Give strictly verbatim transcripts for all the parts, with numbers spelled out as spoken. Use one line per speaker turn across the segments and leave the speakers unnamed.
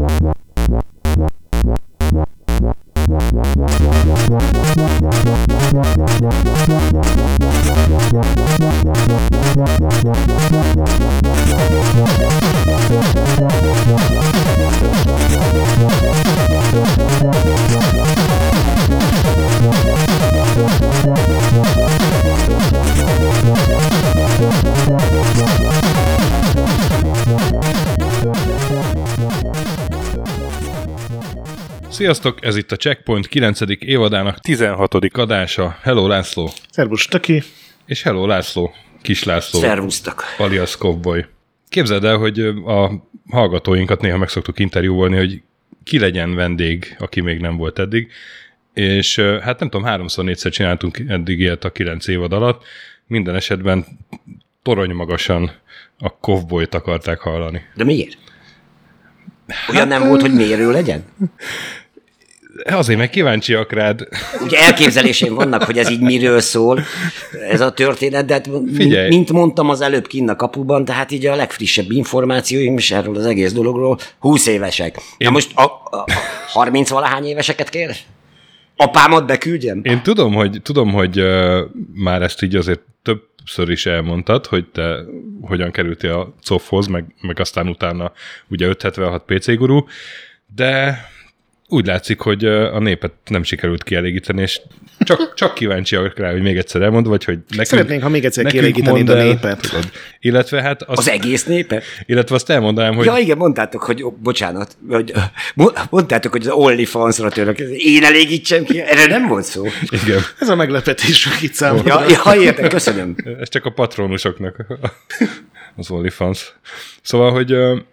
Sziasztok, ez itt a Checkpoint kilencedik évadának tizenhatodik adása. Hello László.
Szervusz Taki.
És hello László, Kis László.
Szervusztok.
Alias Cowboy. Képzeld el, hogy a hallgatóinkat néha meg szoktuk interjúvolni, hogy ki legyen vendég, aki még nem volt eddig. És hát nem tudom, háromszor, négyszer csináltunk eddig ilyet a kilenc évad alatt. Minden esetben torony magasan a Cowboyt akarták hallani.
De miért? Olyan hát, nem volt, hogy mérő legyen?
Azért meg kíváncsiak rád.
Ugye elképzelésén vannak, hogy ez így miről szól, ez a történet, de hát
Figyelj.
mint mondtam az előbb kinn a kapuban, tehát így a legfrissebb információim is erről az egész dologról húsz évesek. Én... Na most a, a harminc-valahány éveseket kér? Apámat beküldjem?
Én tudom, hogy, tudom, hogy uh, már ezt így azért többször is elmondtad, hogy te hogyan kerültél a cofhoz, meg, meg aztán utána ugye ötszázhetvenhat pé cé Guru, de úgy látszik, hogy a népet nem sikerült kielégíteni, és csak, csak kíváncsiak rá, hogy még egyszer elmond, vagy hogy nekünk...
Szeretnénk, ha még egyszer kielégítenéd a népet.
Tudod. Illetve hát... Azt,
az egész népet?
Illetve azt elmondanám, hogy...
Ja, igen, mondtátok, hogy... Ó, bocsánat, hogy, mondtátok, hogy az OnlyFans-ra török. Én elégítsem ki? Erre nem volt szó.
Igen.
Ez a meglepetés, hogy itt számomra.
Ja, ja, értem, köszönöm.
Ez csak a patronusoknak az OnlyFans. Szóval, hogy...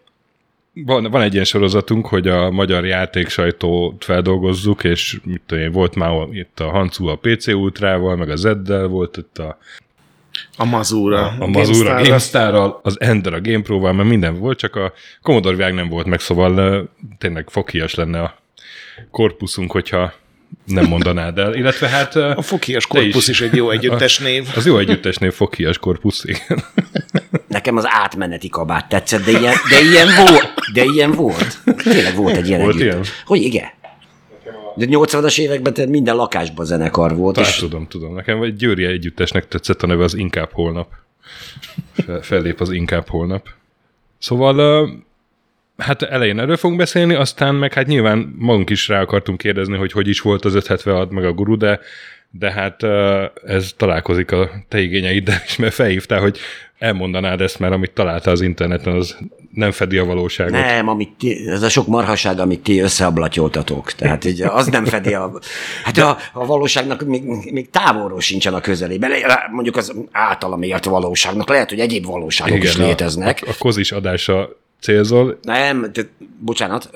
Van, van egy ilyen sorozatunk, hogy a magyar játéksajtót feldolgozzuk, és mit tudom én, volt már itt a Hancu a pé cé Ultrával, meg a Zeddel, volt itt a
a Mazura,
a, a Mazura a GameStar-ral, az Ender a GamePro-val, mert minden volt, csak a Commodore világ nem volt meg, szóval uh, tényleg foghíjas lenne a korpuszunk, hogyha nem mondanád el. Illetve hát... Uh,
a foghíjas korpusz is, is egy jó együttes név.
Az jó együttes név, foghíjas korpusz, igen.
Nekem az átmeneti kabát tetszett, de ilyen, de ilyen volt. De ilyen volt. Tényleg volt egy ilyen
volt
együttes.
Ilyen?
Hogy igen? De nyolcvanas években minden lakásban zenekar volt.
Tehát
és...
tudom, tudom. Nekem egy győri együttesnek tetszett a neve, az Inkább holnap. Fel, fellép az Inkább holnap. Szóval... Hát elején erről fogunk beszélni, aztán meg hát nyilván magunk is rá akartunk kérdezni, hogy hogy is volt az ötszázhetvenhat meg a Guru, de, de hát ez találkozik a te igényeiddel is, mert felhívtál, hogy elmondanád ezt, mert amit találtál az interneten, az nem fedi a valóságot.
Nem, amit ti, ez a sok marhaság, amit ti összeablatyoltatok. Tehát így az nem fedi a... Hát a, a valóságnak még, még távolról sincsen a közelében. Mondjuk az általam ért valóságnak. Lehet, hogy egyéb valóságok igen, is léteznek.
A, a kozis adása célzol.
Nem, de, bocsánat,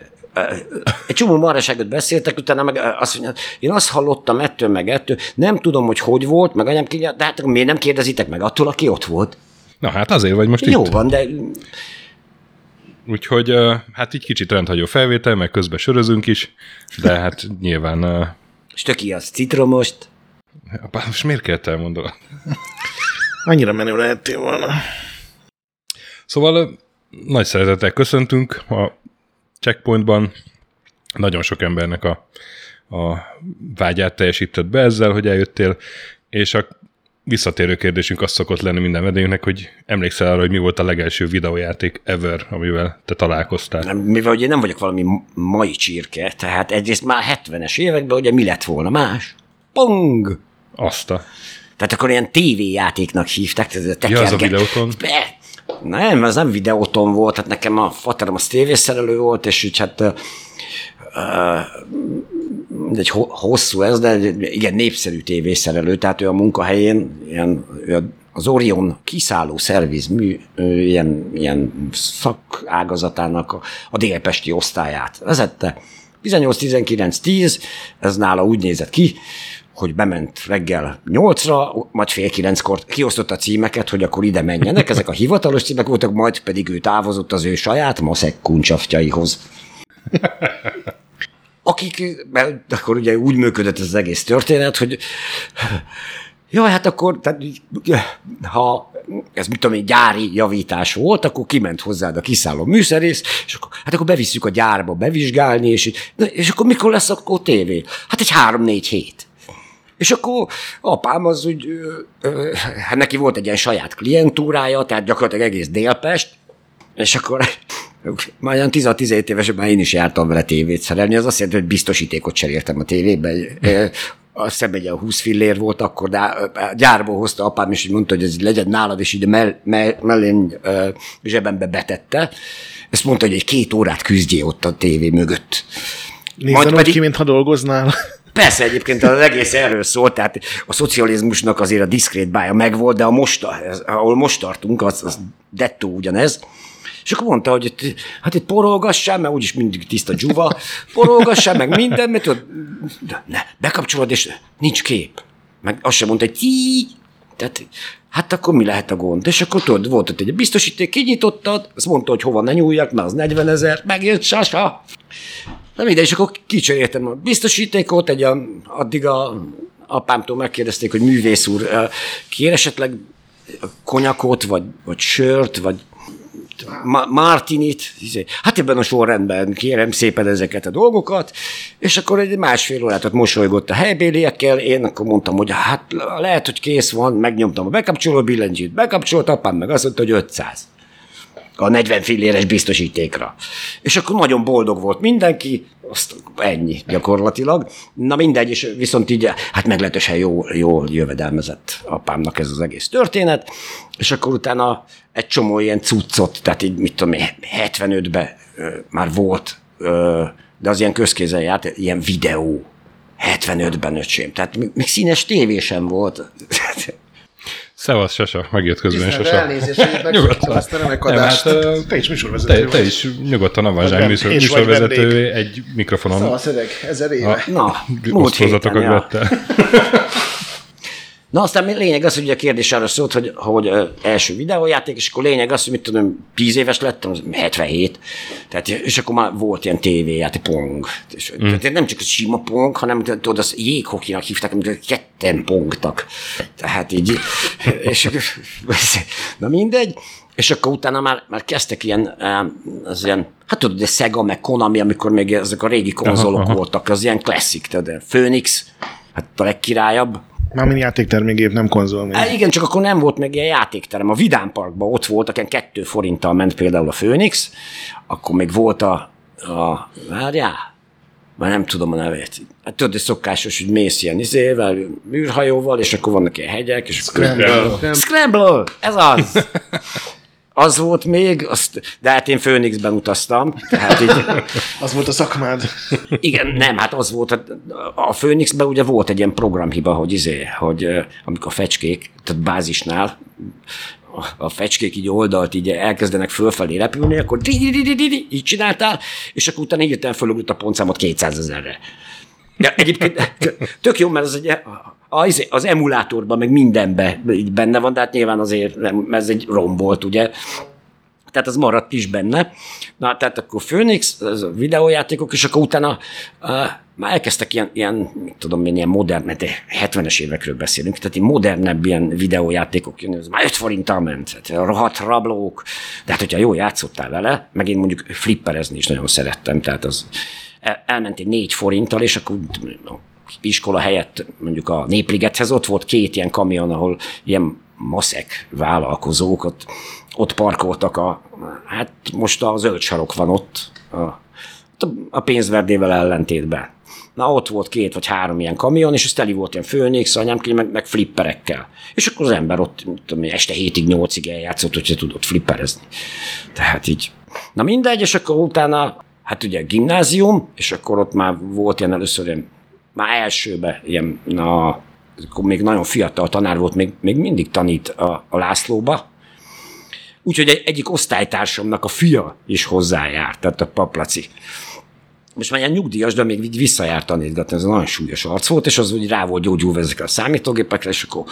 egy csomó marhaságot beszéltek, utána meg azt mondja, én azt hallottam ettől, meg ettől, nem tudom, hogy hogy volt, meg anyám kérdezi, de hát miért nem kérdezitek meg attól, aki ott volt?
Na hát azért vagy most
jó
itt.
Jó van, de...
Úgyhogy hát így kicsit rendhagyó felvétel, meg közben sörözünk is, de hát nyilván...
Stöki az citromost.
Apá, most miért kellett elmondani?
Annyira menő lehettél volna.
Szóval... Nagy szeretettel köszöntünk a Checkpointban. Nagyon sok embernek a, a vágyát teljesített be ezzel, hogy eljöttél, és a visszatérő kérdésünk az szokott lenni minden vendégünknek, hogy emlékszel arra, hogy mi volt a legelső videójáték ever, amivel te találkoztál?
Nem, mivel ugye nem vagyok valami mai csirke, tehát egyrészt már hetvenes években ugye mi lett volna más? Pong!
Azt a...
Tehát akkor ilyen tévéjátéknak hívták. Tehát
ja, az a videóton?
Be. Nem, ez nem videóton volt, hát nekem a faterom az tévészerelő volt, és úgy hát uh, egy hosszú ez, de igen, népszerű tévészerelő, tehát ő a munkahelyén ilyen, az Orion kiszálló szervizmű ilyen, ilyen szakágazatának a, a délpesti osztályát vezette. tizennyolc tizenkilenc tíz, ez nála úgy nézett ki, hogy bement reggel nyolcra, majd fél kilenckor kiosztotta címeket, hogy akkor ide menjenek, ezek a hivatalos címek voltak, majd pedig ő távozott az ő saját maszek kuncsaftjaihoz. Akik, mert akkor ugye úgy működött ez az egész történet, hogy Jaj, hát akkor, tehát, ha ez mit tudom én, gyári javítás volt, akkor kiment hozzád a kiszálló műszerész, és akkor, hát akkor bevisszük a gyárba bevizsgálni, és, és akkor mikor lesz akkor tévé? Hát egy három-négy hét. És akkor apám az úgy, hát neki volt egy ilyen saját klientúrája, tehát gyakorlatilag egész Délpest, és akkor már olyan tíz-tizenhét évesen én is jártam vele tévét szerelni, az azt jelenti, hogy biztosítékot cseréltem a tévében. Azt hiszem, egy húsz fillér volt akkor, de a gyárból hozta apám, és így mondta, hogy ez legyen nálad, és így mell, mell, mellén zsebembe betette. Ezt mondta, hogy egy két órát küzdjél ott a tévé mögött.
Nézzen úgy pedig... ki, mintha dolgoznál.
Persze, egyébként az egész erről szólt, tehát a szocializmusnak azért a diszkrét bája megvolt, de a most, ahol most tartunk, az, az dettó ugyanez. És akkor mondta, hogy itt, hát itt porolgassál, mert úgyis mindig tiszta dzsuva, porolgassál, meg minden, mert tudod, ne, bekapcsolod, és nincs kép. Meg azt sem mondta, hogy tí, tehát, hát akkor mi lehet a gond? És akkor tudod, volt ott egy biztosíték, kinyitottad, azt mondta, hogy hova ne nyúljak, mert az negyvenezer, megjött Sasa. Na mindegy, és akkor kicseréltem a biztosítékot, egy a, addig a apámtól megkérdezték, hogy művész úr, kér esetleg konyakot, vagy, vagy sört, vagy Ma- Martinit, hát ebben a sorrendben kérem szépen ezeket a dolgokat, és akkor egy másfél órát mosolygott a helybéliekkel, én akkor mondtam, hogy hát lehet, hogy kész van, megnyomtam a bekapcsoló billentyűt, bekapcsolt, apám meg azt mondta, hogy ötszáz. A negyven filléres biztosítékra. És akkor nagyon boldog volt mindenki, azt ennyi gyakorlatilag. Na mindegy, és viszont így, hát meglehetősen jól, jól jövedelmezett apámnak ez az egész történet, és akkor utána egy csomó ilyen cuccot, tehát így mit tudom én, hetvenötben ö, már volt, ö, de az ilyen közkézzel járt, ilyen videó, hetvenötben öcsém, tehát még, még színes tévé sem volt.
Szevasz, Sasa, megjött közben Sasa.
Elnézést, hogy megszoktam ezt a remek adást.
Nem, hát,
te is műsorvezető
te, te is nyugodtan avanzsánk műsor, műsorvezető egy mikrofonon.
Szavasz öreg, ezer éve.
Na, múlt héten, ja. Na aztán lényeg az, hogy a kérdés arra szólt, hogy, hogy első videójáték, és akkor lényeg az, hogy mit tudom, tíz éves lettem, hetvenhét, tehát, és akkor már volt ilyen tévéjáték, pong. És, mm. Tehát nem csak a sima pong, hanem tudod, azt jéghokinak hívták, amikor ketten pongtak. Tehát így, és na mindegy, és akkor utána már, már kezdtek ilyen, az ilyen, hát tudod, de Sega, meg Konami, amikor még ezek a régi konzolok aha, aha. voltak, az ilyen klasszik, tudod, Phoenix, hát a legkirályabb.
Már mint játéktermékgép, nem konzol még.
É, igen, csak akkor nem volt meg ilyen játékterem. A Vidám Parkban ott voltak, ilyen kettő forinttal ment például a Phoenix, akkor még volt a, a várjál, már nem tudom a nevét. Hát tudod, hogy szokásos, hogy mész ilyen izével, műrhajóval, és akkor vannak ilyen hegyek, és
Scramble.
Scramble! Ez az! Az volt még, azt, de hát én Phoenixben utaztam. Tehát így,
az volt a szakmád.
Igen, nem, hát az volt, a, a Phoenixben ugye volt egy ilyen programhiba, hogy izé, hogy amikor a fecskék, tehát bázisnál, a, a fecskék így oldalt így elkezdenek fölfelé repülni, akkor így csináltál, és akkor utána hirtelen fölugrott a pontszámot kétszázezerre. Ja, egyébként tök jó, mert az egy, az, az emulátorban, meg mindenben így benne van, de hát nyilván azért ez egy rom volt, ugye. Tehát az maradt is benne. Na, tehát akkor Phoenix, ez a videójátékok, és akkor utána uh, már elkezdtek ilyen, ilyen, mit tudom én, ilyen modern, mert hetvenes évekről beszélünk, tehát ilyen modernebb ilyen videójátékok jönni, ez már öt forinttal ment, tehát rohadt rablók, de hát hogyha jól játszottál vele, meg én mondjuk flipperezni is nagyon szerettem, tehát az el, elmentél négy forinttal, és akkor iskola helyett mondjuk a Népligethez ott volt két ilyen kamion, ahol ilyen maszek vállalkozók ott, ott parkoltak a, hát most a zöld sarok van ott, a, a pénzverdével ellentétben. Na ott volt két vagy három ilyen kamion, és ez teli volt ilyen Phoenix, anyámként, meg, meg flipperekkel. És akkor az ember ott tudom, este hétig, nyolcig eljátszott, hogyha tudott flipperezni. Tehát így. Na mindegy, és akkor utána, hát ugye gimnázium, és akkor ott már volt ilyen először ilyen, már elsőbe, ilyen, na, akkor még nagyon fiatal tanár volt, még, még mindig tanít a, a Lászlóba. Úgyhogy egy, egyik osztálytársamnak a fia is hozzájárt, tehát a Paplaci. Most már ilyen nyugdíjas, de még visszajárt tanítgatni, ez nagyon súlyos arc volt, és az úgy rá volt gyógyulva ezekre a számítógépekre, és akkor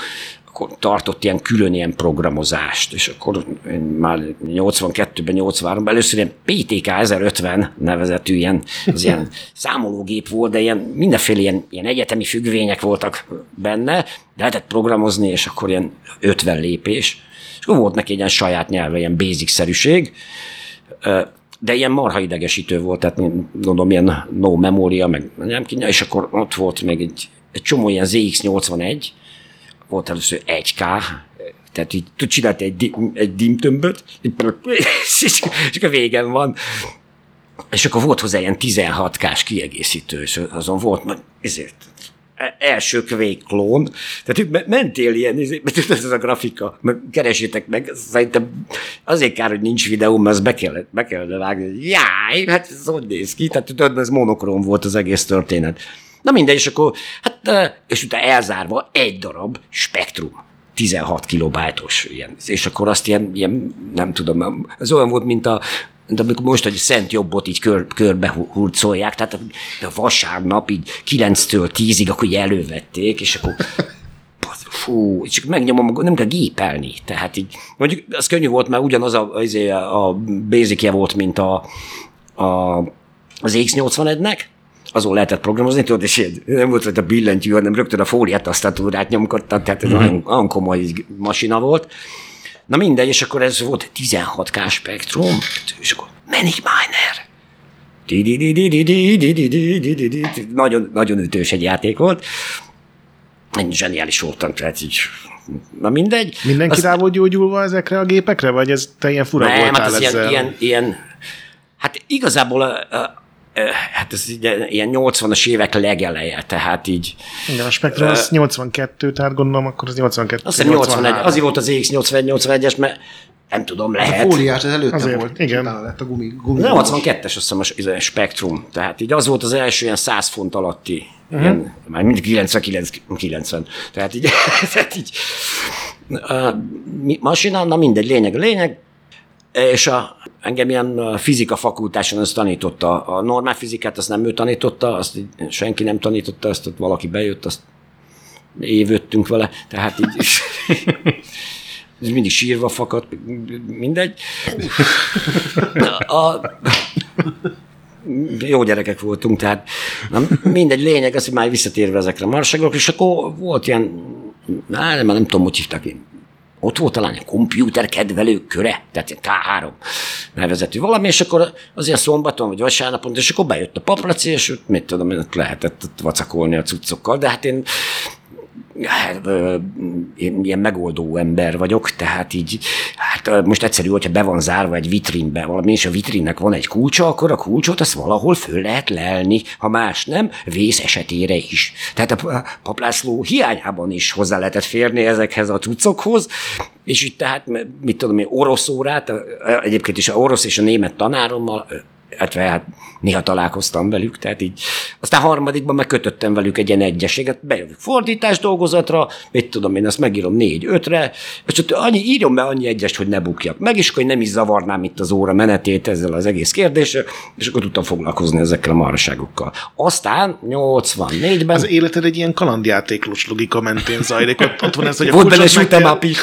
akkor tartott ilyen külön ilyen programozást, és akkor már nyolcvankettőben, nyolcvanháromban először ilyen pé té ká ezerötven nevezetű ilyen, az ilyen számológép volt, de ilyen mindenféle ilyen, ilyen egyetemi függvények voltak benne, de lehetett programozni, és akkor ilyen ötven lépés, és akkor volt neki egy ilyen saját nyelve, ilyen basic-szerűség, de ilyen marha idegesítő volt, tehát gondolom ilyen no memória, meg nem ki, és akkor ott volt még egy, egy csomó ilyen zé iksz nyolcvanegy, volt először egy ká, tehát így tud csinálni egy, egy dimtömböt, és a végén van. És akkor volt hozzá ilyen tizenhat kás kiegészítő, és azon volt, ezért első kvég klón, tehát mentél ilyen, ez a grafika, keresétek meg, szerintem azért kár, hogy nincs videó, mert azt be kellett, be kellett vágni, jáj, hát ez hogy néz ki, tehát tudod, ez monokrom volt az egész történet. Na mindegy, és akkor, hát, és utána elzárva egy darab Spektrum, tizenhat kilobájtos ilyen, és akkor azt ilyen, ilyen nem tudom, ez olyan volt, mint a de amikor most, hogy Szent Jobbot így kör, körbe hurcolják, tehát a vasárnap így kilenctől tízig, akkor így elővették, és akkor fú, és megnyomom, nem kell gépelni, tehát így, mondjuk az könnyű volt, mert ugyanaz a, a, a basic-je volt, mint a, a, az iksz nyolcvanegynek, azon lehetett programozni, tudod, és nem volt a billentyű, hanem rögtön a fóliát tasztatúrát nyomkodtak, tehát ez olyan, olyan komoly masina volt. Na mindegy, és akkor ez volt tizenhat ká Spektrum, és akkor Manic Miner. Nagyon, nagyon ütős egy játék volt. Egy zseniális voltam, tehát így, na mindegy.
Mindenki
Azt,
rá volt gyógyulva ezekre a gépekre, vagy ez te ilyen fura
nem,
voltál
hát ez
ezzel?
Ilyen, ilyen, ilyen, hát igazából a, a, hát ez ilyen nyolcvanas évek legeleje, tehát így...
Igen, a Spektrum uh, az nyolcvankettő, tehát gondolom, akkor az nyolcvankettő.
Azt hiszem nyolcvanegy, azért volt az iksz nyolcvanegy nyolcvanegyes, mert nem tudom, lehet.
A fóliás, ez előtte
azért
volt.
igen.
Utána lett a gumi. gumi
nyolcvankettes, azt hiszem, a Spektrum. Tehát így az volt az első ilyen száz font alatti. Uh-huh. Ilyen, már mindig kilencvenkilenc kilencven. Tehát így, tehát így uh, masina, na mindegy, lényeg a lényeg. És a, engem ilyen fizika fakultáson azt tanította. A normál fizikát azt nem ő tanította, azt senki nem tanította, azt ott valaki bejött, azt évöttünk vele. Tehát így... ez mindig sírva fakadt, mindegy. A, jó gyerekek voltunk, tehát na, mindegy, lényeg az, hogy már visszatérve ezekre a marságokra, és akkor volt ilyen, nem, nem tudom, hogy hívták én. Ott volt talán egy komputerkedvelők köre, tehát ilyen ká három nevezetű valami, és akkor az ilyen szombaton vagy vasárnapon, és akkor bejött a paplaci, és mit tudom, én lehetett vacakolni a cuccokkal, de hát én Hát, én ilyen megoldó ember vagyok, tehát így, hát most egyszerű, hogyha be van zárva egy vitrínbe valami, és a vitrínnek van egy kulcsa, akkor a kulcsot azt valahol föl lehet lelni, ha más nem, vész esetére is. Tehát a paplászló hiányában is hozzá lehetett férni ezekhez a cuccokhoz, és így tehát, mit tudom én, orosz órát, egyébként is a orosz és a német tanárommal, hát, hát néha találkoztam velük, tehát így. Aztán harmadikban megkötöttem velük egy ilyen egyeséget, bejövök fordítás dolgozatra, mit tudom én, azt megírom négy-ötre, és ott annyi, írjon be annyi egyest, hogy ne bukjak meg, és akkor nem is zavarnám itt az óra menetét ezzel az egész kérdéssel, és akkor tudtam foglalkozni ezekkel a marhaságokkal. Aztán nyolcvannégyben...
Az életed egy ilyen kalandjátékos logika mentén zajlik, ott, ott van ez, hogy a
volt bele
kulcsot meg
shoot'em
kell...
up is.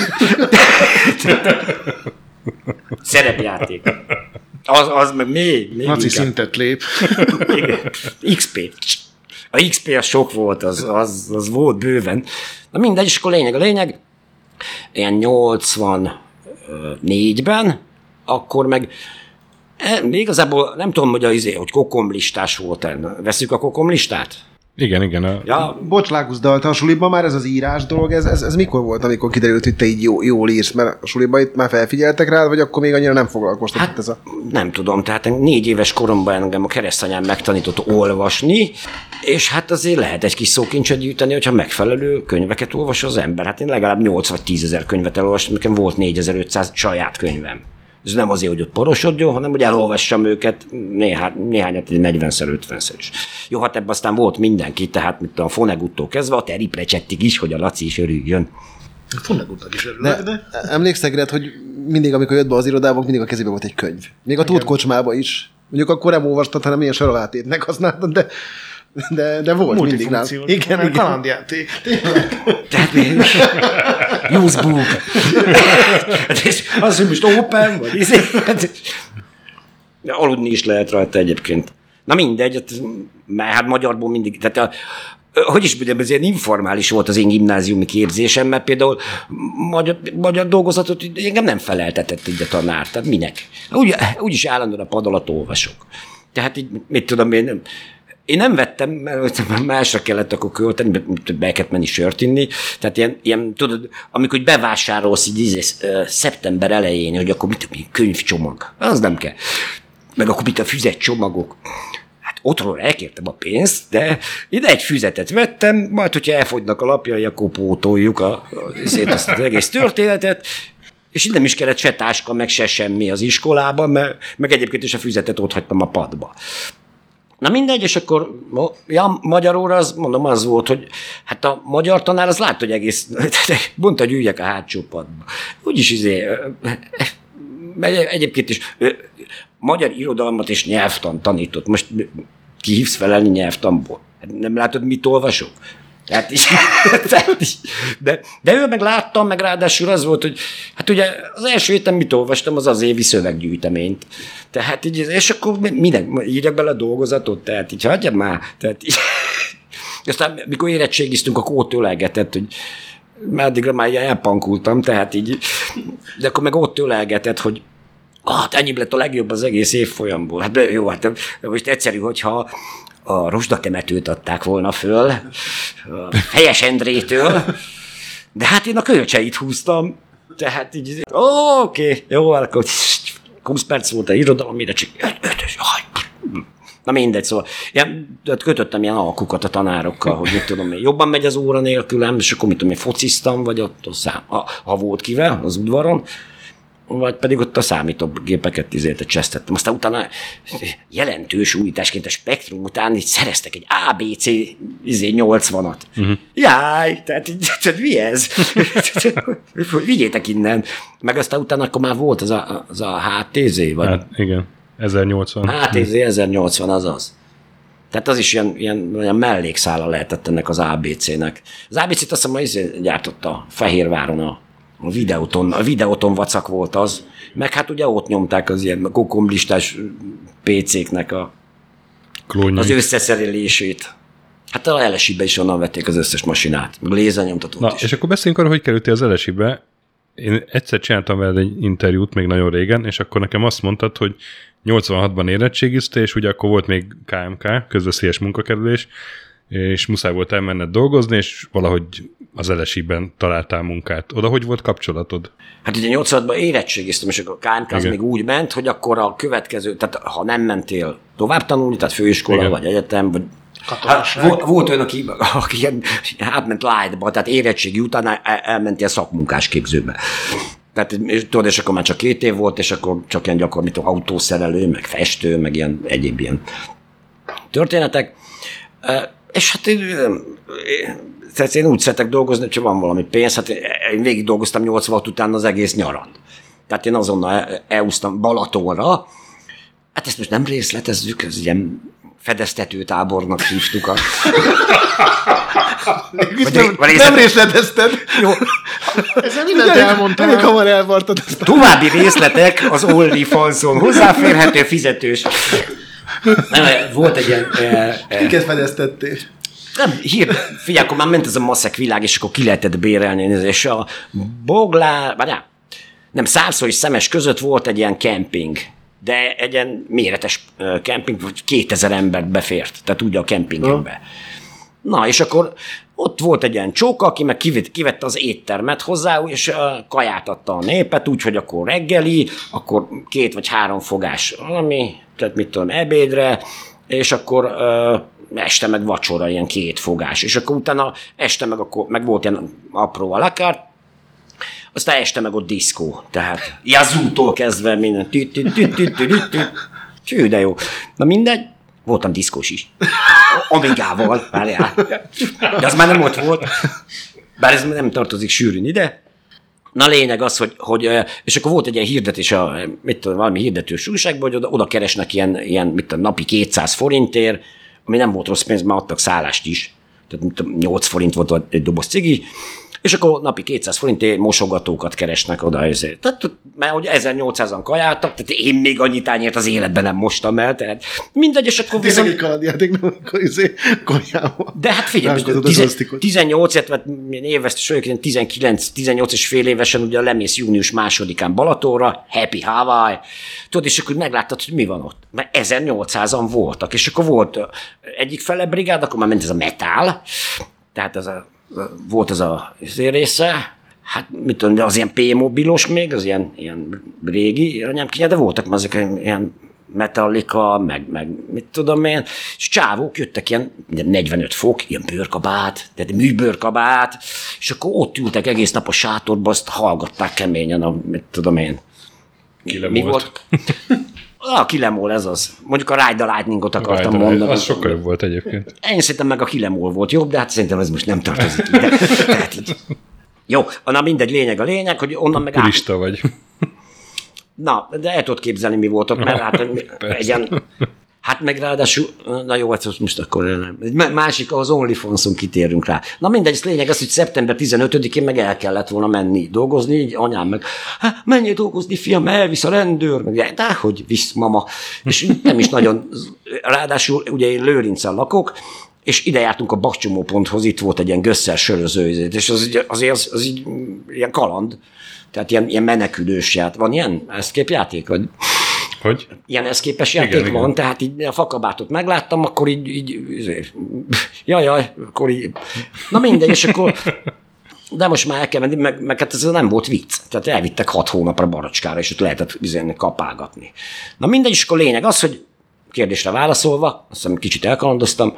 Szerepjáték. Az, az meg még, még
Naci
inkább.
szintet lép.
iksz pé. A iksz pé az sok volt, az, az, az volt bőven. Na mindegy, és akkor lényeg a lényeg. Ilyen nyolcvannégyben, akkor meg e, igazából nem tudom, hogy, a, hogy kokomlistás volt. Veszük a kokomlistát?
Igen, igen. A...
Ja.
Bocs, Lákusz, de a suliban már ez az írás dolog, ez, ez, ez mikor volt, amikor kiderült, hogy te így jó, jól írsz? Mert a suliban itt már felfigyeltek rád, vagy akkor még annyira nem foglalkoztatott
Hát,
ez a...
nem tudom, tehát négy éves koromban engem a keresztanyám megtanított olvasni, és hát azért lehet egy kis szókincset gyűjteni, hogyha megfelelő könyveket olvas az ember. Hát én legalább nyolc vagy tízezer könyvet elolvastam, nekem volt négyezer-ötszáz saját könyvem. Ez nem azért, hogy ott porosodjon, hanem hogy elolvassam őket néhány, néhányat negyvenszer, ötvenszer is. Jó, hát ebben aztán volt mindenki, tehát mint a Foneguttól kezdve, a Terry Pratchettig is, hogy a Laci is örüljön.
A Fonegutnak is örülök, de...
de... Emlékszek rád, hogy mindig, amikor jött be az irodába, mindig a kezében volt egy könyv. Még a Tóth kocsmában is. Mondjuk akkor nem olvastad, hanem ilyen saralátétnek használtad, de, de, de volt mindig nálam.
Igen, igen. Kalandjáték.
Tehát use book. És az, hogy most open, vagy izé. Aludni is lehet rajta egyébként. Na mindegy, mert hát magyarból mindig, tehát a, hogy is mondjam, ez ilyen informális volt az én gimnáziumi képzésem, mert például magyar, magyar dolgozatot engem nem feleltetett így a tanár, tehát minek? Úgy, úgyis állandóan a pad alatt olvasok. Tehát így, mit tudom én, én nem vettem, mert másra kellett akkor költeni, be kellett menni sört inni, tehát ilyen, ilyen tudod, amikor bevásárolsz így, így szeptember elején, hogy akkor mit tudom, könyvcsomag, az nem kell. Meg akkor mit a füzetcsomagok. Hát otthonról elkértem a pénzt, de én egy füzetet vettem, majd hogyha elfogynak a lapjai, akkor pótoljuk a, a, azt az egész történetet, és így nem is kellett se táska, meg se semmi az iskolában, mert, meg egyébként is a füzetet ott hagytam a padba. Na mindegy, és akkor ja, magyarul az, mondom, az volt, hogy hát a magyar tanár az látta, hogy egész, mondta, hogy üljek a hátsó padba. Úgyis izé, egyébként is magyar irodalmat és nyelvtan tanított. Most kihívsz felelni nyelvtanból? Nem látod, mit olvasok? Tehát is, tehát is. De, de ő meg láttam, meg ráadásul az volt, hogy hát ugye az első héten mit olvastam, az az évi szöveggyűjteményt. Tehát így, és akkor minek írjak bele a dolgozatot? Tehát így hagyjam már. Tehát így. Aztán mikor érettségiztünk, akkor ott ölelgetett, hogy mert addigra már elpankultam, tehát így, de akkor meg ott ölelgetett, hogy hát ennyi lett a legjobb az egész évfolyamból. Hát jó, hát most egyszerű, hogyha a rozsdatemetőt adták volna föl, a Helyes Endrétől, de hát én a kölcseit húztam, tehát így, ó, oké, okay, jó, akkor húsz perc volt a irodalom, mire csak ötös, na mindegy, szóval ilyen, kötöttem ilyen alkukat a tanárokkal, hogy mit tudom én, jobban megy az óra nélkülem, és akkor mit tudom én, fociztam, vagy ott a szám, ha volt kivel az udvaron, vagy pedig ott a számítógépeket izélte csesztettem. Aztán utána jelentős újításként a Spektrum után így szereztek egy á bé cé izé nyolcvanat. Uh-huh. Jaj, tehát, tehát mi ez? Vigyétek innen. Meg aztán utána akkor már volt az a, az a há té zé, vagy? Hát
igen, ezernyolcvan.
há té zé ezernyolcvan, az az. Tehát az is ilyen, ilyen, ilyen mellékszála lehetett ennek az á bé cének. Az á bé cét azt hiszem, hogy gyártotta Fehérváron a A videóton, a videóton vacak volt az, meg hát ugye ott nyomták az ilyen kokomlistás pé céknek a, az összeszerelését. Hát a el es i-be is onnan vették az összes masinát, meg lézernyomtatót
Na,
is.
És akkor beszéljünk arra, hogy kerültél az el es i-be. Én egyszer csináltam veled egy interjút, még nagyon régen, és akkor nekem azt mondtad, hogy nyolcvanhatban érettségizte, és ugye akkor volt még ká em ká, közveszélyes munkakerülés, és muszáj volt elmenned dolgozni, és valahogy az el es i-ben találtál munkát. Oda hogy volt kapcsolatod?
Hát ugye nyolcvanhatban érettségiztem, és a ká em ká az még úgy ment, hogy akkor a következő, tehát ha nem mentél tovább tanulni, tehát főiskola, igen, vagy egyetem, vagy hát, volt, volt olyan, aki, aki ilyen, átment lightba, tehát érettségi után el, elmentél szakmunkás képzőbe. Tehát tudod, és akkor már csak két év volt, és akkor csak ilyen gyakor, mint autószerelő, meg festő, meg ilyen egyéb ilyen történetek. És hát én, tehát én úgy szeretek dolgozni, hogyha van valami pénz, hát én végig dolgoztam nyolcvanhat után az egész nyarant. Tehát én azonnal elúsztam Balatonra, hát ezt most nem részletezzük, ez ilyen fedeztető tábornak hívtuk. A...
vagy, nem, vagy részlet... nem részletezted. Jó.
Ezzel mindent elmondtam.
Elég hamar elvartad.
További részletek az OnlyFans-on. Hozzáférhető, fizetős. Nem, volt egy ilyen...
Kiket fedeztettél?
Nem, hír, figyelj, akkor már ment ez a maszek világ, és akkor ki lehetett bérelni, és a Boglár, vagy nem, nem, Szárszó és Szemes között volt egy ilyen kemping, de egy ilyen méretes kemping, vagy kétezer embert befért, tehát úgy a kempingekbe. Na, és akkor ott volt egy ilyen csóka, aki meg kivette az éttermet hozzá, és kaját adta a népet, úgyhogy akkor reggeli, akkor két vagy három fogás valami, tehát mit tudom, ebédre, és akkor uh, este meg vacsora, ilyen két fogás, és akkor utána este meg, akkor, meg volt ilyen apró alakárt, aztán este meg ott diszkó, tehát Yazoo-tól kezdve minden, csű, de jó. Na mindegy, voltam diszkós is. Amigával, várjál. De az már nem ott volt, bár ez nem tartozik sűrűn ide. Na lényeg az, hogy, hogy és akkor volt egy ilyen hirdetés, a, mit tudom, valami hirdetős újságban, hogy oda, oda keresnek ilyen, ilyen mit tudom, napi kétszáz forintért, ami nem volt rossz pénz, mert adtak szállást is. tehát nyolc forint volt egy doboz cigi, és akkor napi kétszáz forintért mosogatókat keresnek oda. Ezért. Tehát, mert hogy ezernyolcszázan kajáltak, tehát én még annyi tányért az életben nem mostam el, tehát mindegy, és akkor
Viszont...
viszont...
egy kalandjáték, nem akkor izé kajával.
De hát figyelj, tizennyolc, illetve évesztes vagyok, tizenkilenc, tizennyolc és fél évesen ugye lemész június másodikán Balatonra, Happy Hawaii, tudod, és akkor megláttad, hogy mi van ott. Mert ezernyolcszázan voltak, és akkor volt egyik fele brigád, akkor már ment ez a metál, tehát ez a volt az a része, hát mit tudom, de az ilyen P-mobilos még, az ilyen, ilyen régi anyámkinyel, de voltak már ezek ilyen Metallica, meg, meg mit tudom én, és csávók jöttek ilyen negyvenöt fok, ilyen bőrkabát, tehát műbőrkabát, és akkor ott ültek egész nap a sátorba, azt hallgatták keményen, a, mit tudom én.
Ki
mi volt? A Kilemol, ez az. Mondjuk a Ride the Lightningot akartam
Ride
mondani.
Az sokkal jobb volt egyébként.
Én szerintem meg a Kilemol volt jobb, de hát szerintem ez most nem tartozik ide. Tehát így. Jó, na mindegy, lényeg a lényeg, hogy onnan meg
Turista át... vagy.
Na, de el tudod képzelni, mi volt ott, mert hát egy ilyen... Hát meg ráadásul, na jó, hát most akkor nem. Másik, az OnlyFans-on kitérünk rá. Na mindegy, ez lényeg az, hogy szeptember tizenötödikén meg el kellett volna menni dolgozni, így anyám meg, hát menjél dolgozni, fiam, elvisz a rendőr, meg, de hogy visz, mama. És nem is nagyon, ráadásul ugye én Lőrincen lakok, és ide jártunk a bakcsomó.hoz, itt volt egy ilyen gösszer söröző, és az, azért az, az így ilyen kaland, tehát ilyen, ilyen menekülős ját. Van ilyen escape játék, vagy...
Hogy?
Ilyen eszképes játék igen, van, igen. Tehát így a fakabátot megláttam, akkor így, így jaj, jaj, akkor így, na mindegy, és akkor, de most már el kell menni, meg, meg hát ez nem volt vicc, tehát elvittek hat hónapra Baracskára, és ott lehetett üzenni, kapálgatni. Na mindegy, és akkor lényeg az, hogy kérdésre válaszolva, azt hiszem kicsit elkalandoztam,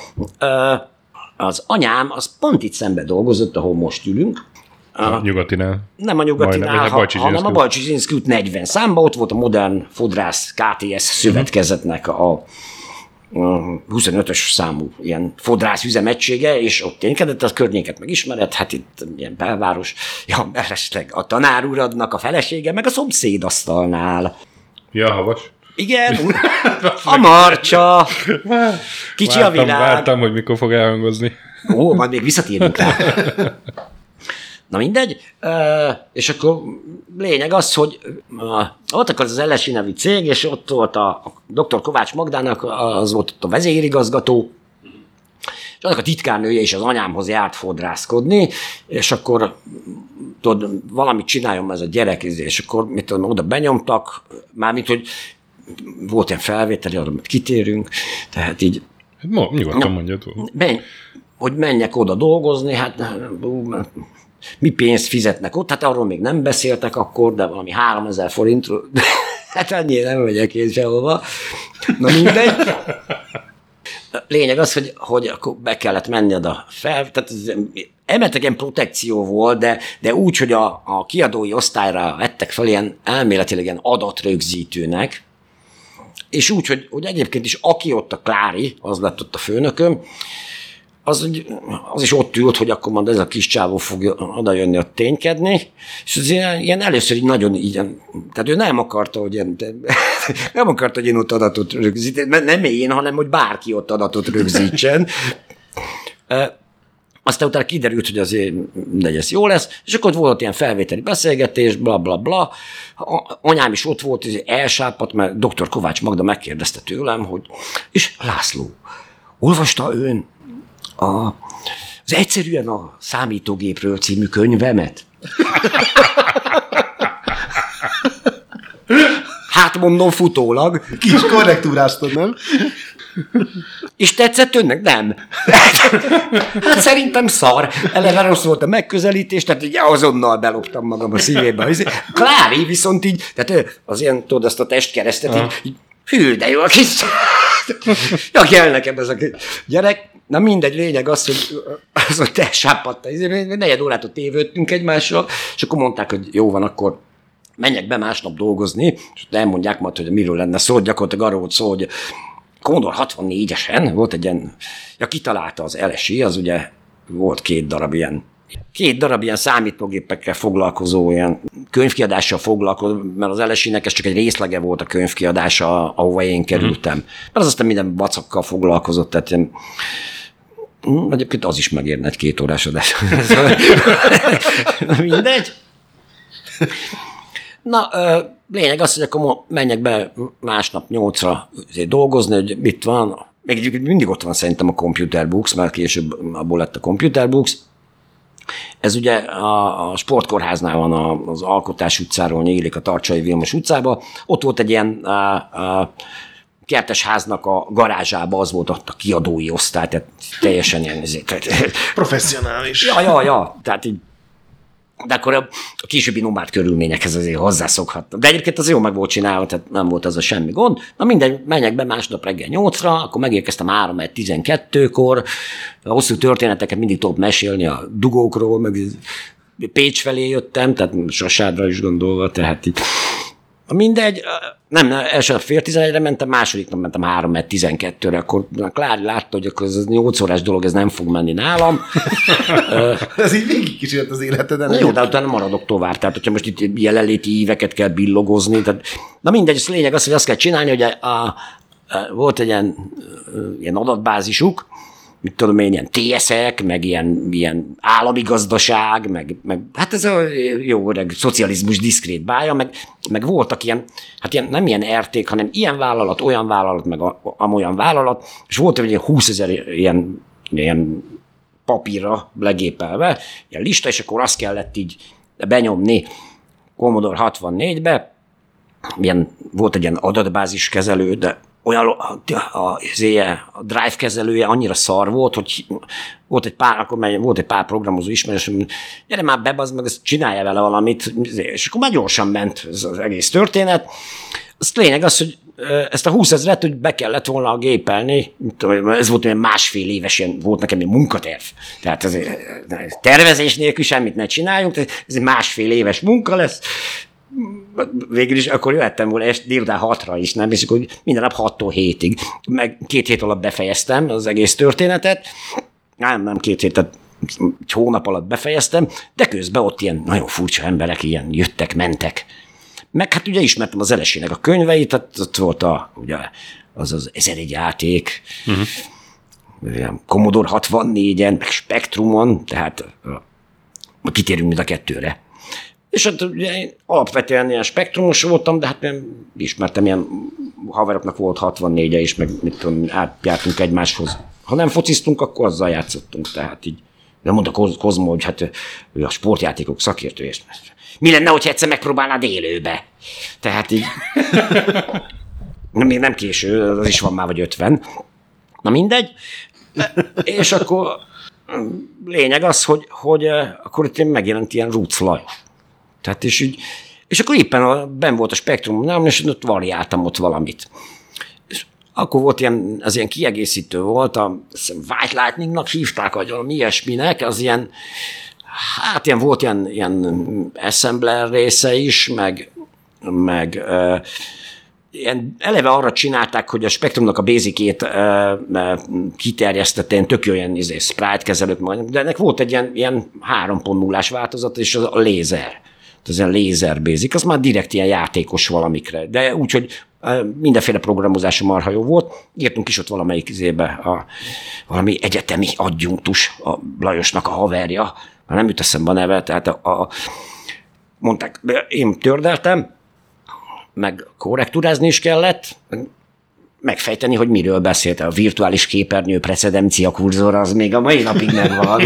az anyám, az pont itt szembe dolgozott, ahol most ülünk,
a nyugatinál.
Nem a nyugatinál, ha, hanem a Bajcsi-Zsinszki út negyven számba, ott volt a Modern Fodrász ká té es szövetkezetnek a, a huszonötös számú ilyen fodrász üzemegysége, és ott ténykedett, a környéket megismered, hát itt ilyen belváros, ja, esetleg a tanáruradnak a felesége, meg a szomszéd asztalnál.
Ja, havas.
Igen, a Marcsa, kicsi
vártam,
a világ.
Vártam, hogy mikor fog elhangozni.
Ó, majd még visszatérünk rá. Na mindegy, és akkor lényeg az, hogy ott akkor az el es i nevű cég, és ott volt a doktor Kovács Magdának, az volt ott a vezérigazgató, és annak a titkárnője is az anyámhoz járt fodrászkodni, és akkor tudod, valamit csináljon ez a gyerek, és akkor mit tudom, oda benyomtak, mármint, hogy volt ilyen felvételi, arra kitérünk, tehát így...
Ma, nyugodtan mondjad.
Menj, hogy menjek oda dolgozni, hát... Mi pénzt fizetnek ott, hát arról még nem beszéltek akkor, de valami háromezer forintról, hát annyira nem megyek én sehova. Na mindegy. Lényeg az, hogy, hogy akkor be kellett menni oda fel, tehát emeltek ilyen protekció volt, de, de úgy, hogy a, a kiadói osztályra vettek fel ilyen elméletileg ilyen adatrögzítőnek, és úgy, hogy, hogy egyébként is aki ott a Klári, az lett ott a főnököm, Az, az is ott ült, hogy akkor majd ez a kis csávó fog oda jönni ott ténykedni, és az ilyen, ilyen először így nagyon ilyen, tehát ő nem akarta, hogy ilyen, nem akarta, hogy én ott adatot rögzíteni, nem én, hanem hogy bárki ott adatot rögzítsen. Aztán utána kiderült, hogy azért mindegy, ez jó lesz, és akkor ott volt ilyen felvételi beszélgetés, bla, bla, bla. Anyám is ott volt, elsápadt, mert doktor Kovács Magda megkérdezte tőlem, hogy, és László, olvasta ön A, az Egyszerűen a számítógépről című könyvemet? Hát mondom futólag.
Kis korrektúráztad, nem?
És tetszett önnek? Nem. Hát szerintem szar. Eleve rossz volt a megközelítés, tehát így azonnal beloptam magam a szívébe. Klári viszont így, tehát az ilyen, tudod, azt a testkeresztet így, így hű, de jó a kis... Ja, kell nekem ez a gyerek. Na mindegy, lényeg az, hogy, az, hogy te sápadta. Negyed órát ott tévődtünk egymással, és akkor mondták, hogy jó van, akkor menjek be másnap dolgozni, és elmondják majd, hogy miről lenne szó, gyakorlatilag arról volt szó, hogy Commodore hatvannégyesen volt egy ilyen, ja, kitalálta az el es i, az ugye volt két darab ilyen, két darab ilyen számítógépekkel foglalkozó, ilyen könyvkiadással foglalkozó, mert az el es i-nek ez csak egy részlege volt a könyvkiadása, ahova én kerültem. Mert az aztán minden vacakkal foglalkozott, tehát ilyen, Egyébként az is megérne egy két órás adás. Mindegy. Na, lényeg az, hogy akkor menjek be másnap nyolcra dolgozni, hogy mit van. Még mindig ott van szerintem a Computer Books, mert később abból lett a Computer Books. Ez ugye a, a sportkórháznál van, az Alkotás utcáról nyílik a Tarcsai Vilmos utcába. Ott volt egy ilyen a, a kertesháznak a garázsába, az volt ott a kiadói osztály, tehát teljesen ilyen...
Professzionális.
Ja, ja, ja, tehát így. De akkor a későbbi nomád körülményekhez azért hozzászokhattam. De egyébként az jó meg volt csinálva, tehát nem volt az a semmi gond. Na mindegy, menjek be másnap reggel nyolcra, akkor megérkeztem három tizenkettőkor, a hosszú történeteket mindig tudok mesélni a dugókról, meg Pécs felé jöttem, tehát Sasádra is gondolva, tehát így. Mindegy, nem, nem, első nap fél tizenegyre mentem, második nap mentem három tizenkettőre, akkor Klári látta, hogy akkor ez nyolc órás dolog, ez nem fog menni nálam.
Ez így végig kísért az életeden.
Jó, de utána maradok tovább, tehát hogyha most itt jelenléti íveket kell billogozni, tehát, na mindegy, az lényeg az, hogy azt kell csinálni, hogy a, a, a, volt egy ilyen, ilyen adatbázisuk, mit tudom én, ilyen té eszek, meg ilyen, ilyen állami gazdaság, meg, meg hát ez a jó öreg szocializmus diszkrét bája, meg, meg voltak ilyen, hát ilyen, nem ilyen erték, hanem ilyen vállalat, olyan vállalat, meg amolyan vállalat, és volt egy ilyen húszezer ilyen, ilyen papírra legépelve, ilyen lista, és akkor azt kellett így benyomni Commodore hatvannégybe, ilyen, volt egy ilyen adatbázis kezelő, de olyan a, a, a Drive kezelője annyira szar volt, hogy volt egy pár, akkor volt egy pár programozó ismerős, hogy gyere már be, az meg ezt csinálja vele valamit, és akkor már gyorsan ment ez az egész történet. Az lényeg az, hogy ezt a húszezret, hogy be kellett volna gépelni, ez volt olyan másfél éves, ilyen, volt nekem egy munkaterv. Tehát ez, tervezés nélkül semmit ne csináljunk, ez egy másfél éves munka lesz. Végül is akkor jöhettem volna est délután hatra is, nem? És akkor minden nap hattól hétig. Meg két hét alatt befejeztem az egész történetet. Nem, nem két hétet, egy hónap alatt befejeztem, de közben ott ilyen nagyon furcsa emberek ilyen jöttek, mentek. Meg hát ugye ismertem az Elesének a könyveit, tehát ott volt a, ugye, az az ezeregy játék, uh-huh. Commodore hatvannégyen, meg Spectrumon, tehát kitérünk mind a kettőre. És hát ugye én alapvetően ilyen spektrumos voltam, de hát nem ismertem, ilyen haveroknak volt hatvannégye is, meg mit tudom, átjártunk egymáshoz. Ha nem fociztunk, akkor azzal játszottunk, tehát így. De mondta Kozmo, hogy hát ő a sportjátékok szakértője. Mi lenne, hogyha egyszer megpróbálnád élőbe? Tehát így. Még nem késő, az is van már vagy ötven. Na mindegy. És akkor lényeg az, hogy, hogy akkor itt megjelent ilyen Roots Lajos. Tehát és, így, és akkor éppen benn volt a Spektrumnál, és ott variáltam ott valamit. És akkor volt ilyen, az ilyen kiegészítő volt, a White Lightningnak hívták, vagy valami ilyesminek, az ilyen, hát ilyen volt ilyen, ilyen assembler része is, meg, meg uh, ilyen eleve arra csinálták, hogy a Spektrumnak a basicét uh, kiterjesztetén tök jó ilyen izé, sprite kezelőt majd, de ennek volt egy ilyen, ilyen három pont nullás változat, és az a lézer. Ez ilyen lézer basic, az már direkt ilyen játékos valamikre. De úgy, hogy mindenféle programozása marha jó volt. Írtunk is ott valamelyik izébe a, valami egyetemi adjunktus, a Lajosnak a haverja, már nem jut eszembe a neve, tehát a, a, mondták, én tördeltem, meg korrektúrázni is kellett, megfejteni, hogy miről beszélt. A virtuális képernyő precedencia kurzor, az még a mai napig megvan.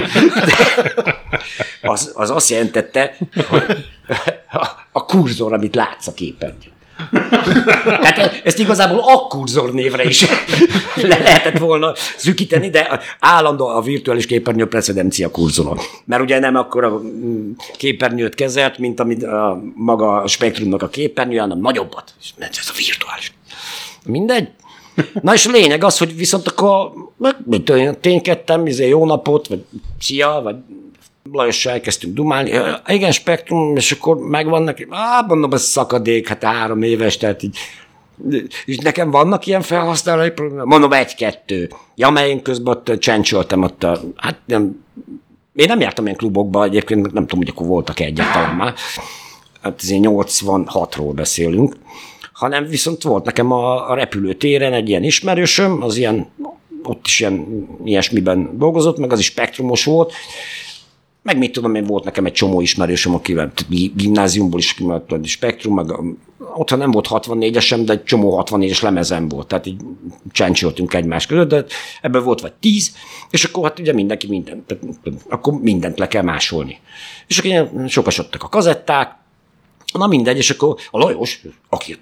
Az, az azt jelentette, hogy a, a kurzor, amit látsz a képernyőn. Tehát ezt igazából a kurzor névre is le lehetett volna szűkíteni, de állandó a virtuális képernyő precedencia kurzoron. Mert ugye nem akkor a képernyőt kezelt, mint amit a maga a Spektrumnak a képernyő, hanem nagyobbat. Ez a virtuális. Mindegy. Na és a lényeg az, hogy viszont akkor mit ténykedtem, jó napot, vagy szia, vagy Lajossal elkezdtünk dumálni, igen, Spektrum, és akkor megvan neki, á, mondom, ez szakadék, hát három éves, tehát így, és nekem vannak ilyen felhasználói problémák? Mondom, egy-kettő. Ja, mert én közben ott csencsöltem ott a, hát nem, én nem jártam ilyen klubokba, egyébként nem tudom, hogy akkor voltak egyáltalán már, hát azért nyolcvanhatról beszélünk, hanem viszont volt nekem a, a repülőtéren egy ilyen ismerősöm, az ilyen ott is ilyen, ilyesmiben dolgozott, meg az is spektrumos volt, meg mit tudom én, volt nekem egy csomó ismerősöm, akivel gimnáziumból is kimaradt egy spektrum, meg otthon nem volt hatvannégyesem, de egy csomó hatvannégyes lemezem volt, tehát így csencsoltunk egymás között, de ebből volt vagy tíz, és akkor hát ugye mindenki mindent, tehát akkor mindent le kell másolni. És akkor ilyen sokasodtak a kazetták, na mindegy, és akkor a Lajos, aki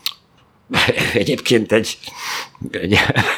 egyébként egy, egy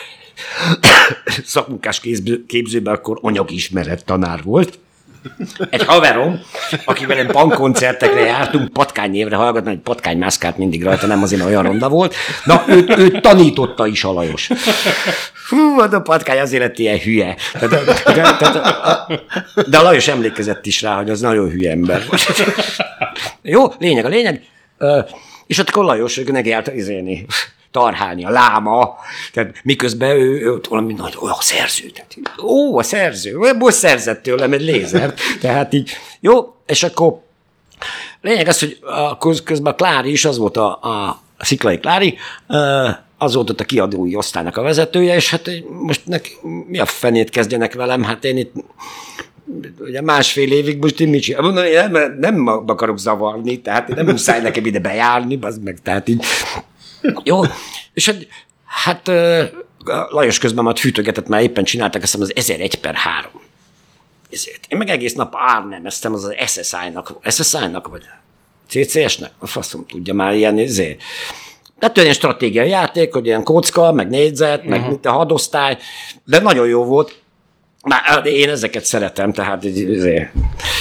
szakmunkás képző, képzőben akkor anyagismeret tanár volt, egy haverom, akivel én bankkoncertekre jártunk, Patkány névre hallgatni, egy patkánymászkált mindig rajta, nem azért olyan ronda volt. Na, őt, őt tanította is a Lajos. Hú, a Patkány azért lett ilyen hülye. De, de, de, de, de a Lajos emlékezett is rá, hogy az nagyon hülye ember volt. Jó, lényeg a lényeg. És ott akkor Lajos neki állt izélni, tarhálni, a láma, tehát miközben ő, ő ott valami nagy, ó, a szerző, tehát, ó, a szerző, most szerzett tőlem egy lézert, tehát így, jó, és akkor lényeg az, hogy a, közben a Klári is, az volt a, a Sziklai Klári, az volt ott a kiadói osztálynak a vezetője, és hát most neki, mi a fenét kezdjenek velem, hát én itt ugye másfél évig most én mit csinálom, nem, nem akarok zavarni, tehát nem muszáj nekem ide bejárni, az meg, tehát így, jó, és hát, hát Lajos közben majd fűtögetett, mert éppen csináltak, azt hiszem az ezregy per három. Ezért. Én meg egész nap árnemeztem az az es es i-nak, es es i-nak vagy cé cé es-nek, a faszom tudja már ilyen ezért. Tehát olyan stratégiai játék, hogy ilyen kocka, meg négyzet, uh-huh. meg mint a hadosztály, de nagyon jó volt. Már én ezeket szeretem, tehát ezért.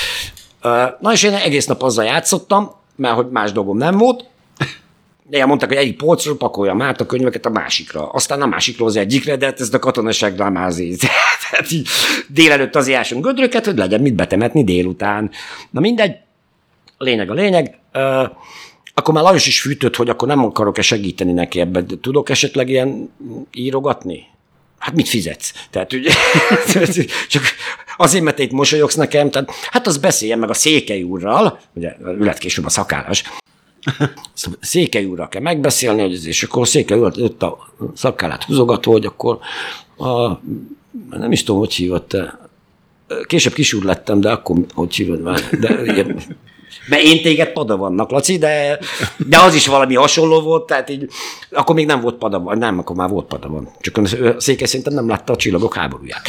Na és én egész nap azzal játszottam, mert hogy más dolgom nem volt. De mondták, hogy egyik polcról pakoljam át a könyveket a másikra. Aztán a másikról az egyikre, de hát ez a katonasággal már azért. Tehát így délelőtt azért ásunk gödröket, hogy legyen mit betemetni délután. Na mindegy, a lényeg a lényeg. Uh, akkor már Lajos is fűtött, hogy akkor nem akarok-e segíteni neki ebben. Tudok esetleg ilyen írogatni? Hát mit fizetsz? Tehát ugye, csak azért, mert te itt mosolyogsz nekem, tehát hát az beszéljen meg a Székely úrral, ugye lett később a szakállas, Székely úrral kell megbeszélni, hogy ez, és akkor Székely úr ott a szakállát húzogatva, hogy akkor a, nem is tudom, hogy hívott, később kisúr lettem, de akkor hogy hívod már, de igen, mert én téged Padavannak, Laci, de, de az is valami hasonló volt, tehát így, akkor még nem volt Padavan, nem, akkor már volt Padavan, csak a Székely szerintem nem látta a Csillagok háborúját.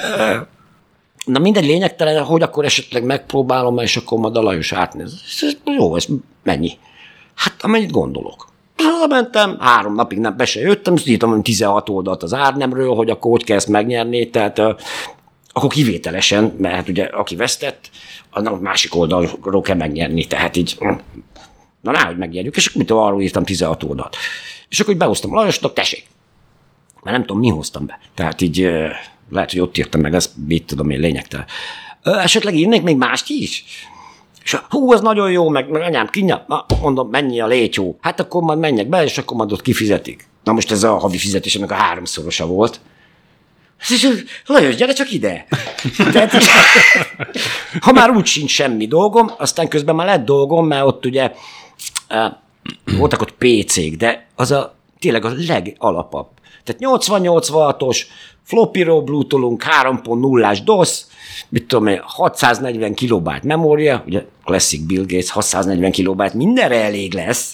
Na mindegy, lényegtelen, hogy akkor esetleg megpróbálom, és akkor majd a Lajos átnéz. Jó, ez mennyi? Hát amennyit gondolok. Mentem, három napig nem be se jöttem, és írtam tizenhat oldalt az árnemről, hogy akkor hogy kell ezt megnyerni, tehát uh, akkor kivételesen, mert hát ugye aki vesztett, annak másik oldalról kell megnyerni, tehát így, na náhogy megnyerjük, és akkor mit arról írtam tizenhat oldalt. És akkor így behoztam Lajosnak, tessék, mert nem tudom, mi hoztam be. Tehát így uh, lehet, hogy ott írtam meg, ezt mit tudom én lényegtelen. Uh, esetleg írnék még mást is? És hú, ez nagyon jó, meg, meg anyám, kinyap, na, mondom, mennyi a légyó. Hát akkor majd menjek be, és akkor majd ott kifizetik. Na most ez a havi fizetés, meg a háromszorosa volt. És Lajos, gyere csak ide. Tehát, ha már úgy sincs semmi dolgom, aztán közben már lett dolgom, mert ott ugye voltak ott pé cék, de az a tényleg a legalapabb. Tehát nyolcvannyolc wattos, floppyról blútolunk, három pont nullás DOS, mit tudom én, hatszáznegyven kilobájt memória, ugye Classic Bill Gates, hatszáznegyven kilobájt, mindenre elég lesz.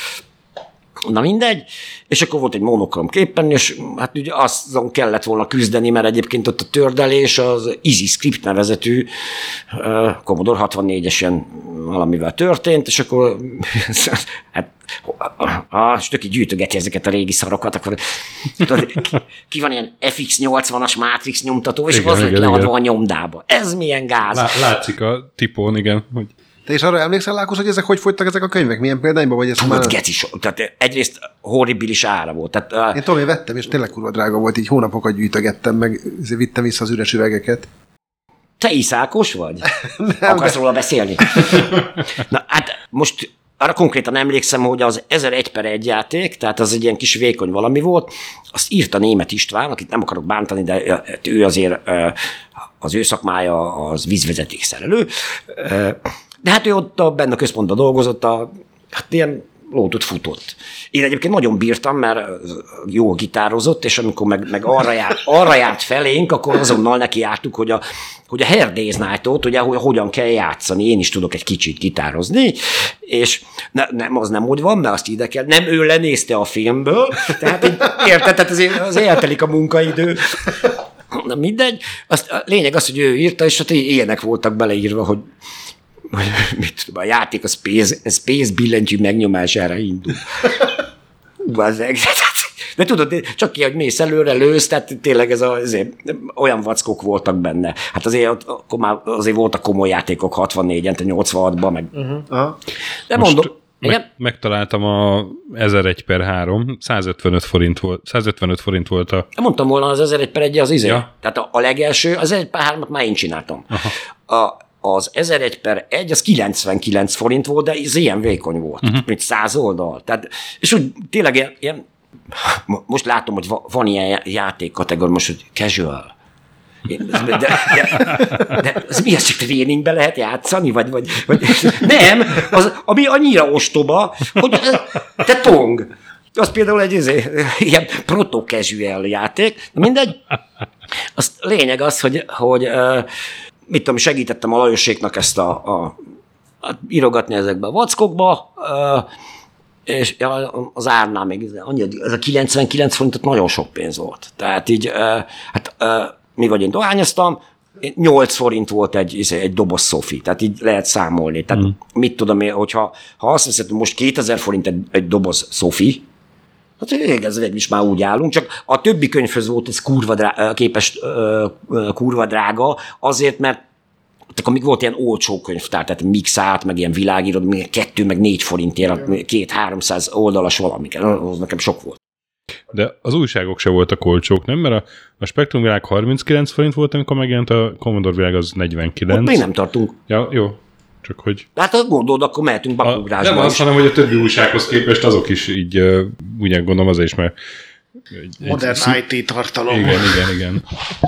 Na mindegy, és akkor volt egy monokrom képen, és hát ugye azon kellett volna küzdeni, mert egyébként ott a tördelés az Easy Script nevezetű uh, Commodore hatvannégyesen valamivel történt, és akkor hát a, a stöki gyűjtögeti ezeket a régi szarokat, akkor tudod, ki, ki van ilyen ef iksz nyolcvanas Matrix nyomtató, és igen, az lett leadva a nyomdába. Ez milyen gáz?
Lá, látszik a tipón, igen, hogy
te is arra emlékszel, Lákos, hogy ezek hogy fogytak ezek a könyvek? Milyen példányban vagy?
Hát, már... geci so, tehát egyrészt horribilis ára volt. Tehát,
én tudom, én vettem, és tényleg kurva drága volt, így hónapokat gyűjtögettem, meg vittem vissza az üres üvegeket.
Te iszákos vagy? Nem, akarsz de... róla beszélni? Na hát most arra konkrétan emlékszem, hogy az ezregy per egy játék, tehát az egy ilyen kis vékony valami volt, azt írta Németh István, akit nem akarok bántani, de ő azért az ő szakmája az vízvezetékszerelő. De hát ő ott benne a központban dolgozott, a, hát ilyen lótot futott. Én egyébként nagyon bírtam, mert jól gitározott, és amikor meg, meg arra, járt, arra járt felénk, akkor azonnal neki jártuk, hogy a, hogy a Hard Day's Night-ot, ugye, hogy hogyan kell játszani. Én is tudok egy kicsit gitározni, és ne, nem, az nem úgy van, mert azt ide kell. Nem ő lenézte a filmből, tehát érted, tehát azért, azért eltelik a munkaidő. Na mindegy, azt, a lényeg az, hogy ő írta, és hát ilyenek voltak beleírva, hogy mit tudom, a játék a Space, a Space billentyű megnyomására indul. De tudod, csak ki, hogy mész előre, lősz, tehát tényleg ez a, azért, olyan vackok voltak benne. Hát azért, akkor már azért voltak komoly játékok hatvannégyen, nyolcvanhatban, meg... Uh-huh. De
most
mondom...
Meg, megtaláltam a ezer-egy per három, százötvenöt forint volt, százötvenöt forint volt a...
Mondtam volna, az ezer-egy per egy az izé.
Ja.
Tehát a, a legelső, az ezer-egy per hármat már én csináltam. A, az ezer-egy per egy, az kilencvenkilenc forint volt, de ez ilyen vékony volt, uh-huh. mint száz oldal. Tehát, és úgy tényleg ilyen, ilyen, most látom, hogy van ilyen játékkategória, most, hogy casual. De, de, de, de az mi, ezt csak tréningbe lehet játszani? Vagy, vagy, vagy nem, az, ami annyira ostoba, hogy te tong. Az például egy izé, ilyen proto-casual játék, mindegy. Az lényeg az, hogy, hogy mit tudom, segítettem a Lajoséknak ezt a, a, a írogatni ezekbe a vackokba, és az árnál még ez a kilencvenkilenc forintot nagyon sok pénz volt. Tehát így, hát mi vagy én dohányoztam, nyolc forint volt egy, egy doboz szofi, tehát így lehet számolni. Tehát mm. mit tudom én, hogyha ha azt hiszed, hogy most kétezer forint egy, egy doboz szofi, hát ez végül is már úgy állunk, csak a többi könyvhöz volt ez kurva drága, képes kurva drága, azért, mert amíg volt ilyen olcsó könyvtár, tehát mixált, meg ilyen világírod, még kettő, meg négy forintért, két-háromszáz oldalas valamik, az nekem sok volt.
De az újságok se voltak olcsók, nem? Mert a, a Spektrum Világ harminckilenc forint volt, amikor megjelent, a Commodore Világ az negyvenkilenc.
Ott még nem tartunk.
Ja, jó. Csak hogy...
Hát gondolod, akkor mehetünk bakugrásba.
Nem az, hanem hogy a többi újsághoz képest azok is így, uh, úgy gondolom azért is, mert...
Egy, modern egy, i té tartalom.
Igen, igen, igen.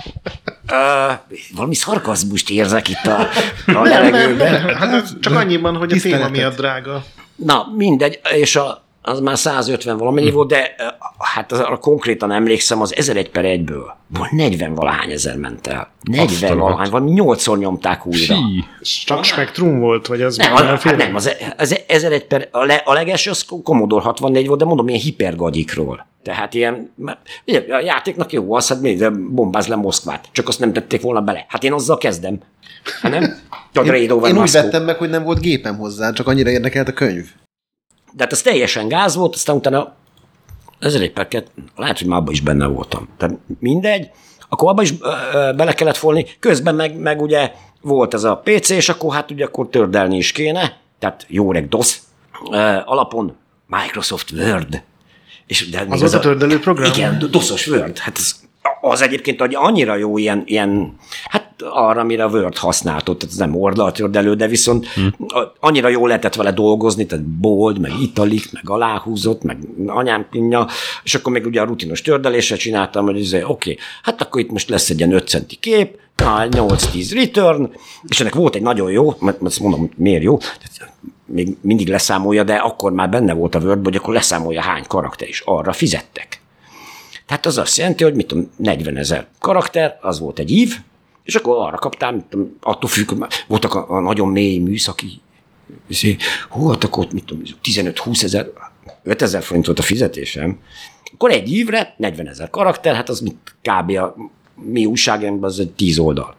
Uh, valami szarkazmust érzek itt a, a levegőben.
Hát csak annyiban, hogy a téma miatt drága.
Na, mindegy, és a az már százötven valamennyi volt, de hát arra konkrétan emlékszem, az ezer-egy per egyből negyven valahány ezer ment el. negyven valahány, valami nyolcszor nyomták újra.
Csak Spektrum volt, vagy az?
Nem, az, hát nem, az, az ezer-egy per, a, le, a legelső az Commodore hatvannégy volt, de mondom, ilyen hipergagyikról. Tehát ilyen, ugye, a játéknak jó az, hát még bombáz le Moszkvát, csak azt nem tették volna bele. Hát én azzal kezdem. Hát nem?
Én, én úgy vettem meg, hogy nem volt gépem hozzá, csak annyira érdekelt a könyv.
De hát az teljesen gáz volt, aztán utána ezer-egy per kettő, lehet, hogy már abban is benne voltam. Tehát mindegy, akkor abban is ö, ö, bele kellett folni, közben meg, meg ugye volt ez a pé cé, és akkor hát ugye akkor tördelni is kéne, tehát jó reg DOS, ö, alapon Microsoft Word. És, de
az volt a tördelő program?
Igen, doszos Word. Hát az, az egyébként annyira jó ilyen, ilyen hát arra, amire a Word használtott, tehát ez nem oldaltördelő, de viszont hmm. annyira jól lehetett vele dolgozni, tehát bold, meg italik, meg aláhúzott, meg anyám pinja, és akkor még ugye a rutinos tördelésre csináltam, hogy oké, okay, hát akkor itt most lesz egy ilyen öt centi kép, nyolc-tíz return, és ennek volt egy nagyon jó, mert azt mondom, miért jó, még mindig leszámolja, de akkor már benne volt a Word, hogy akkor leszámolja hány karakter, és arra fizettek. Tehát az azt jelenti, hogy mit tudom, negyvenezer karakter, az volt egy ív, és akkor arra kaptál, mit tudom, attól függ, voltak a, a nagyon mély műszaki, hú, hát akkor mit tudom, tizenöt-húszezer, ötezer forint volt a fizetésem, akkor egy ívre negyvenezer karakter, hát az kb. A mi újságjánkban az egy tíz oldal.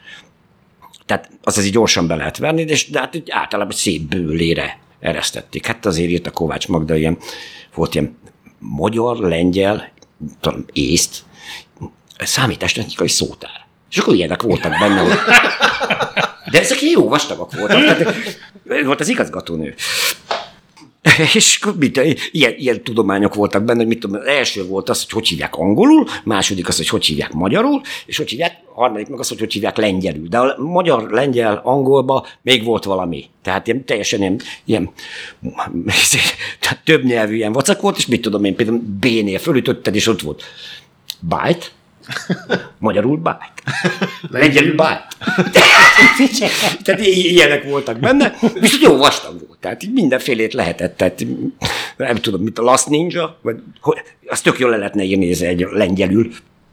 Tehát az azért gyorsan be lehet verni, de, de hát általában szép bőlére eresztették. Hát azért írt a Kovács Magda, ilyen, volt ilyen magyar, lengyel, talán észt, számítástechnikai szótár. És akkor ilyenek voltak benne. Hogy... De ezek jó vastagak voltak. Tehát, volt az igazgatónő. És mit, ilyen, ilyen tudományok voltak benne, hogy mit tudom, az első volt az, hogy hogy hívják angolul, második az, hogy hogy hívják magyarul, és hogy hívják, harmadik meg az, hogy hogy hívják lengyelül. De a magyar, lengyel, angolba még volt valami. Tehát ilyen, teljesen ilyen, ilyen több nyelvű ilyen vacak volt, és mit tudom én, például B-nél fölütötted, és ott volt byte, Magyarul bike. Lengyelül bike. Tehát ilyenek voltak benne, és jó vastag volt. Tehát így mindenfélét lehetett. Tehát nem tudom, mint a Last Ninja, vagy azt tök jól le lehetne írni egy lengyelül.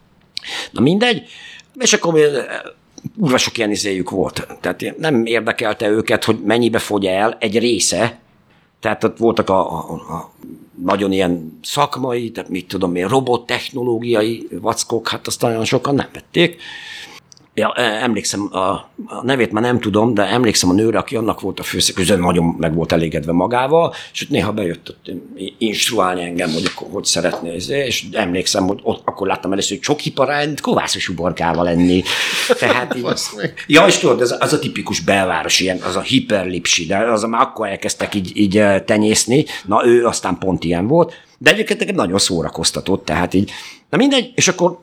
Na mindegy. És akkor úrva sok ilyen izéjük volt. Tehát nem érdekelte őket, hogy mennyibe fogy el egy része. Tehát ott voltak a, a, a nagyon ilyen szakmai, tehát mit tudom én, robottechnológiai vackok, hát azt nagyon sokan nem vették. Ja, emlékszem, a, a nevét már nem tudom, de emlékszem a nőre, aki annak volt a főszerkőző, nagyon meg volt elégedve magával, és ott néha bejött ott instruálni engem, hogy akkor hogy szeretné, és emlékszem, hogy ott akkor láttam először, hogy csoki parányt kovászos uborkával enni. Tehát így, ja, és tudod, az, az a tipikus belváros, ilyen, az a hiperlipsi, de az már akkor elkezdtek így, így tenyészni, na ő aztán pont ilyen volt, de egyébként nekem nagyon szórakoztatott, tehát így, na mindegy, és akkor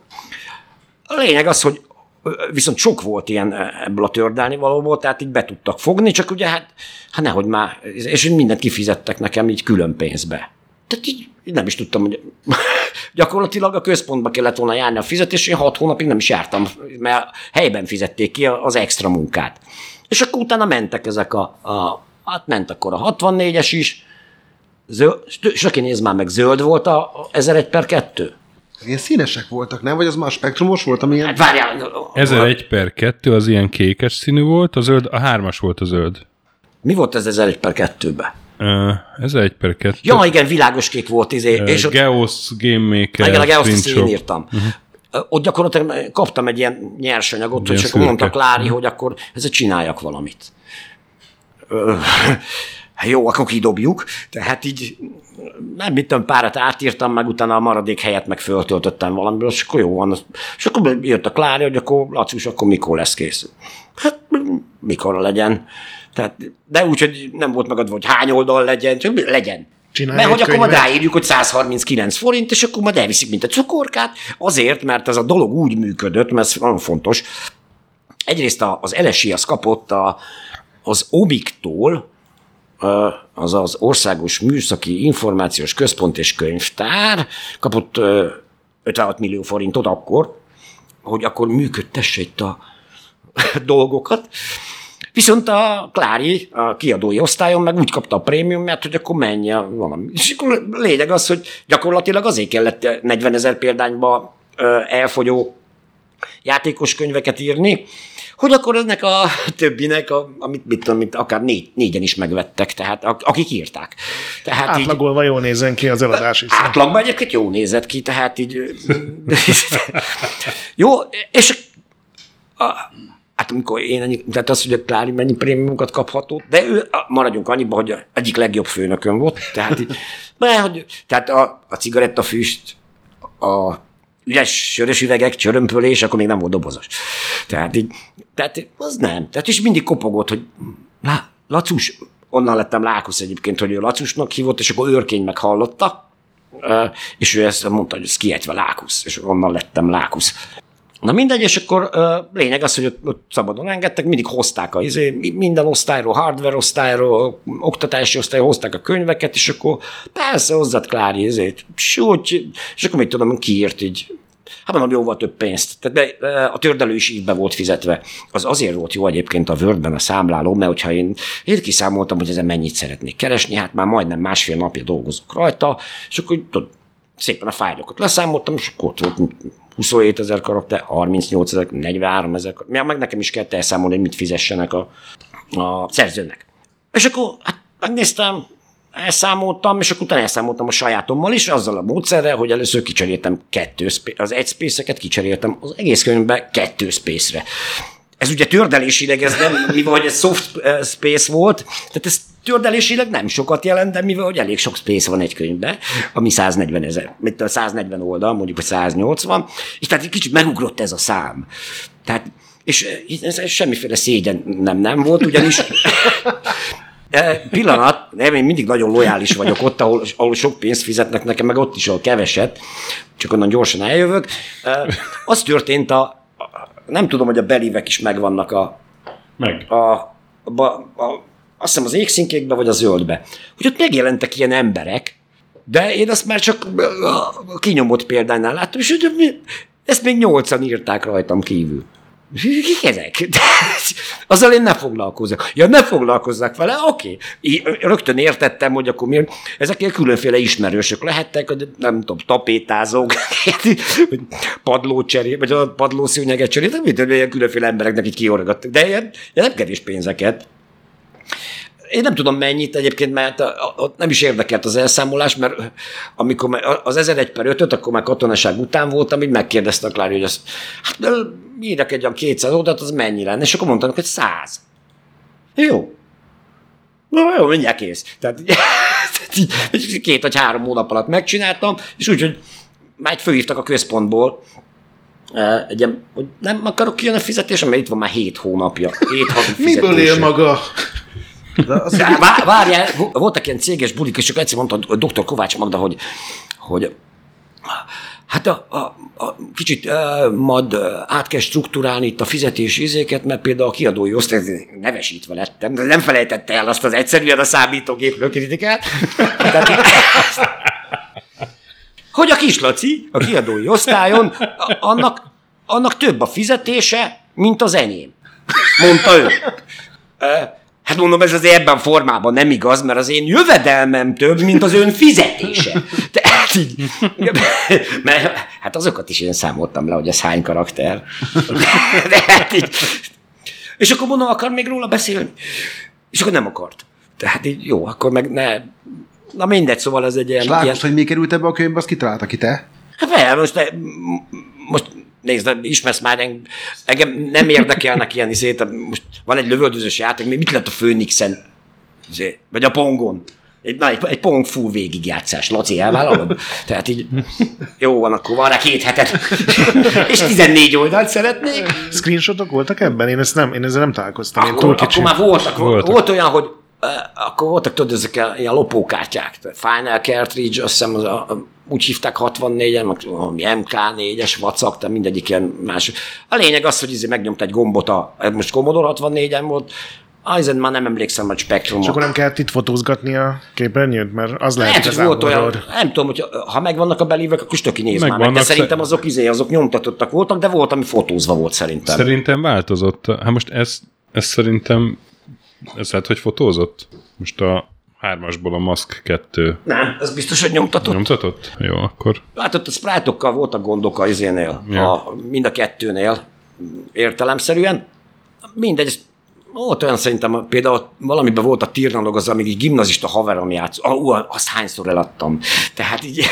a lényeg az, hogy viszont sok volt ilyen ebből a tördelni valóból, tehát így be tudtak fogni, csak ugye hát, hát nehogy már, és mindent kifizettek nekem így külön pénzbe. Tehát így nem is tudtam, hogy gyakorlatilag a központba kellett volna járni a fizetés, én hat hónapig nem is jártam, mert helyben fizették ki az extra munkát. És akkor utána mentek ezek a, a hát ment akkor a hatvannégyes is, zöld, és aki néz már meg, zöld volt a ezregy per kettő.
Ilyen színesek voltak, nem? Vagy az már spektrumos volt, ami ilyen...
Hát várjál...
ezregy per kettő az ilyen kékes színű volt, a zöld, a hármas volt a zöld.
Mi volt ez ezregy per kettőben?
Uh, ezregy per kettő.
Ja, igen, világos kék volt. Izé,
uh,
és ott,
Geos Game Maker.
igen, a Geos-t én írtam. Uh-huh. Ott gyakorlatilag kaptam egy ilyen nyersanyagot, és akkor mondta Klári, hogy akkor ezzel csináljak valamit. Uh, jó, akkor kidobjuk. Tehát így nem mit tudom, párat átírtam, meg utána a maradék helyet meg föltöltöttem valamiből, és akkor jó van. És akkor jött a Klári, hogy akkor Lacus, akkor mikor lesz kész? Hát mikor legyen. Tehát, de úgy, hogy nem volt megadva, hogy hány oldal legyen, csak legyen.
Csinálj
mert hogy
könyvet.
akkor majd ráírjuk, hogy száz harminckilenc forint, és akkor majd elviszik, mint a cukorkát, azért, mert ez a dolog úgy működött, mert ez nagyon fontos. Egyrészt az el es i az kapott a, az o bé i cé-tól, az az Országos Műszaki Információs Központ és Könyvtár, kapott ötvenhat millió forintot akkor, hogy akkor működtesse itt a dolgokat. Viszont a Klári, a kiadói osztályon meg úgy kapta a prémiumját, hogy akkor menje valami. És akkor lényeg az, hogy gyakorlatilag azért kellett negyvenezer példányba elfogyó játékos könyveket írni, hogy akkor ennek a többinek, a, amit mit tudom, mint akár négy, négyen is megvettek, tehát akik írták. Tehát
átlagolva jól nézzen ki az eladás is.
Átlagban egyébként jól nézett ki, tehát így... jó, és a, hát amikor én ennyi, tehát az, hogy a Klári mennyi prémiumokat kaphatott, de ő, maradjunk annyiba, hogy egyik legjobb főnökön volt, tehát így, mert, hogy, tehát a, a cigarettafüst, a üres sörös üvegek, csörömpölés, akkor még nem volt dobozos. Tehát így, tehát az nem. Tehát is mindig kopogott, hogy lá, Lacus, onnan lettem Lákusz egyébként, hogy ő Lacusnak hívott, és akkor őrkény meghallotta, és ő ezt mondta, hogy ez kiejtve Lákusz, és onnan lettem Lákusz. Na mindegy, és akkor lényeg az, hogy ott, ott szabadon engedtek, mindig hozták a, minden osztályról, hardware osztályról, oktatási osztályról hozták a könyveket, és akkor persze hozzád Klári, ezért, súgy, és akkor mit tudom, kiírt így. Hát mondom, jóval több pénzt. Tehát de a tördelő is így be volt fizetve. Az azért volt jó egyébként a Wordben a számláló, mert hogyha én, én kiszámoltam, hogy ezen mennyit szeretnék keresni, hát már majdnem másfél napja dolgozok rajta, és akkor tudod, szépen a fájlokat leszámoltam, és akkor ott volt huszonhét ezer karakter, harmincnyolc ezer, negyvenhárom ezer karakter, meg nekem is kellett elszámolni, hogy mit fizessenek a, a szerzőnek. És akkor hát megnéztem, elszámoltam, és akkor utána elszámoltam a sajátommal is, azzal a módszerrel, hogy először kicseréltem kettő, az egy space-eket kicseréltem az egész könyvben kettő space-re. Ez ugye tördelésileg, ez nem, mivel hogy ez soft space volt, tehát ez tördelésileg nem sokat jelent, de mivel hogy elég sok space van egy könyvben, ami száznegyven ezer, mint a száznegyven oldal, mondjuk, hogy száznyolcvan, és tehát egy kicsit megugrott ez a szám. Tehát, és ez semmiféle szégyen nem, nem volt, ugyanis pillanat, nem, én mindig nagyon lojális vagyok ott, ahol, ahol sok pénzt fizetnek nekem, meg ott is, ahol keveset, csak onnan gyorsan eljövök. Az történt a nem tudom, hogy a belívek is megvannak a...
Meg.
A, a, a, a, azt hiszem az égszínkékbe, vagy a zöldbe. Hogy ott megjelentek ilyen emberek, de én azt már csak a kinyomott példánál láttam, és Ezt még nyolcan írták rajtam kívül. Kik ezek? Azzal én ne foglalkozzak. Ja, ne foglalkozzak vele? Oké. Okay. Rögtön értettem, hogy akkor miért. Ezek ilyen különféle ismerősök lehettek, hogy nem tudom, tapétázók, padlócseré, vagy a padlószőnyeget cseréltek, mint ilyen különféle embereknek így kiorgattak. De ilyen, ilyen nem kevés pénzeket. Én nem tudom mennyit egyébként, mert a, a, nem is érdekelt az elszámolás, mert amikor az ezregy per ötöt, akkor már katonaság után voltam, így megkérdezte a Klári, hogy azt, hát írjak egy olyan kétszáz oldalt, az mennyi lenne? És akkor mondtam, hogy száz. Jó. Na jó, mindjárt kész. Tehát így, két vagy három hónap alatt megcsináltam, és úgy, hogy már fölhívtak a központból, egy ilyen, hogy nem akarok kijönni a fizetésem, mert itt van már hét hónapja. Hét havi fizetése.
Miből él maga?
Vá- várjál, voltak ilyen céges bulik, és csak egyszer mondta a doktor Kovács Magda, hogy, hogy hát a, a, a kicsit uh, majd uh, át kell struktúrálni itt a fizetési izéket, mert például a kiadói osztály, nevesítve lettem, de nem felejtette el azt az egyszerűen a számítógépről kritikát. Tehát, hogy a kislaci, a kiadói osztályon, annak, annak több a fizetése, mint az enyém. Mondta ő. Uh, Hát mondom, ez azért ebben a formában nem igaz, mert az én jövedelmem több, mint az ön fizetése. Tehát így, mert hát azokat is én számoltam le, hogy ez hány karakter. De hát így, és akkor mondom, akar még róla beszélni? És akkor nem akart. Tehát így jó, akkor meg ne... Na mindegy, szóval ez egy ilyen...
És látod, ilyen... hogy mi került ebbe a könyvbe, azt kitalálta ki te?
Hát fel, most, de, most nézd, ismersz már, engem nem érdekelnek ilyen izét, most van egy lövöldözős játék, mit lett a Phoenixen, vagy a Pongon? Egy, na, egy, egy Pong full végigjátszás, Laci, elvállalod? Tehát így, jó van, akkor van rá két hetet, és tizennégy oldalt szeretnék.
Screenshotok voltak ebben? Én, ezt nem, én ezzel nem találkoztam.
Akkor,
én
akkor már voltak,
voltak.
Volt olyan, hogy uh, akkor voltak, tudod, ezek a, ilyen lopókártyák, Final Cartridge, azt hiszem, az a, a, úgy hívták hatvannégyen, meg em ká négyes vacak, tehát mindegyik ilyen más. A lényeg az, hogy izé megnyomta egy gombot, a, most Commodore hatvannégyen volt, ezen már nem emlékszem, hogy Spectrumot.
És akkor nem kellett itt fotózgatni a képernyőt, mert az lehet,
lehet,
hogy
hogy volt
horror.
olyan, nem tudom, hogy ha megvannak a belívek, akkor stöki néz már meg, de
Megvannak,
szerintem azok, izé, azok nyomtatottak voltak, de volt, ami fotózva volt szerintem.
Szerintem változott. Hát most ez, ez szerintem, ez lehet, hogy fotózott? Most a hármasból a Mask kettő.
Nem, ez biztos, hogy nyomtatott.
Nyomtatott? Jó, akkor.
Látod, a sprite-okkal voltak gondok a izénél,
Ja.
a, mind a kettőnél értelemszerűen. Mindegy, volt olyan szerintem, például valamiben volt a Tirnanog, az, amíg egy gimnazista haverom játszott. Ah, uh, azt hányszor eladtam. Tehát így...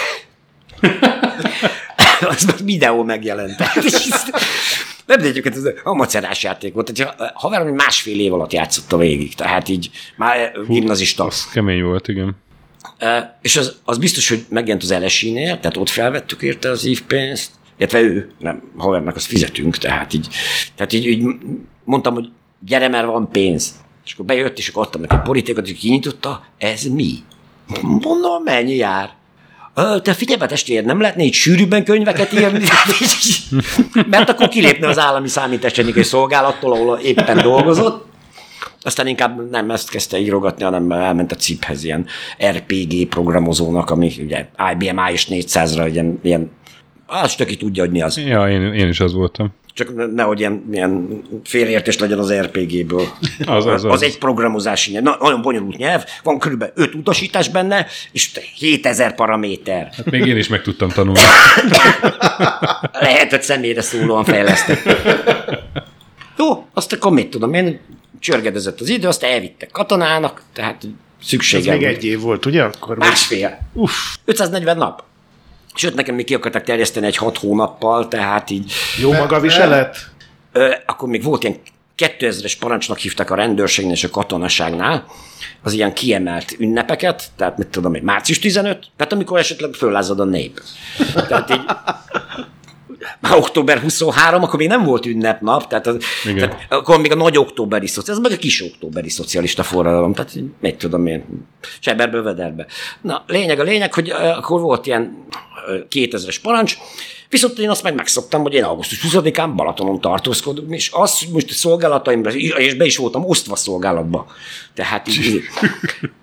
az meg videó megjelent. Nem, de egyébként ez a macerás játék volt. A haverom másfél év alatt játszotta végig. Tehát így már gimnazista.
Az kemény volt, igen.
Uh, és az, az biztos, hogy megjelent az el es i-nél, tehát ott felvettük érte az ívpénzt, illetve ő, nem, havernak azt fizetünk, tehát így, tehát így, így mondtam, hogy gyere, mert van pénz. És akkor bejött, és akkor adtam neki borítékot, és kinyitotta, ez mi? Mondom, mennyi jár? Te figyelj be, testvér, nem lehetne így sűrűbben könyveket írni? Mert akkor kilépne az állami számítástechnikai szolgálattól, ahol éppen dolgozott. Aztán inkább nem ezt kezdte írogatni, hanem elment a ciphez ilyen er pé gé programozónak, ami ugye i bé em á és négyszázra ilyen, ilyen azt aki tudja, hogy mi az.
Ja, én, én is az voltam.
Csak nehogy ilyen, ilyen félreértés legyen az er pé géből.
Az, az, az.
az egy programozási nyelv, Na, nagyon bonyolult nyelv, van körülbelül öt utasítás benne, és hétezer paraméter.
Hát még én is meg tudtam tanulni.
Lehet, hogy személyre szólóan fejlesztett. Jó, azt akkor mit tudom én, csörgedezett az idő, azt elvittek katonának, tehát
Ez
szükségem.
még egy év volt, ugye? Akkor
Másfél.
Uff.
ötszáznegyven nap. Sőt, nekem még ki akartak terjeszteni egy hat hónappal, tehát így...
Jó magaviselet?
Ö, akkor még volt ilyen kétezres parancsnak hívták a rendőrségnél és a katonaságnál, az ilyen kiemelt ünnepeket, tehát mit tudom én, március tizenötödike, tehát amikor esetleg föllázad a nép. Tehát így... Már október huszonharmadika, akkor még nem volt ünnepnap, tehát, az, tehát akkor még a nagy októberi szocialista, ez meg a kis októberi szocialista forradalom, tehát mit tudom én, seberből vederbe. Na, lényeg a lényeg, hogy uh, akkor volt ilyen uh, kétezres parancs, viszont én azt meg megszoktam, hogy én augusztus huszadikán Balatonon tartózkodom, és az most a szolgálataimra, és be is voltam osztva szolgálatba. Tehát így,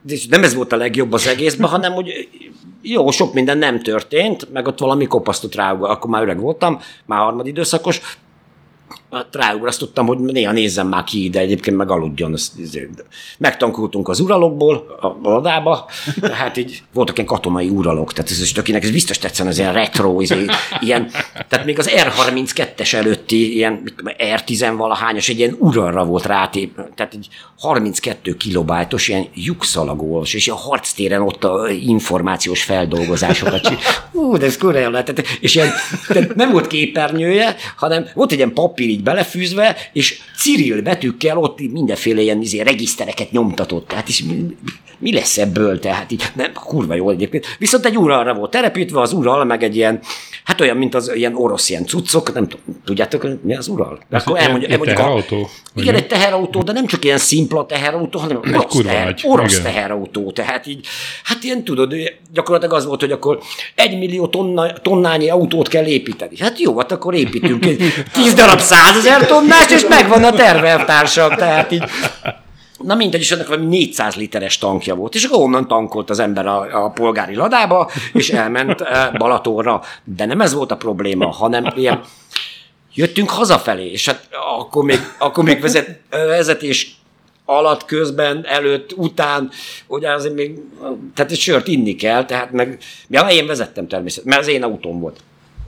nem ez volt a legjobb az egészben, hanem hogy jó, sok minden nem történt, meg ott valami kopasztott ráugrott, akkor már öreg voltam, már harmadidőszakos, hát ráugrasztottam, hogy néha nézzem már ki, de egyébként meg aludjon. Megtankultunk az uralokból, a ladába, tehát így voltak ilyen katonai uralok, tehát ez, akinek ez biztos tetszene, ez ilyen retro, ez ilyen, tehát még az er harminckettes előtti ilyen er tíz valahányos, egy ilyen uralra volt rátép, tehát egy harminckettő kilobájtos ilyen lyukszalagolvas, és a harctéren ott a információs feldolgozásokat. Ú, de ez kurva lehetett. És ilyen, nem volt képernyője, hanem volt egy ilyen papír így belefűzve, és Cyril betűkkel ott mindenféle ilyen izé, regisztereket nyomtatott. Tehát is mi, mi lesz ebből? Tehát így, nem, kurva jó egyébként. Viszont egy uralra volt telepítve, az ural, meg egy ilyen, hát olyan, mint az ilyen orosz ilyen cuccok, nem tudjátok, mi az ural?
Ez akkor elmondja, egy teherautó?
Igen, egy teherautó, de nem csak ilyen szimpla teherautó, hanem
egy
orosz, teher, orosz teherautó. Tehát így, hát ilyen tudod, gyakorlatilag az volt, hogy akkor egy millió tonna, tonnányi autót kell építeni. Hát jó, hát akkor építünk tíz darab százezer tonnás, és megvan a tervelvtársam. Tehát így, na mindegy, és ennek valami négyszáz literes tankja volt. És akkor onnan tankolt az ember a, a polgári ladába, és elment Balatonra. De nem ez volt a probléma, hanem ilyen jöttünk hazafelé, és hát akkor még, akkor még vezet, vezetés alatt, közben, előtt, után, ugye azért még, tehát egy sört inni kell, tehát meg, ja, én vezettem természetesen, mert az én autóm volt.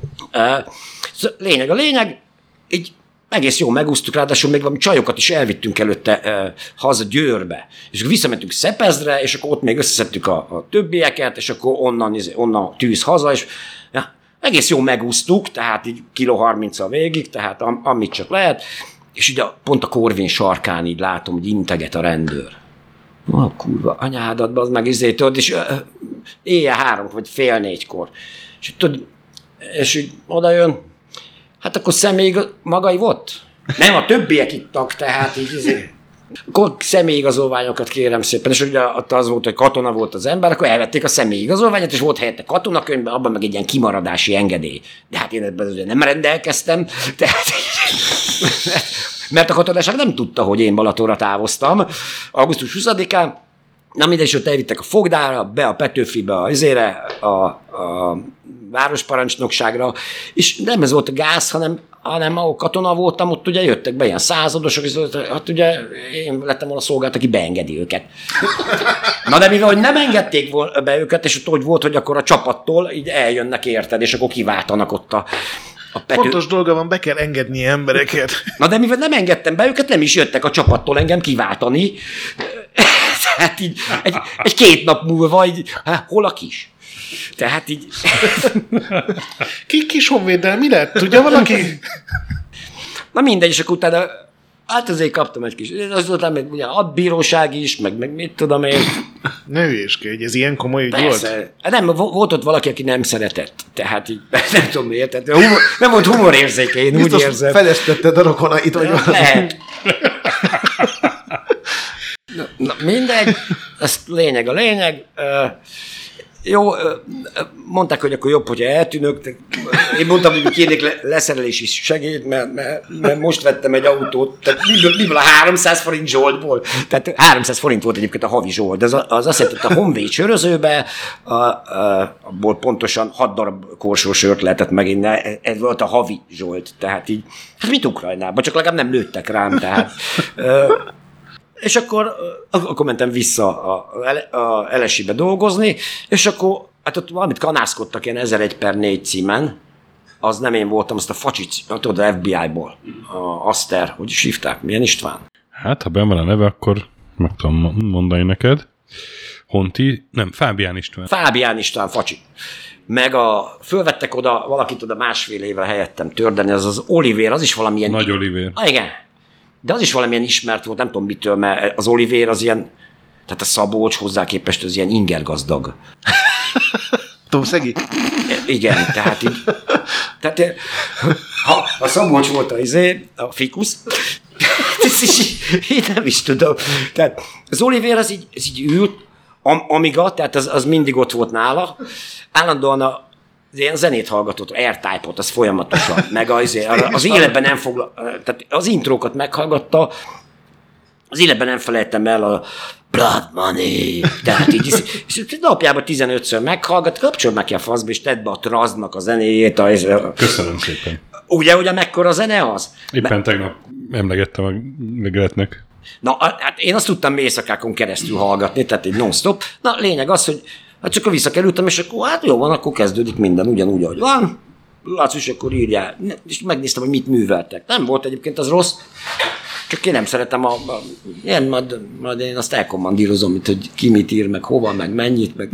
Uh, lényeg a lényeg, így egész jó megúsztuk, ráadásul még valami csajokat is elvittünk előtte uh, haza Győrbe. És akkor visszamentünk Szepezre, és akkor ott még összeszedtük a, a többieket, és akkor onnan, onnan tűz haza, és ja, egész jó megúsztuk, tehát így kiló harminc a végig, tehát am, amit csak lehet, és ugye pont a Korvin sarkán így látom, hogy integet a rendőr. Ah, kurva, anyádat, az meg izé, tudod, és uh, éjjel három, vagy fél négykor. És tudod, és így oda jön, hát akkor személy maga volt? Nem, a többiek ittak, tehát így izé. Akkor személyigazolványokat kérem szépen, és ugye az volt, hogy katona volt az ember, akkor elvették a személyigazolványot, és volt helyette katonakönyvben, abban meg egy ilyen kimaradási engedély. De hát én ebben ugye nem rendelkeztem, tehát, mert a katonaság nem tudta, hogy én Balatonra távoztam. augusztus huszadikán, na mindegy, és ott elvittek a Fogdára, be a Petőfibe, az izére, a, a városparancsnokságra, és nem ez volt a gáz, hanem, hanem ahol katona voltam, ott ugye jöttek be ilyen századosok, és hát ugye én lettem volna szolgált, aki beengedi őket. Na de mivel, hogy nem engedték be őket, és ott úgy volt, hogy akkor a csapattól így eljönnek érted, és akkor kiváltanak ott a, a Pető...
Fontos dolga van, be kell engedni embereket.
Na de mivel nem engedtem be őket, nem is jöttek a csapattól engem kiváltani. Tehát így egy, egy két nap múlva, így, hát, hol a kis? Tehát így...
Ki kis honvéddel, mi lett? Tudja valaki?
Na mindegy, és akkor utána, hát azért kaptam egy kis... Az után még ugye adbíróság is, meg, meg mit tudom én.
Ne hülyéskedj, ez ilyen komoly ügy
Persze.
volt?
Nem, volt ott valaki, aki nem szeretett. Tehát így, nem tudom miért. Tehát humor, nem volt humorérzéke, én
Biztos
úgy érzem.
felesztetted a rokonait, vagy valami.
Lehet. Na, na mindegy, ez lényeg a lényeg. Uh, jó, uh, mondták, hogy akkor jobb, hogyha eltűnök. Én mondtam, hogy kérnék le, leszerelési segélyt, mert, mert, mert most vettem egy autót. Tehát miből, miből a háromszáz forint zsoltból? Tehát háromszáz forint volt egyébként a havi zsolt. Az, az azt jelenti, hogy a Honvéd sörözőbe, a, a, abból pontosan hat darab korsó sört lehetett meginni. Ez volt a havi zsolt. Tehát így, hát mit Ukrajnában? Csak legalább nem lőttek rám. Tehát... Uh, és akkor, akkor mentem vissza a, a el es i-be dolgozni, és akkor hát ott valamit kanászkodtak ilyen ezregy per négy címen, az nem én voltam, azt a Facsic, tudod, a ef bé i-ból, a Aster, hogy is hívták, milyen István?
Hát, ha benn van a neve, akkor meg tudom mondani neked. Honti, nem, Fábián István.
Fábián István, Facsi. Meg a, fölvettek oda valakit oda másfél évvel helyettem tördeni, az az Olivér, az is valamilyen...
Nagy Olivér.
Ah, igen. De az is valamilyen ismert volt, nem tudom mitől, mert az Olivér az ilyen, tehát a Szabolcs hozzá képest az ilyen ingergazdag.
Tom Szegi?
Igen, tehát így, tehát ha a Szabolcs volt a izé, a fikusz, én nem is tudom. Tehát az Olivér az így, az így ült, am, amiga, tehát az, az mindig ott volt nála, állandóan a ilyen zenét hallgatott, Airtype-ot, az folyamatosan, meg az, az életben nem foglal, tehát az intrókat meghallgatta, az életben nem felejtem el a, Blood money. Tehát így, és napjában tizenötször meghallgat, kapcsolj meg ki a faszba, és tedd be a Trazdnak a zenéjét. A,
Köszönöm szépen.
Ugye, ugye mekkora zene az?
Éppen Be... tegnap emlegettem a regretnek.
Na, hát én azt tudtam éjszakákon keresztül hallgatni, tehát egy non-stop. Na, lényeg az, hogy hát csak visszakerültem, és akkor hát jó van, akkor kezdődik minden ugyanúgy, ahogy van. Látsz, és akkor írjál. És megnéztem, hogy mit műveltek. Nem volt egyébként az rossz, csak én nem szeretem a... a ilyen, majd, majd én azt elkommandírozom, mint hogy ki mit ír, meg hova, meg mennyit, meg...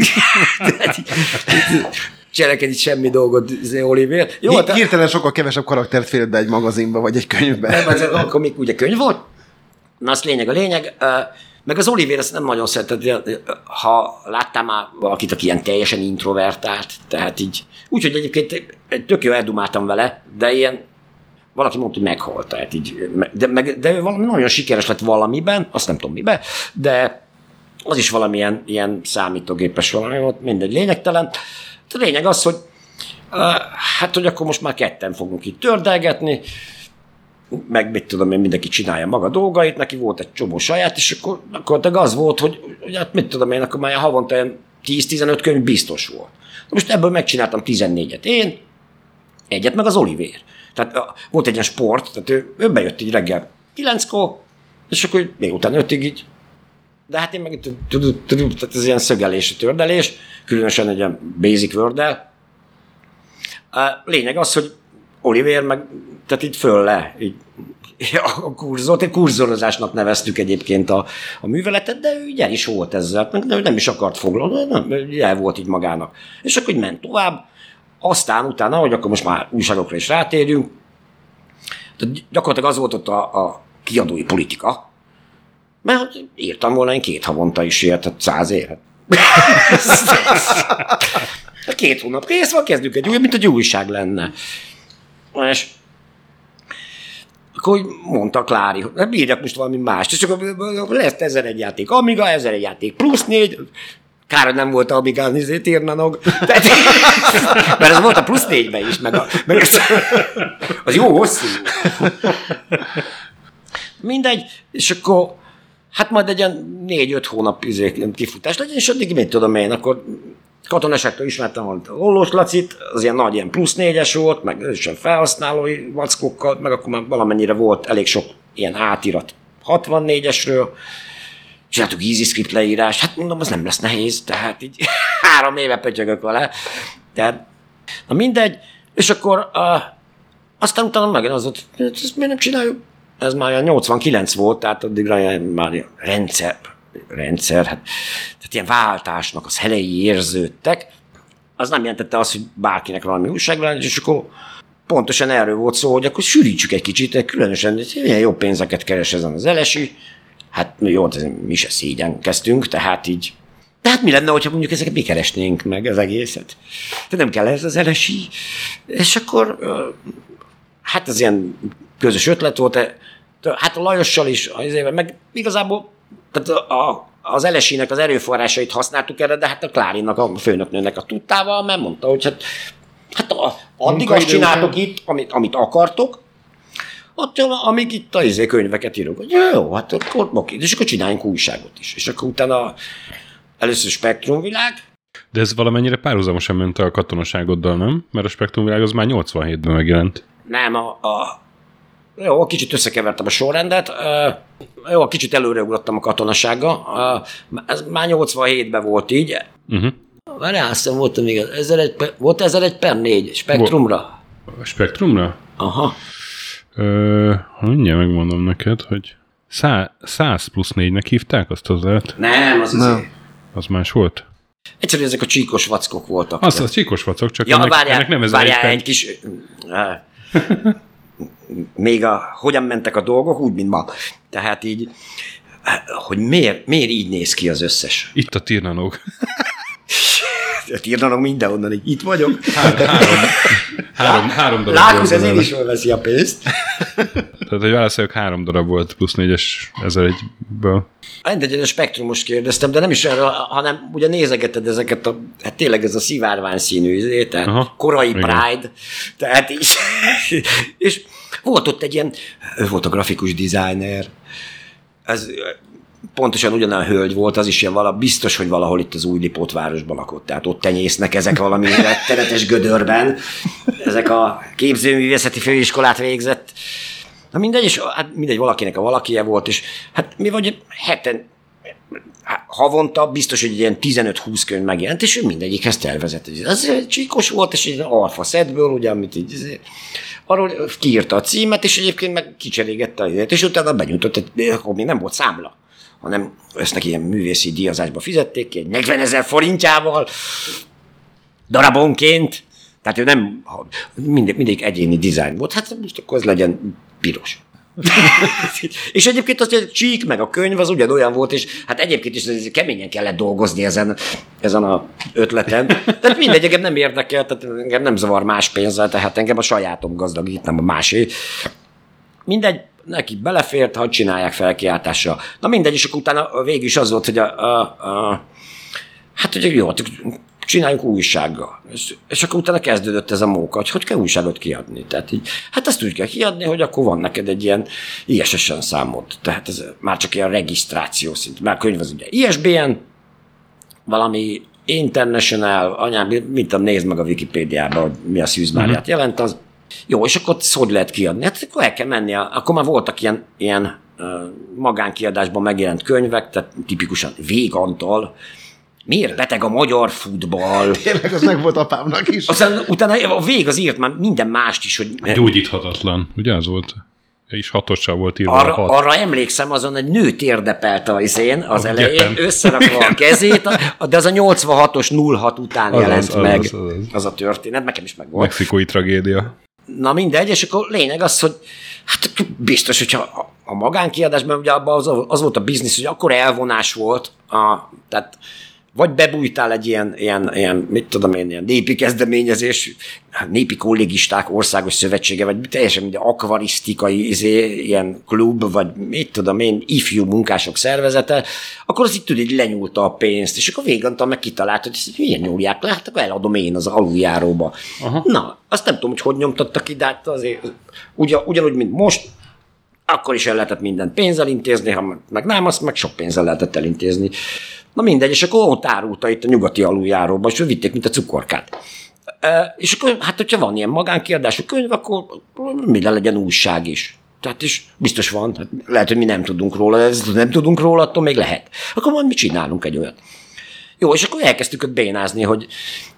Cselekedj semmi dolgot, Olivér.
Jó, H- hirtelen sokkal kevesebb karaktert féled be egy magazinba, vagy egy könyvben.
Nem, az, akkor még ugye könyv volt. Na, az lényeg a lényeg. Meg az Olivér ezt nem nagyon szeretett, ha láttál már valakit, aki ilyen teljesen introvertált, tehát így. Úgyhogy egyébként tök jó eldumáltam vele, de ilyen valaki mondta, hogy meghalt, tehát így, de, meg, de ő valami nagyon sikeres lett valamiben, azt nem tudom miben, de az is valamilyen ilyen számítógépes valami volt, mindegy, lényegtelen. A lényeg az, hogy uh, hát, hogy akkor most már ketten fogunk itt tördelgetni, meg mit tudom én, mindenki csinálja maga dolgait, neki volt egy csomó saját, és akkor, akkor az volt, hogy hát mit tudom én, akkor már havonta tíz-tizenöt könyv biztos volt. Most ebből megcsináltam tizennégyet én, egyet meg az Olivér. Tehát volt egy ilyen sport, tehát ő, ő bejött így reggel kilenckor, és akkor még utána ötig így. De hát én meg tehát ez ilyen szögelés, tördelés, különösen egy ilyen basic word-del. Lényeg az, hogy Olivér meg, tehát így föl le, így a kurzort, egy kurzorozásnak neveztük egyébként a, a műveletet, de ő így el is volt ezzel, nem, nem is akart foglalni, nem, el volt így magának. És akkor így ment tovább, aztán utána, hogy akkor most már újságokra is rátérjünk, tehát gyakorlatilag az volt ott a, a kiadói politika, mert írtam volna én két havonta is ilyet, tehát száz évet. Két hónap kész van, kezdjük egy új, mint egy újság lenne. És akkor mondta Klári, hogy írjak most valami mást, és akkor lesz ezer-egy játék Amiga, ezer-egy játék plusz négy, kár, hogy nem volt Amigán izét írnanog, mert ez volt a plusz négyben is, meg, a, meg az, az jó hosszú. Mindegy, és akkor hát majd egy ilyen négy-öt hónap izé, kifutás legyen, és addig mit tudom én, akkor katonaságtól ismertem a Hollós Lacit, az ilyen nagy ilyen plusz négyes volt, meg is felhasználói vackokkal, meg akkor már valamennyire volt elég sok ilyen átirat hatvannégyesről, csináltuk EasyScript leírás, hát mondom, az nem lesz nehéz, tehát így három éve pötyögök vele, tehát na mindegy, és akkor uh, aztán utána megint az volt, ezt miért nem csináljuk? Ez már olyan nyolcvankilenc volt, tehát addigra már rendszer, rendszer, hát, tehát ilyen váltásnak az helyi érződtek. Az nem jelentette azt, hogy bárkinek valami újság van, és akkor pontosan erről volt szó, hogy akkor sűrítsük egy kicsit, különösen milyen jó pénzeket keres ezen az elesi. Hát jó, mi se szégyenkeztünk, tehát így. Tehát mi lenne, hogyha mondjuk ezeket mi keresnénk meg az egészet? De nem kell ez az elesi. És akkor hát ez ilyen közös ötlet volt, hát a Lajossal is, meg igazából tehát a, az elesinek az erőforrásait használtuk erre, de hát a Klárinnak, a főnöknőnek a tudtával, mert mondta, hogy hát, hát a, addig azt csináltok itt, amit, amit akartok, ott, amíg itt a izé könyveket írunk, hogy jó, hát akkor oké, és akkor csináljunk újságot is. És akkor utána először Spektrumvilág.
De ez valamennyire párhuzamosan ment a katonaságoddal, nem? Mert a Spektrumvilág az már nyolcvanhétben megjelent.
Nem, a, a jó, kicsit összekevertem a sorrendet, uh, jó, kicsit előreugrottam a katonasággal, uh, ez már nyolcvanhétben volt így. Uh-huh. Várjál, azt hiszem, volt még ezer-egy per, volt ezer-egy per négy Spektrumra?
A Spektrumra?
Aha.
Ö, mindjárt megmondom neked, hogy száz plusz négynek hívták azt az lehet?
Nem, az az.
Az más volt?
Egyszerűen ezek a csíkos vackok voltak.
Az a csíkos vackok, csak
ja,
ennek,
várjál,
ennek nem ez
várjál,
egy,
egy kis... Még a, hogyan mentek a dolgok, úgy, mint ma. Tehát így, hogy miért, miért így néz ki az összes?
Itt a Tirnanok.
A Tirnanok mindenhonnan, így itt vagyok.
Három, három, három, három darab.
Lákusz, ez én is felveszi a pénzt.
Tehát, hogy válaszoljak, három darab volt plusz négyes ezeregyből.
Mindegy, a Spektrumos kérdeztem, de nem is erről, hanem ugye nézegeted ezeket a, hát tényleg ez a szivárvány színű, tehát aha, korai igen. Pride, tehát így, és volt ott egy ilyen, ő volt a grafikus designer, ez pontosan ugyanolyan hölgy volt, az is ilyen vala, biztos, hogy valahol itt az Újlipótvárosban lakott, tehát ott tenyésznek ezek valami rettenetes gödörben, ezek a képzőművészeti főiskolát végzett. Na mindegy, és hát mindegy, valakinek a valakije volt, és hát mi vagy heten, havonta biztos, hogy egy ilyen tizenöt-húsz könyv megjelent, és ő mindegyikhez tervezett. Ez csíkos volt, és egy alfa szedből, ugye, amit így, arról kiírta a címet, és egyébként meg kicserégette a időt, és utána benyújtott, akkor még nem volt számla, hanem ezt neki ilyen művészi díjazásba fizették ki, egy negyvenezer forintjával, darabonként, tehát ő nem, mindig, mindig egyéni dizájn volt, hát most akkor ez legyen piros. És egyébként az, hogy a csík meg a könyv az ugyanolyan volt, és hát egyébként is keményen kellett dolgozni ezen, ezen a ötleten. Tehát mindegy, engem nem érdekel, tehát engem nem zavar más pénzzel, tehát engem a sajátom gazdagít, nem a másé. Mindegy, neki belefért, ha csinálják felkiáltásra. Na mindegy, és akkor utána végül is az volt, hogy a, a, a hát hogy jó, csináljunk újsággal. És, és akkor utána kezdődött ez a móka, hogy hogy kell újságot kiadni. Tehát így, hát azt úgy kell kiadni, hogy akkor van neked egy ilyen I S S N számod. Tehát ez már csak ilyen regisztráció szint. Már könyv az ugye I S B N, valami International, anyám, mit tudom, nézd meg a Wikipédiában, hogy mi a szűzmárját uh-huh. jelent az. Jó, és akkor ezt hogy lehet kiadni? Hát akkor el kell menni, akkor már voltak ilyen, ilyen uh, magánkiadásban megjelent könyvek, tehát tipikusan Végantal, miért beteg a magyar futball?
Tényleg, az meg volt apámnak is.
Aztán utána a Vég az írt már minden mást is, hogy...
Gyógyíthatatlan, ugye az volt? És hatossal volt írva
arra,
a hat.
Arra emlékszem, azon egy nő térdepelt az izén, az a elején, összerakva a kezét, de az a nyolcvanhatos nulla hat után az jelent az, meg az, az, az. az a történet, nekem is meg volt.
Mexikói tragédia.
Na mindegy, és akkor lényeg az, hogy hát biztos, hogyha a magánkiadásban ugye abban az, az volt a biznisz, hogy akkor elvonás volt, a, tehát vagy bebújtál egy ilyen, ilyen, ilyen, mit tudom én, ilyen népi kezdeményezés, népi kollégisták országos szövetsége, vagy teljesen minden akvarisztikai izé, ilyen klub, vagy mit tudom én, ifjú munkások szervezete, akkor az itt tudod, így lenyúlta a pénzt, és akkor Végantal meg kitalált, hogy ezt milyen nyúlják le, hát akkor eladom én az aluljáróba. Aha. Na, azt nem tudom, hogy hogy nyomtattak ide, hát azért ugyan, ugyanúgy, mint most, akkor is el lehetett mindent pénzzel intézni, ha meg nem, azt meg sok pénzzel lehetett elintézni. Na mindegy, és akkor ott árulta itt a nyugati aluljáróba, és vitték, mint a cukorkát. E, és akkor, hát hogyha van ilyen magánkiadású könyv, akkor minden legyen újság is. Tehát is biztos van, hát lehet, hogy mi nem tudunk róla, ezt nem tudunk róla, attól még lehet. Akkor majd mi csinálunk egy olyat. Jó, és akkor elkezdtük ott bénázni, hogy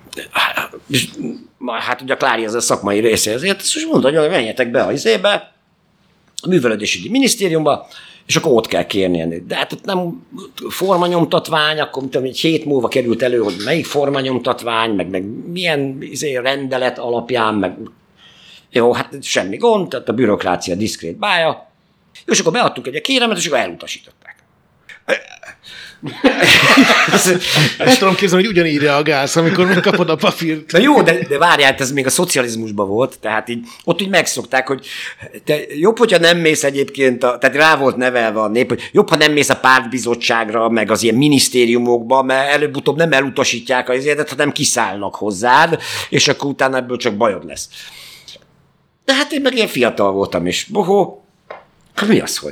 és, hát ugye a Klári az a szakmai része, ezért és mondta, hogy menjetek be a izébe, a művelődésügyi minisztériumba, és akkor ott kell kérni. De hát ott nem formanyomtatvány, akkor mint egy hét múlva került elő, hogy melyik formanyomtatvány, meg, meg milyen izé, rendelet alapján, meg jó, hát semmi gond, tehát a bürokrácia diszkrét bája. És akkor beadtuk egy kéremet, és akkor elutasították.
Ezt tudom képzelni, hogy ugyanígy reagálsz, amikor megkapod a papírt.
Na jó, de, de várjál, ez még a szocializmusban volt, tehát így, ott úgy megszokták, hogy te jobb, hogyha nem mész egyébként, a, tehát rá volt nevelve a nép, hogy jobb, ha nem mész a pártbizottságra, meg az ilyen minisztériumokba, mert előbb-utóbb nem elutasítják az életet, hanem kiszállnak hozzád, és akkor utána ebből csak bajod lesz. De hát én meg ilyen fiatal voltam, és bohó, hát mi az, hogy...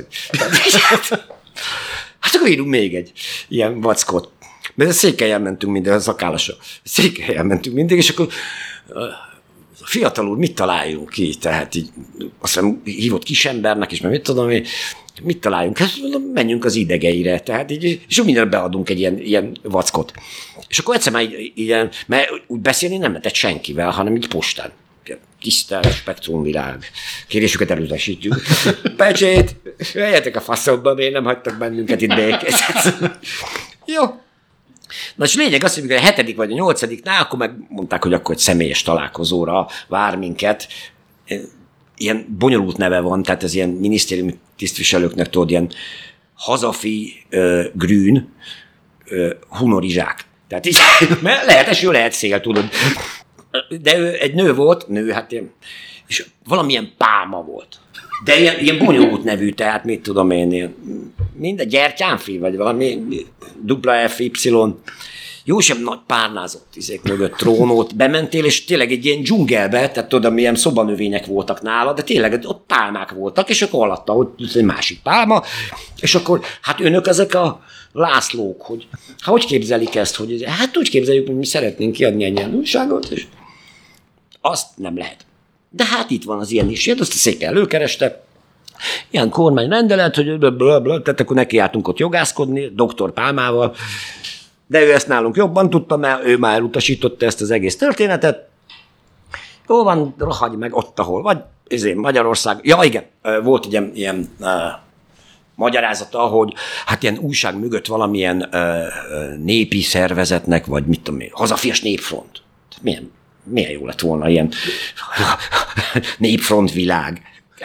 Hát akkor írunk még egy ilyen vackot. Mert Székhelyen mentünk mindig, a szakállasra. Székhelyen mentünk mindig, és akkor fiatal úr, mit találjunk ki? Tehát így, azt hiszem, hívott kisembernek is, mert mit tudom én, mit találjunk? Hát mondom, menjünk az idegeire. Tehát így, és mindenre beadunk egy ilyen, ilyen vackot. És akkor egyszer már így, ilyen, mert úgy beszélni nem lehetett senkivel, hanem így postán. Tisztel spektrumvilág. Kérésüket elutasítjuk. Pecsét, jöjjetek a faszomba, miért nem hagytak bennünket itt békét. Jó. Na és lényeg az, hogy a hetedik vagy a nyolcadiknál, akkor megmondták, hogy akkor egy személyes találkozóra vár minket. Ilyen bonyolult neve van, tehát ez ilyen minisztériumi tisztviselőknek tudod, ilyen hazafi uh, grün uh, humorizsák. Tehát így, mert lehet eső, lehet szél, tudod. De ő egy nő volt, nő, hát ilyen, és valamilyen Pálma volt. De ilyen, ilyen bonyolult nevű, tehát mit tudom én, ilyen, mindegy, Gyertyánfi, vagy valami dupla F Y. jó sem nagy párnázott izék mögött trónót bementél, és tényleg egy ilyen dzsungelbe, tehát tudod, milyen szobanövények voltak nála, de tényleg ott pálmák voltak, és akkor alatta ott egy másik pálma, és akkor hát önök ezek a Lászlók, hogy hát hogy képzelik ezt, hogy hát úgy képzeljük, hogy mi szeretnénk kiadni egy ilyen újságot, és azt nem lehet. De hát itt van az ilyen is, azt a széke előkereste, ilyen kormányrendelet, hogy blablabla, tehát akkor nekiálltunk ott jogászkodni, doktor Pálmával, de ő ezt nálunk jobban tudta, mert ő már utasította ezt az egész történetet. Jó van, rohagy meg ott, ahol vagy, ezért Magyarország, ja igen, volt egy ilyen, ilyen uh, magyarázata, hogy hát ilyen újság mögött valamilyen uh, népi szervezetnek, vagy mit tudom én, Hazafias Népfront. Milyen, milyen jó lett volna ilyen Népfront világ.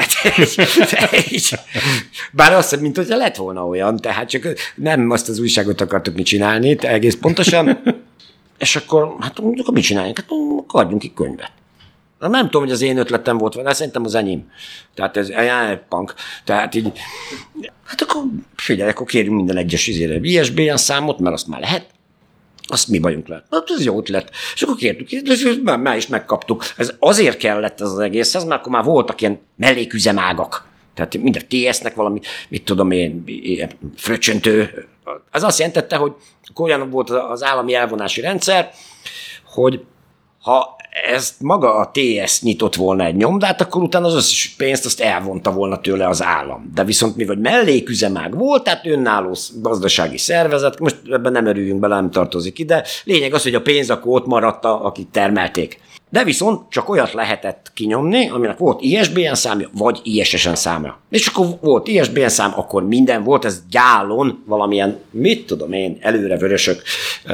Bár azt, mint hogyha lett volna olyan, tehát csak nem azt az újságot akartuk mi csinálni, egész pontosan, és akkor, hát akkor mit csináljunk? Hát akkor adjunk ki könyvet. Nem tudom, hogy az én ötletem volt, de szerintem az enyém. Tehát ez egy punk. Tehát így, hát akkor figyelj, akkor kérjünk minden egyes izére I S B N számot, mert azt már lehet. Azt mi bajunk lehet. Hát ez jó ötlet. És akkor kértük, és már, már is megkaptuk. Ez azért kellett ez az egész, ez, mert akkor már voltak ilyen melléküzemágak. Tehát minden T S-nek valami, mit tudom én, ilyen fröccsöntő. Ez azt jelentette, hogy olyan volt az állami elvonási rendszer, hogy ha ezt maga a T S nyitott volna egy nyomdát, akkor utána az összes pénzt azt elvonta volna tőle az állam. De viszont mivel melléküzemág volt, tehát önálló gazdasági szervezet, most ebben nem örüljünk bele, nem tartozik ide. Lényeg az, hogy a pénz akkor ott maradt, akik termelték. De viszont csak olyat lehetett kinyomni, aminek volt I S B N számja, vagy I S S N számja. És akkor volt I S B N szám, akkor minden volt, ez gyálon valamilyen, mit tudom én, előre vörösök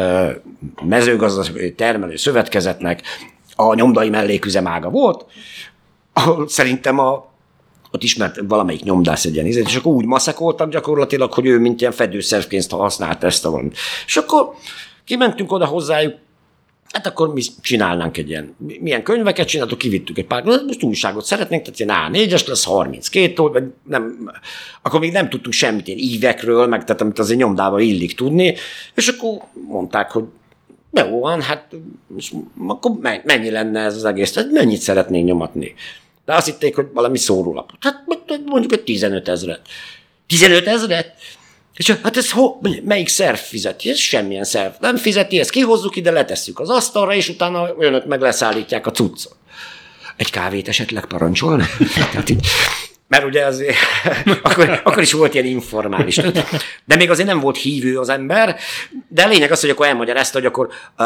mezőgazdasági termelő szövetkezetnek a nyomdai melléküzemága volt, ahol szerintem a, ott ismert valamelyik nyomdász egy ilyen ízét, és akkor úgy maszekoltak gyakorlatilag, hogy ő mint ilyen fedőszervként használta ezt a valamit. És akkor kimentünk oda hozzájuk, hát akkor mi csinálnánk egy ilyen, milyen könyveket csináltuk, kivittük egy pár, most újságot szeretnénk, tehát ilyen á négyes lesz, harminckét old, vagy nem, akkor még nem tudtunk semmit ilyen ívekről, meg tehát amit azért nyomdával illik tudni, és akkor mondták, hogy jó van, hát akkor mennyi lenne ez az egész, tehát mennyit szeretnénk nyomatni. De azt hitték, hogy valami szórólapot. Hát mondjuk egy tizenöt ezret. tizenöt ezret? És hát ez ho, melyik szerv fizeti? Ez semmilyen szerv nem fizeti, ezt kihozzuk ide, letesszük az asztalra, és utána önök meg leszállítják a cuccot. Egy kávét esetleg parancsolna? Tehát így, mert ugye azért, akkor, akkor is volt ilyen informális. De még azért nem volt hívő az ember, de a lényeg az, hogy akkor elmagyarázta, hogy akkor uh,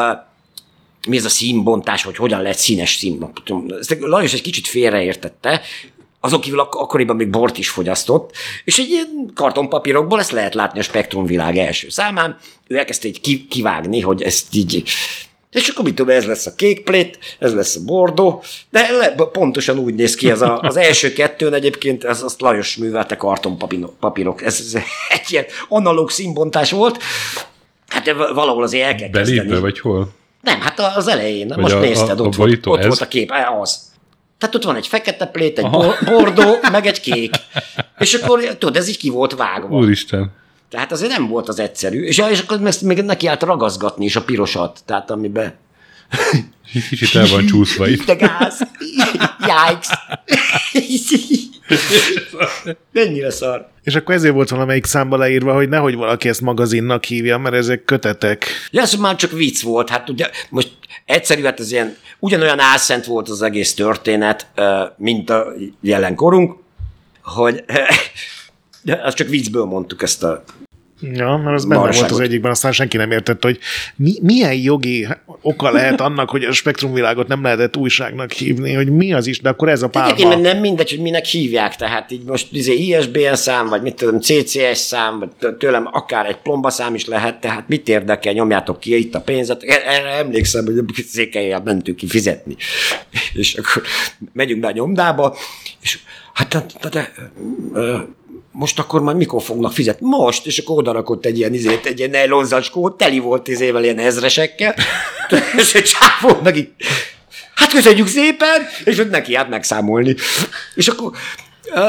mi ez a színbontás, hogy hogyan lehet színes színbontás. Ezt Lajos egy kicsit félreértette, azon kívül ak- akkoriban még bort is fogyasztott, és egy ilyen kartonpapírokból ezt lehet látni a Spektrum világ első számán. Ő elkezdte így kivágni, hogy ezt így... És akkor mit tudom, ez lesz a kék plét, ez lesz a bordó, de le, pontosan úgy néz ki, ez a, az első kettőn egyébként, ez, azt Lajos művelte kartonpapírok, ez, ez egy ilyen analóg színbontás volt, hát valahol azért el kell kezdeni.
Belépve, vagy hol?
Nem, hát az elején,
vagy
most
a,
nézted,
a,
ott,
a
volt, ott
ez?
volt a kép, az. Tehát ott van egy fekete plét, egy Aha. bordó, meg egy kék. És akkor, tudod, ez így ki volt vágva.
Úristen.
Tehát azért nem volt az egyszerű. És, és akkor még neki állt ragaszgatni is a pirosat. Tehát amiben...
Kicsit el van csúszva itt.
De gáz. Yikes. Mennyire szar.
És akkor ezért volt valamelyik számba leírva, hogy nehogy valaki ezt magazinnak hívja, mert ezek kötetek.
Ja, ez már csak vicc volt. Hát ugye most egyszerű, hát ez ilyen, ugyanolyan álszent volt az egész történet, mint a jelenkorunk, hogy de azt csak viccből mondtuk ezt a
Ja, mert az benne volt az egyikben, aztán senki nem értett, hogy mi, milyen jogi oka lehet annak, hogy a Spektrumvilágot nem lehetett újságnak hívni, hogy mi az is, de akkor ez a pálma.
Egyébként nem mindegy, hogy minek hívják, tehát így most izé I S B N szám, vagy mit tudom, C C S szám, vagy tőlem akár egy plombaszám is lehet, tehát mit érdekel, nyomjátok ki itt a pénzet. Erre emlékszem, hogy Székelyjel mentünk ki fizetni. És akkor megyünk be a nyomdába, és hát de, de, de, de most akkor már mikor fognak fizetni? Most, és akkor odarakott egy ilyen izét, egy ilyen nejlonzacskót, teli volt izével ilyen ezresekkel, és egy csávó meg így, hát köszönjük szépen, és ott neki hát megszámolni. És akkor, uh,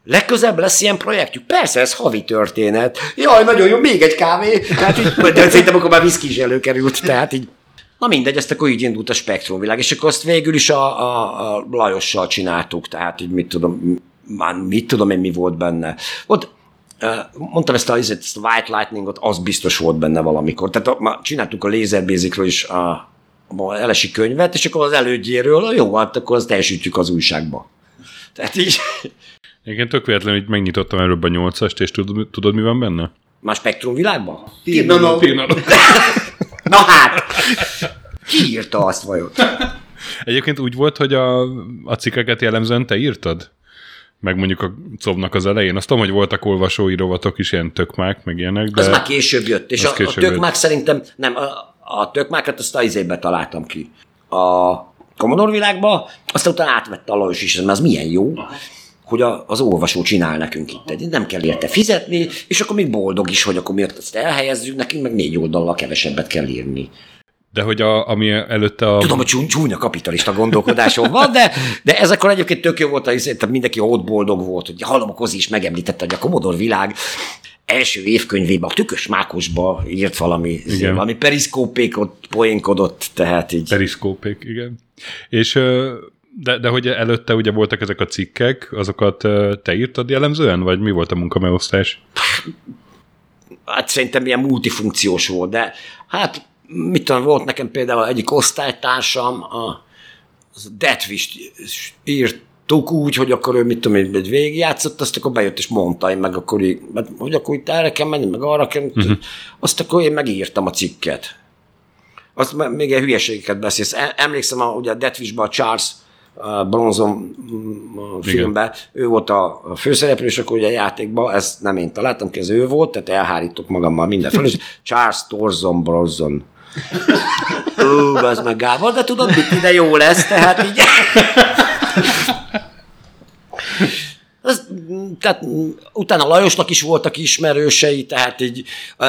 legközebb lesz ilyen projektjük? Persze, ez havi történet. Jaj, nagyon jó, még egy kávé. Tehát így, de szerintem akkor már viszki is előkerült, tehát így. Na mindegy, ezt akkor így indult a Spektrumvilág, és akkor azt végül is a, a, a Lajossal csináltuk, tehát így mit tudom, már mit tudom én, mi volt benne. Ott, mondtam ezt a, ezt a White Lightningot, az biztos volt benne valamikor. Tehát már csináltuk a Laser Basicról is a, a Elesi könyvet, és akkor az elődjéről, jó, hát akkor azt elsütjük az újságba. Tehát így...
Igen, tök véletlenül, hogy megnyitottam előbb a nyolcast, és tudod, tudod mi van benne?
Már Spektrumvilágban?
Pirnano. Pirnano.
Na hát! Ki írta azt vajon?
Egyébként úgy volt, hogy a, a cikkeket jellemzően te írtad? Meg mondjuk a cobnak az elején. Azt tudom, hogy voltak olvasói rovatok is, ilyen tökmák, meg ilyenek, de...
Az már később jött, és a, a tökmák
jött.
Szerintem, nem, a, a tökmákat azt az izébe találtam ki. A Commodore világba, aztán utána átvette a Lajos is, mert az milyen jó, hogy a, az olvasó csinál nekünk itt. Nem kell érte fizetni, és akkor még boldog is, hogy akkor miért ezt elhelyezzük, nekünk meg négy oldallal kevesebbet kell írni.
De hogy a, ami előtte a...
Tudom, hogy csúny, csúnya kapitalista gondolkodásom van, de, de ez akkor egyébként tök jó volt, tehát mindenki ott boldog volt, hogy hallom, a Kozi is megemlítette, hogy a Commodore világ első évkönyvében, a Tükös Mákosba írt valami, valami periszkópékot poénkodott, tehát így.
Periszkópék, igen. És de, de hogy előtte ugye voltak ezek a cikkek, azokat te írtad jellemzően, vagy mi volt a munkameosztás?
Hát szerintem ilyen multifunkciós volt, de hát mit tudom, volt nekem például egyik osztálytársam, a Death Wish-t írtuk úgy, hogy akkor ő mit tudom, egy végigjátszott, azt akkor bejött és mondta, én meg akkor így, hogy akkor itt erre kell menni, meg arra kell, uh-huh. Azt akkor én megírtam a cikket. Azt még egy hülyeségeket beszélsz. Emlékszem, a, ugye a Death Wish-ban a Charles Bronson filmben, ő volt a főszereplő, és akkor ugye a játékban, ezt nem én találtam ki, ez ő volt, tehát elhárítok magammal mindenfelé, és Charles Torzon Bronson. Ó, az meg Gábor, de tudod, mit ide jó lesz, tehát így... Az, tehát utána Lajosnak is voltak ismerősei, tehát így...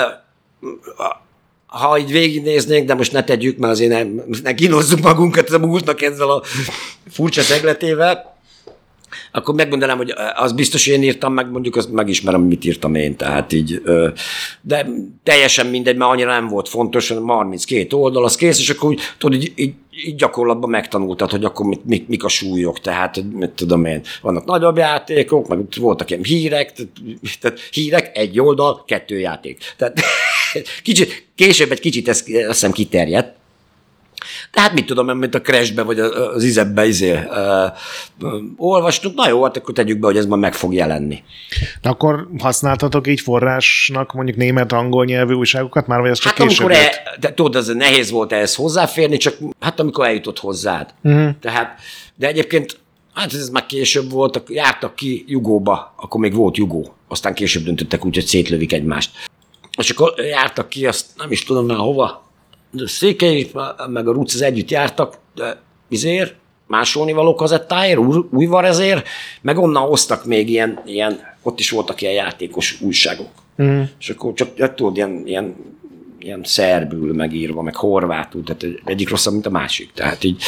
Ha így végignéznénk, de most ne tegyük, mert azért ne, ne kínozzuk magunkat a múltnak ezzel a furcsa szegletével, akkor megmondanám, hogy az biztos én írtam meg, mondjuk azt megismerem, mit írtam én, tehát így, de teljesen mindegy, mert annyira nem volt fontos, hanem harminckét oldal, az kész, és akkor úgy, tudod, így, így, így gyakorlatban megtanultad, hogy akkor mit, mit, mik a súlyok, tehát mit tudom én, vannak nagyobb játékok, meg voltak ilyen hírek, tehát hírek, egy oldal, kettő játék. Tehát kicsit, később egy kicsit ez azt hiszem kiterjedt. Tehát mit tudom, mint a Crashbe, vagy az Izebbe izé, uh, uh, olvastuk, na jó, hát akkor tegyük be, hogy ez majd meg fog jelenni.
De akkor használtatok így forrásnak mondjuk német-angol nyelvű újságokat már, vagy ez csak
hát
később
amikor el, de, tudod, ez nehéz volt ehhez hozzáférni, csak hát amikor eljutott hozzád. Uh-huh. Tehát, de egyébként, hát ez már később volt, jártak ki Jugóba, akkor még volt Jugó, aztán később döntöttek úgy, hogy szétlövik egymást. És akkor jártak ki, azt nem is tudom már hova, de Székely, meg a Ruc az együtt jártak, de izér, másolni való kazettáért, újvar ezért, meg onnan hoztak még ilyen, ilyen, ott is voltak ilyen játékos újságok. Mm. És akkor csak tudod, ilyen, ilyen, ilyen szerbül megírva, meg horvátul, tehát egyik rosszabb, mint a másik. Tehát így,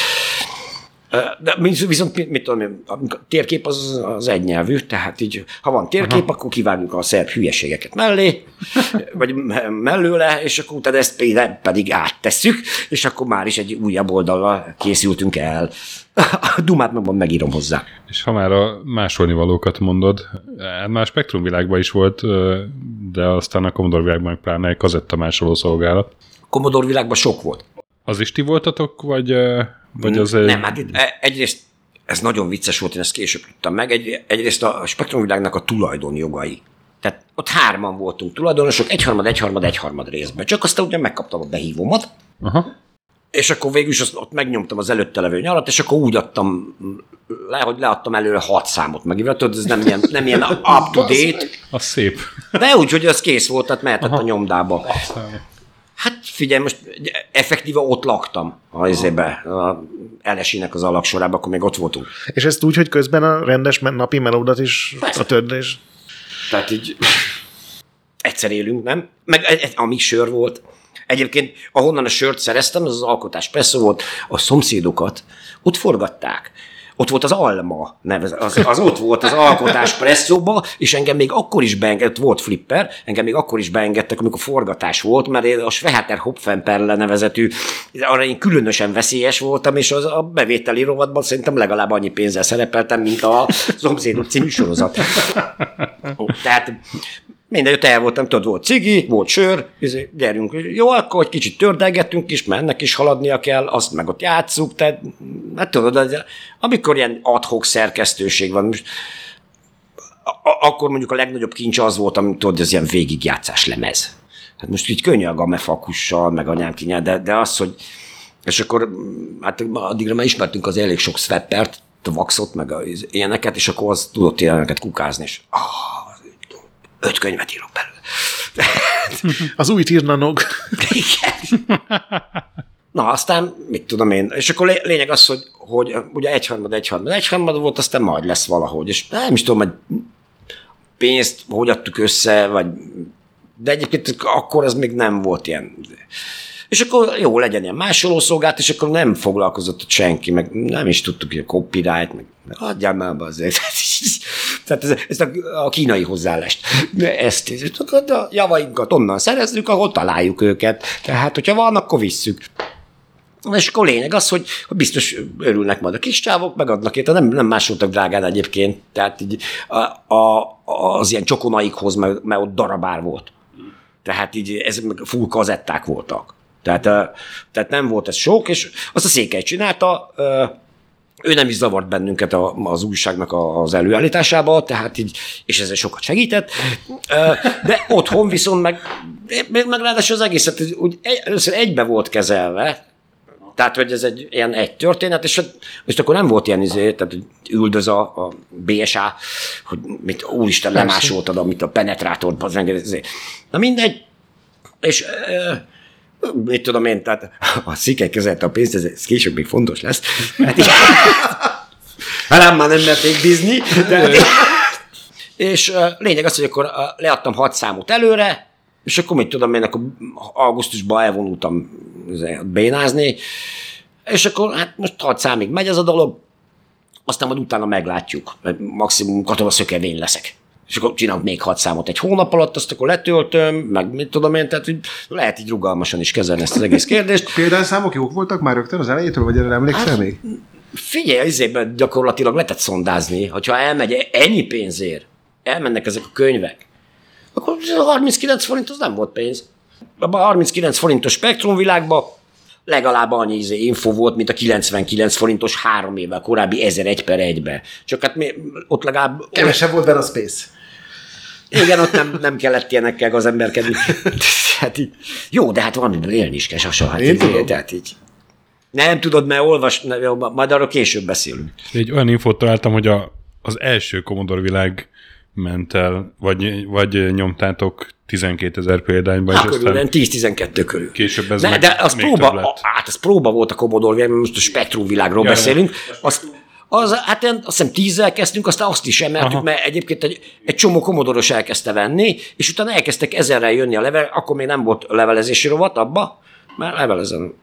de viszont mit tudom én, a térkép az, az egynyelvű, tehát így, ha van térkép, aha, akkor kivágjuk a szerb hülyeségeket mellé, vagy mellőle, és akkor utána ezt pedig áttesszük, és akkor már is egy újabb oldalra készültünk el. A dumát magban megírom hozzá.
És ha már a másolnivalókat mondod, már Spektrum világban is volt, de aztán a Commodore világban pláne egy kazetta másoló szolgálat.
A Commodore világban sok volt.
Az is ti voltatok, vagy... Vagy az
nem, hát egyrészt ez nagyon vicces volt, én ezt később tudtam meg, egy, egyrészt a spektrumvilágnak a tulajdonjogai. Tehát ott hárman voltunk tulajdonosok, egyharmad, egyharmad, egyharmad részben. Csak aztán ugye megkaptam a behívómat, aha, és akkor végül is azt, ott megnyomtam az előtte levő nyarat, és akkor úgy adtam le, hogy leadtam előre hat számot meg. Tudod, ez nem ilyen, nem ilyen up-to-date.
Az szép.
De úgy, hogy az kész volt, tehát mehetett aha a nyomdába. Hát figyelj, most effektíve ott laktam a izébe, a Elesinek az alaksorában, akkor még ott voltunk.
És ezt úgy, hogy közben a rendes napi melódat is persze a tördés?
Tehát így egyszer élünk, nem? Meg ami sör volt. Egyébként, ahonnan a sört szereztem, az az alkotás presszó volt, a szomszédokat ott forgatták. ott volt az Alma, nevez, az, az ott volt az alkotás presszóba, és engem még akkor is beengedett, volt flipper, engem még akkor is beengedtek, amikor forgatás volt, mert a Schweheter Hopfenperle nevezetű, arra én különösen veszélyes voltam, és az a bevételi rovatban szerintem legalább annyi pénzzel szerepeltem, mint a Szomszédok című sorozat. Tehát mindenütt el voltam, tudod, volt cigi, volt sör, gyerünk, jó, akkor egy kicsit tördelgetünk is, mert ennek is haladnia kell, azt meg ott játsszuk, tehát, hát tudod, amikor ilyen ad-hoc szerkesztőség van, most, akkor mondjuk a legnagyobb kincs az volt, amit tudod, az ilyen végigjátszás lemez. Hát most így könnyű a gamefakussal, meg anyám kinyel, de, de az, hogy, és akkor, hát addigra már ismertünk az elég sok Sveppert, a Vaxot, meg az ilyeneket, és akkor az tudott ilyeneket kukázni, és ah, öt könyvet írok belőle.
Az új Tirnanog.
Igen. Na, aztán, mit tudom én, és akkor lényeg az, hogy, hogy ugye egyharmad, egyharmad, egyharmad volt, aztán majd lesz valahogy, és nem is tudom, hogy pénzt hogy adtuk össze, vagy, de egyébként akkor ez még nem volt ilyen. És akkor jó, legyen ilyen másolószolgált, és akkor nem foglalkozott ott senki, meg nem is tudtuk, hogy a copyright, meg adjál már be azért. Tehát ez, ez a, a kínai hozzáállást. Ezt, a javainkat onnan szerezzük, ahol találjuk őket. Tehát, hogyha van, akkor visszük. És akkor lényeg az, hogy biztos örülnek majd a kis csávok, megadnak érte, nem, nem másoltak drágán egyébként. Tehát így a, a, az ilyen csokonaikhoz, mert, mert ott darabár volt. Tehát így ez full kazetták voltak. Tehát, tehát nem volt ez sok, és azt a Székely csinálta, ő nem is zavart bennünket az újságnak az előállításába, tehát így, és ezzel sokat segített, de otthon viszont meg, meg, meg ráadásul az egészet úgy először egybe volt kezelve, tehát, hogy ez egy ilyen egy történet, és, és akkor nem volt ilyen izé, tehát üldöz a, a bé es á, hogy mit, úristen, lemásoltad, amit a penetrátort, az engedély. Na mindegy, és mit tudom én, tehát a Székely kezelte a pénzt, ez, ez később még fontos lesz. Hát így, hát már nem merték bízni. De, és lényeg az, hogy akkor leadtam hat számot előre, és akkor mit tudom én, akkor augusztusban elvonultam bénázni, és akkor hát most hat számig megy ez a dolog, aztán majd utána meglátjuk, maximum katonaszökevény leszek. És akkor csinálunk még hat számot egy hónap alatt, azt akkor letöltöm, meg mit tudom én, tehát lehet így rugalmasan is kezelni ezt az egész kérdést.
Példányszámok jók voltak már rögtön az elejétől, vagy erre emlékszel hát, még?
Figyelj, izében gyakorlatilag lehetett szondázni, hogyha elmegy ennyi pénzért, elmennek ezek a könyvek, akkor harminckilenc forint az nem volt pénz. Abban a harminckilenc forintos spektrumvilágban legalább annyi izé info volt, mint a kilencvenkilenc forintos három évvel korábbi ezer-egy per egybe. Csak hát mi, ott legalább...
Kevesebb volt benne a space.
Igen, ott nem, nem kellett ilyenekkel gazemberkedni. Hát így, jó, de hát valamiből élni is kell, sasa. Hát így, tehát így. Nem tudod, mert olvas, majd arról később beszélünk.
Egy olyan infót találtam, hogy a, az első Commodore világ ment el, vagy, vagy nyomtátok tizenkétezer példányban.
Hát körülbelül tíz-tizenkettő körül.
Később ez
de,
meg
de az
még
próba,
több lett.
Hát az próba volt a Commodore világ, mert most a Spektrum világról ja, beszélünk. Azt, az, hát azt hiszem tízzel kezdtünk, aztán azt is emeltük, aha, mert egyébként egy, egy csomó Commodore-os elkezdte venni, és utána elkezdtek ezerrel jönni a level, akkor még nem volt levelezési rovat abba, mert levelezem.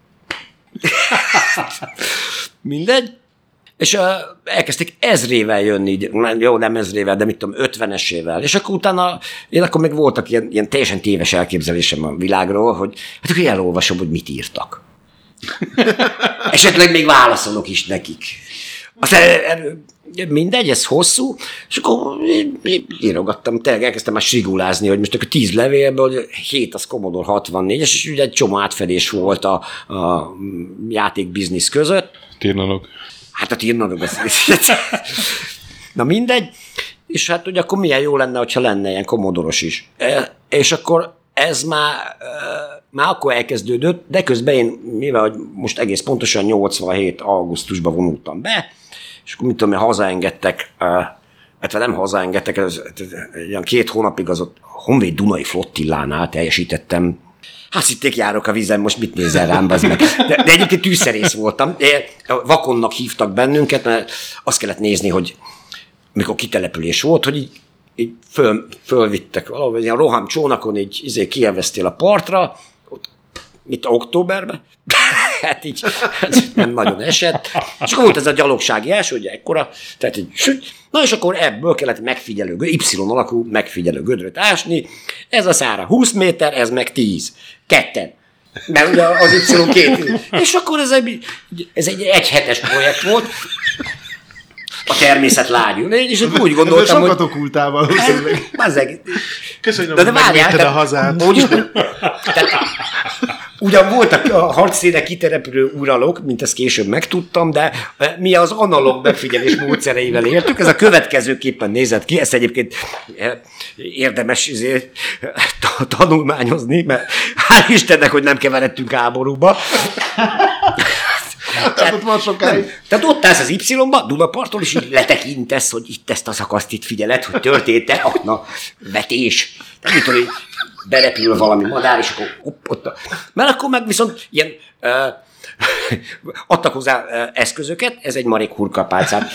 Mindegy. És uh, elkezdték ezrével jönni, jó, nem ezrével, de mit tudom, ötvenesével. És akkor utána, én akkor még voltak ilyen, ilyen teljesen téves elképzelésem a világról, hogy hát akkor elolvasom, hogy mit írtak. Esetleg még válaszolok is nekik. Aztán mindegy, ez hosszú, és akkor írogattam, tényleg elkezdtem már srigulázni, hogy most akkor tíz levélből, hét az Commodore hatvannégyes, és ugye egy csomó átfedés volt a, a játékbiznisz között.
Tirnanog.
Hát a Tirnanog beszél. Na mindegy, és hát ugye akkor milyen jó lenne, hogyha lenne ilyen Commodore-os is. E, és akkor ez már, e, már akkor elkezdődött, de közben én, mivel hogy most egész pontosan nyolcvanhét augusztusban vonultam be, és akkor mit tudom, hazaengedtek, hát nem hazaengedtek, ez, ez, két hónapig az ott Honvéd Dunai Flottillánál teljesítettem. Hát hitték, járok a vízen, most mit nézel rám, bazd meg. De, de egyébként tűzszerész voltam. Vakonnak hívtak bennünket, mert azt kellett nézni, hogy mikor kitelepülés volt, hogy így, így föl, fölvittek valahol, ilyen roham csónakon, így izé kielveztél a partra, ott, itt októberben, hát így nem nagyon esett. És akkor volt ez a gyalogsági első, ugye ekkora, tehát így süt. Na és akkor ebből kellett megfigyelő, Y alakú megfigyelő gödröt ásni. Ez a szára húsz méter, ez meg tíz. Ketten. Mert ugye az Y két. És akkor ez egy, ez egy egyhetes projekt volt. A természet lágyul. És úgy gondoltam, hogy...
Sokat okultál valószínűleg.
Bazzeg.
Köszönöm,
de, de
hogy megvédted a hazát.
Úgy is, tehát, ugyan voltak a harcszének kiterepülő uralok, mint ezt később megtudtam, de mi az analóg megfigyelés módszereivel értük. Ez a következőképpen nézett ki, ezt egyébként érdemes ezért tanulmányozni, mert hál' Istennek, hogy nem keveredtünk háborúba.
Tehát ott van sokáig.
Tehát ott állsz az Y-ba, Dunaparttól, és így letekintesz, hogy itt ezt a szakaszt itt figyeled, hogy történt-e, akna, vetés. Nem tudom, hogy berepül valami madár, és akkor hopp, ott a... Mert akkor meg viszont ilyen... Uh, adtak hozzá uh, eszközöket, ez egy marék hurkapálcát.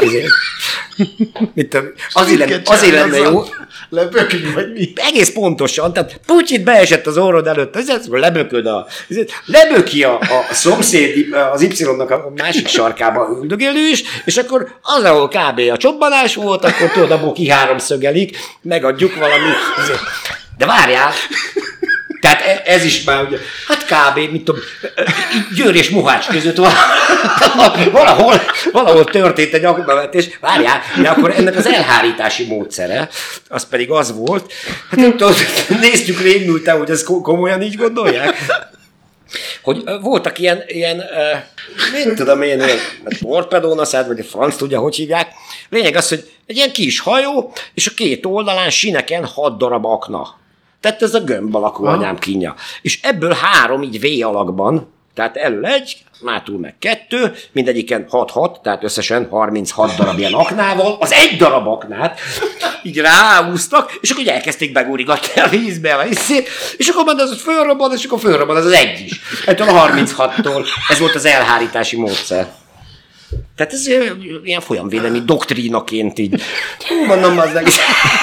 Azért lenne, azért lenne jó.
Lebökni, vagy mi?
Egész pontosan, tehát pucsit beesett az orrod előtt, ezért lebököd a... Leböki a, a szomszéd, az Y-nak a másik sarkába üldögélő is, és akkor az, ahol kb. A csobbanás volt, akkor tudod, abból ki háromszögelik, megadjuk valami... De várjál! Tehát ez is már ugye, hát kb. Mit tudom, Győr és Mohács között valahol, valahol történt egy aknavetés. Várjál, de akkor ennek az elhárítási módszere, az pedig az volt, hát nem tudom, néztük rémülten, hogy ezt komolyan így gondolják, hogy voltak ilyen, ilyen nem tudom én, torpedónaszát, vagy a franc tudja, hogy hívják. Lényeg az, hogy egy ilyen kis hajó, és a két oldalán sineken hat darab akna. Tehát ez a gömb alakú anyám kínja. És ebből három így V alakban, tehát elől egy, mától meg kettő, mindegyiken hat-hat, tehát összesen harminchat darab ilyen aknával, az egy darab aknát így ráhúztak, és akkor elkezdték begúrigatni a vízbe a vízét, és akkor majd az fölrobban, és akkor fölrobban az az egy is. Ettől a harminchattól. Ez volt az elhárítási módszer. Tehát ez ilyen folyamvédelmi doktrínaként így. Mondom, az meg is.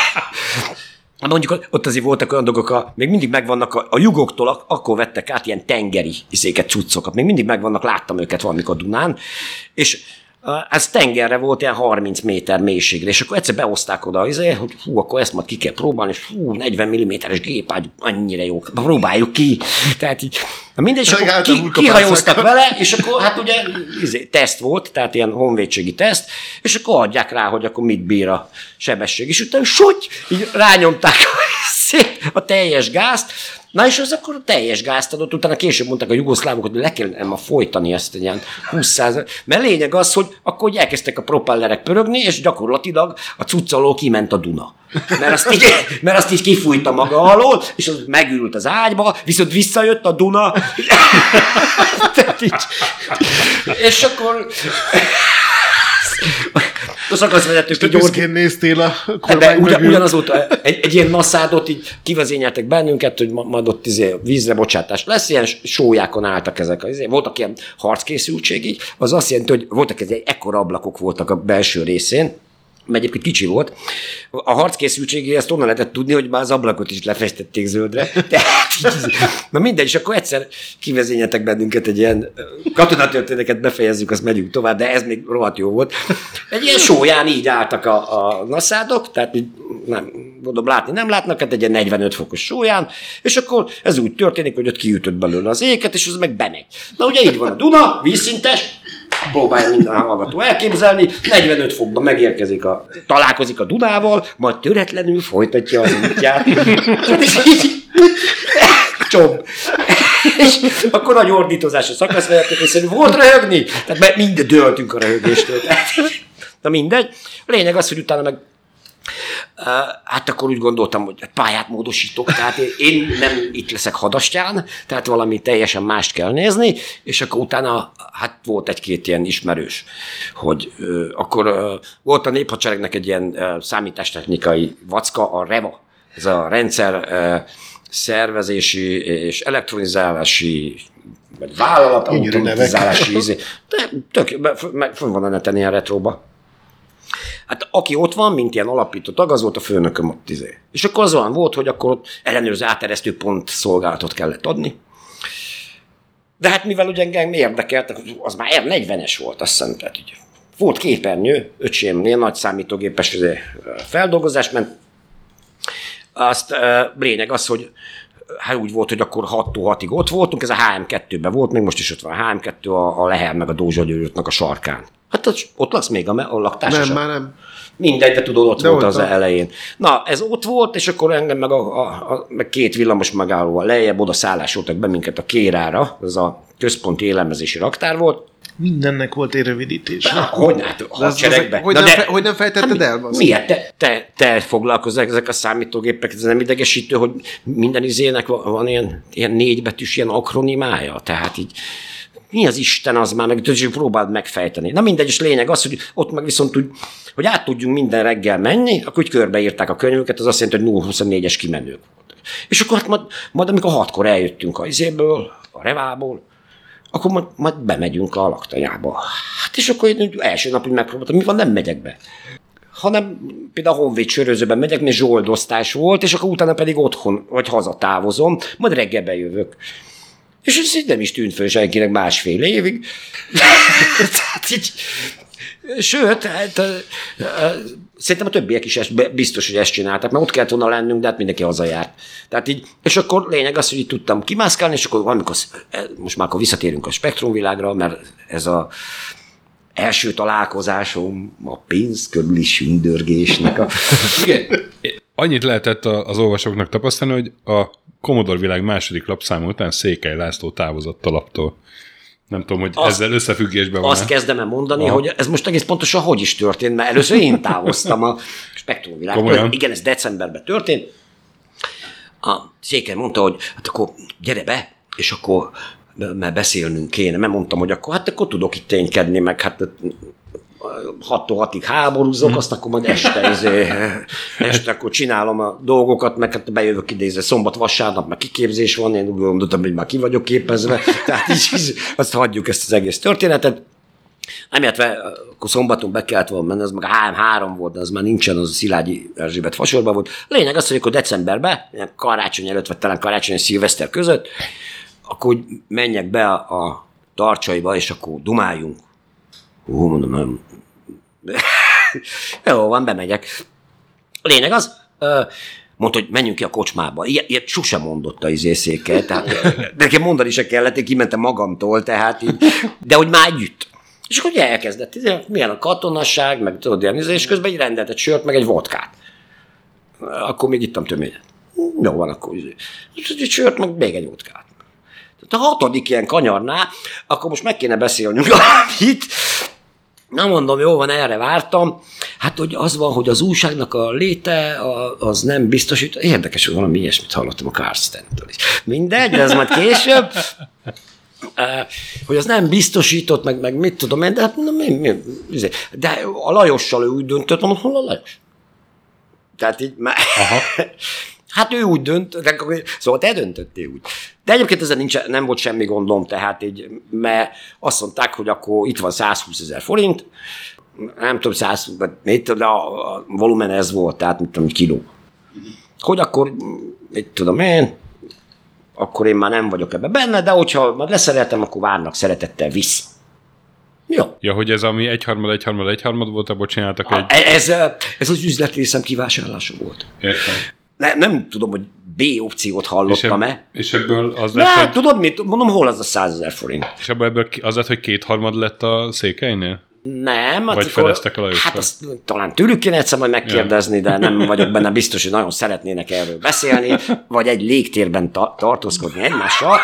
Mondjuk ott azért voltak olyan dolgok, a, még mindig megvannak a, a jugoktól, akkor vettek át ilyen tengeri iszéket, cuccokat, még mindig megvannak, láttam őket valamikor a Dunán, és uh, ez tengerre volt ilyen harminc méter mélységre, és akkor egyszer behozták oda, azért, hogy hú, akkor ezt majd ki kell próbálni, és hú, negyven milliméteres gépágy, annyira jó, próbáljuk ki. Tehát így, mindegy, és akkor ki, kihajóztak vele, és akkor hát ugye izé, teszt volt, tehát ilyen honvédségi teszt, és akkor adják rá, hogy akkor mit bír a sebesség, és utána suty, így rányomták a teljes gázt, na és az akkor a teljes gázt adott, utána később mondták a jugoszlávok, hogy le kellene ma folytani ezt egy ilyen húsz százalék, mert lényeg az, hogy akkor elkezdtek a propellerek pörögni, és gyakorlatilag a cucc alól kiment a Duna. Mert azt így, mert azt így kifújta maga alól, és az megürült az ágyba, viszont visszajött a Duna, és akkor... A szakaszvezetők
így büszkén néztél a
kormány ugyan, ugyanaz volt, egy, egy ilyen naszádot így kivezényeltek bennünket, hogy majd ott izé, vízre bocsátás lesz, ilyen sólyákon álltak ezek. Izé. Voltak ilyen harckészültség így, az azt jelenti, hogy voltak egy ekkora ablakok voltak a belső részén, mert egyébként kicsi volt. A harckészültségére ezt onnan lehetett tudni, hogy már az ablakot is lefestették zöldre. Tehát, na mindegy, és akkor egyszer kivezényeltek bennünket egy ilyen katonatörténeteket befejezzük, azt megyünk tovább, de ez még rohadt jó volt. Egy ilyen sólyán így álltak a, a naszádok, tehát nem, mondom, látni nem látnak, hát egy ilyen negyvenöt fokos sólyán, és akkor ez úgy történik, hogy ott kiütött belőle az éket, és az meg bemegy. Na ugye így van a Duna, vízszintes, próbálja minden hallgató elképzelni, negyvenöt fokban megérkezik a, találkozik a Dunával, majd töretlenül folytatja az útját. És így, csom. És akkor nagy ordítozás a szakaszvezetők, és szerint volt röhögni? Tehát mind döltünk a röhögéstől. Na mindegy. A lényeg az, hogy utána meg Uh, hát akkor úgy gondoltam, hogy pályát módosítok, tehát én nem itt leszek hadastyán, tehát valami teljesen mást kell nézni, és akkor utána hát volt egy-két ilyen ismerős, hogy uh, akkor uh, volt a néphadseregnek egy ilyen uh, számítástechnikai vacka, a REVA, ez a rendszer uh, szervezési és elektronizálási vagy vállalat automatizálási izé. De tök, föl van a neten ilyen retróba. Hát aki ott van, mint ilyen alapító tag, az volt a főnököm ott izé. És akkor az olyan volt, hogy akkor ott ellenőrző áteresztő pont szolgálatot kellett adni. De hát mivel ugye engem érdekelt, az már er negyvenes volt, azt hiszem, tehát ugye. Volt képernyő, öcsémnél nagy számítógépes feldolgozás ment. Azt lényeg az, hogy hát úgy volt, hogy akkor hattól hatig ott voltunk, ez a há em kettőben volt, még most is ott van a há em kettő, a, a Lehel meg a Dózsa Györgyötnek a sarkán. Hát ott, ott laksz még a, a laktársaság?
Nem, már nem.
Mindegy, de tudod, ott
de
volt
ott
az a... elején. Na, ez ott volt, és akkor engem meg, a, a, a, meg két villamos megállóval lejjebb, oda szállásoltak be minket a Kérára, ez a központi élelmezési raktár volt.
Mindennek volt egy rövidítés.
Hogy hát, hadseregbe.
Hogy, nem fe, hogy nem fejtetted hát, el?
Miért? Te, te, te foglalkozol ezek a számítógépek, ez nem idegesítő, hogy minden izének van, van ilyen, ilyen négybetűs ilyen akronimája, tehát így mi az Isten az már, meg próbáld megfejteni. Na mindegy, és lényeg az, hogy ott meg viszont úgy, hogy át tudjunk minden reggel menni, akkor úgy körbeírták a könyvüket, az azt jelenti, hogy nulla huszonnégyes kimenők voltak. És akkor hát majd, majd amikor hatkor eljöttünk a izéből, a revából, akkor majd, majd bemegyünk a laktanyába. Hát és akkor én első nap úgy megpróbáltam, mi van, nem megyek be. Hanem például a Honvéd sörözőben megyek, mert zsoldosztás volt, és akkor utána pedig otthon, vagy hazatávozom, majd reggel bejövök. És ez így nem is tűnt föl senkinek másfél évig. Tehát így, sőt, hát, szerintem a többiek is ezt, biztos, hogy ezt csinálták, mert ott kellett volna lennünk, de hát mindenki hazajárt. Tehát így, és akkor lényeg az, hogy így tudtam kimászkálni, és akkor valamikor, most már akkor visszatérünk a spektrumvilágra, mert ez a első találkozásom a pénz körüli sündörgésnek. A...
Igen. Annyit lehetett az olvasóknak tapasztalni, hogy a Commodore világ második lapszáma után Székely László távozott a laptól. Nem tudom, hogy azt, ezzel összefüggésben van.
Azt kezdem el mondani, aha, hogy ez most egész pontosan hogy is történt, mert először én távoztam a spektrumvilágtól. Igen, ez decemberben történt. A Székely mondta, hogy hát akkor gyere be, és akkor mert beszélnünk kéne. Mert mondtam, hogy akkor hát akkor tudok itt ténykedni, meg hát hattól hatig háborúzok, hmm. azt akkor majd este, izé, este akkor csinálom a dolgokat, meg hát bejövök ide, izé, szombat, vasárnap, meg kiképzés van, én úgy gondoltam, hogy már ki vagyok képezve, tehát így, így azt hagyjuk ezt az egész történetet. Nem értve, akkor szombaton be kellett volna menni, az meg há em három volt, de az már nincsen, az a Szilágyi Erzsébet fasorban volt. Lényeg az, hogy akkor decemberben, karácsony előtt, vagy talán karácsony és szilveszter között, akkor menjek be a, a Tarcsaiba, és akkor dumáljunk. Hú, mondom, nem. Jó, van, bemegyek. Lényeg az, mondta, hogy menjünk ki a kocsmába. Ilyet, ilyet sosem mondott a izészéke, tehát nekem mondani se kellett, én kimentem magamtól, tehát így, de hogy már együtt. És akkor ugye elkezdett, milyen a katonasság, meg tudod, ilyen, és közben egy rendelt egy sört, meg egy vodkát. Akkor még ittam töményet. Jó van, akkor egy sört, meg még egy vodkát. Tehát a hatodik ilyen kanyarnál, akkor most meg kéne beszélnünk valamit. Na mondom, jó van, erre vártam. Hát, hogy az van, hogy az újságnak a léte, az nem biztosít. Érdekes, hogy valami ilyesmit hallottam a Carstentől is. Mindegy, de ez majd később. Hogy az nem biztosított, meg, meg mit tudom én, de hát, na, mi, mi, de a Lajossal ő úgy döntött, mondom, hol a Lajos? Tehát így már... Hát ő úgy dönt, szóval te döntöttél úgy. De egyébként ezzel nincs, nem volt semmi gondom, tehát így, mert azt mondták, hogy akkor itt van százhúszezer forint, nem tudom, száz, de a, a volumen ez volt, tehát mit tudom, kiló. Hogy akkor, mit tudom én, akkor én már nem vagyok ebben benne, de hogyha majd leszereltem, akkor várnak szeretettel vissza. Jó.
Ja, hogy ez ami egyharmad, egyharmad, egyharmad volt, abból csináltak
a,
egy...
Ez, ez az üzletrészem kivásárlása volt.
Értem.
Ne, nem tudom, hogy B opciót hallottam-e.
És ebből az lett,
hogy... Tudod mit? Mondom, hol az a százezer forint?
És ebből, ebből az lett, hogy kétharmad lett a Székelynél?
Nem.
Vagy feleztek a Lajossal?
Hát azt talán tőlük kéne egyszer majd megkérdezni, ja. De nem vagyok benne biztos, hogy nagyon szeretnének erről beszélni, vagy egy légtérben ta- tartózkodni egymással.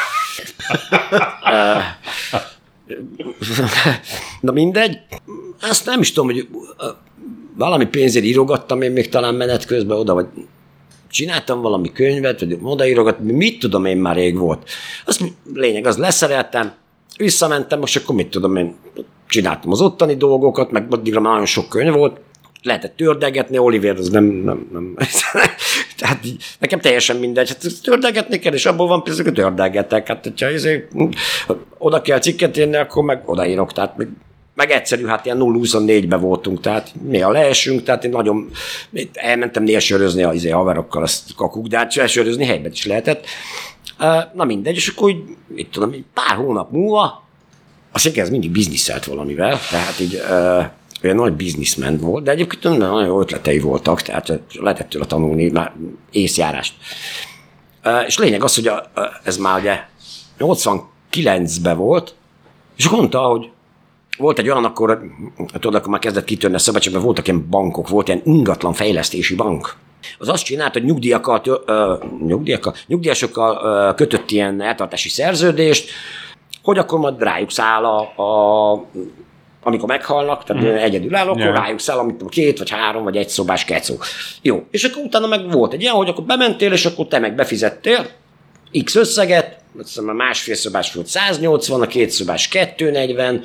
Na mindegy. Azt nem is tudom, hogy valami pénzért írogattam én még talán menet közben oda, vagy csináltam valami könyvet, vagy odaírogattam, mit tudom én, már rég volt. Azt lényeg, az leszereltem, visszamentem, most akkor mit tudom én, csináltam az ottani dolgokat, meg addigra már nagyon sok könyv volt, lehetett tördegetni, Oliver az nem, nem, nem. Tehát így, nekem teljesen mindegy, hát tördegetni kell, és abból van pénz, hogy tördegetek, hát hogyha ezért, oda kell cikket írni, akkor meg odaírok, tehát meg, meg egyszerű, hát ilyen nulla huszonnégyben voltunk, tehát néha leesünk, tehát én nagyon, elmentem néha sörözni a izé, haverokkal, azt kakuk, de hát sörözni helyben is lehetett. Na mindegy, és akkor így, mit tudom, egy pár hónap múlva, a székely ez mindig bizniszelt valamivel, tehát így uh, olyan nagy bizniszmen volt, de egyébként nagyon jó ötletei voltak, tehát lehetett tőle tanulni már észjárást. Uh, és lényeg az, hogy a, a, ez már ugye nyolcvankilencben volt, és akkor mondta, hogy volt egy olyan, akkor, tudod, akkor már kezdett kitörni a szabadságban, voltak ilyen bankok, volt ilyen ingatlan fejlesztési bank. Az azt csinált, hogy nyugdíjakkal, ö, nyugdíjakkal, nyugdíjasokkal ö, kötött ilyen eltartási szerződést, hogy akkor majd rájuk száll a, a amikor meghalnak, tehát mm. egyedülálló, akkor yeah. rájuk száll, amit két, vagy három, vagy egy szobás kecó. Jó, és akkor utána meg volt egy ilyen, hogy akkor bementél, és akkor te meg befizettél X összeget, a másfél szobás volt száznyolcvan, a két szobás kétszáznegyven,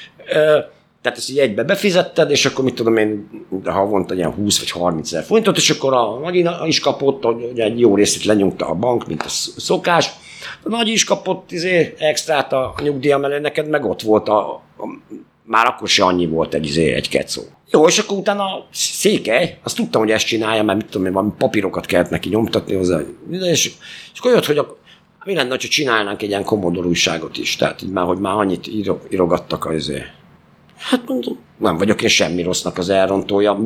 tehát ezt így egybe befizetted, és akkor mit tudom én, havonta ilyen húsz vagy harminc ezer forintot, és akkor a nagy is kapott, hogy egy jó részét lenyomta a bank, mint a szokás. A nagy is kapott izé, extrát a nyugdíja mellé, neked meg ott volt a, a már akkor se annyi volt egy, izé, egy kecó. Jó, és akkor utána a Székely, azt tudtam, hogy ezt csinálja, mert mit tudom én, valami papírokat kellett neki nyomtatni hozzá, és, és akkor jött, hogy a, mi lenne, hogy csinálnánk egy ilyen Commodore újságot is, tehát így már, hogy már annyit írogattak az izé. Hát mondom, nem vagyok én semmi rossznak az elrontója,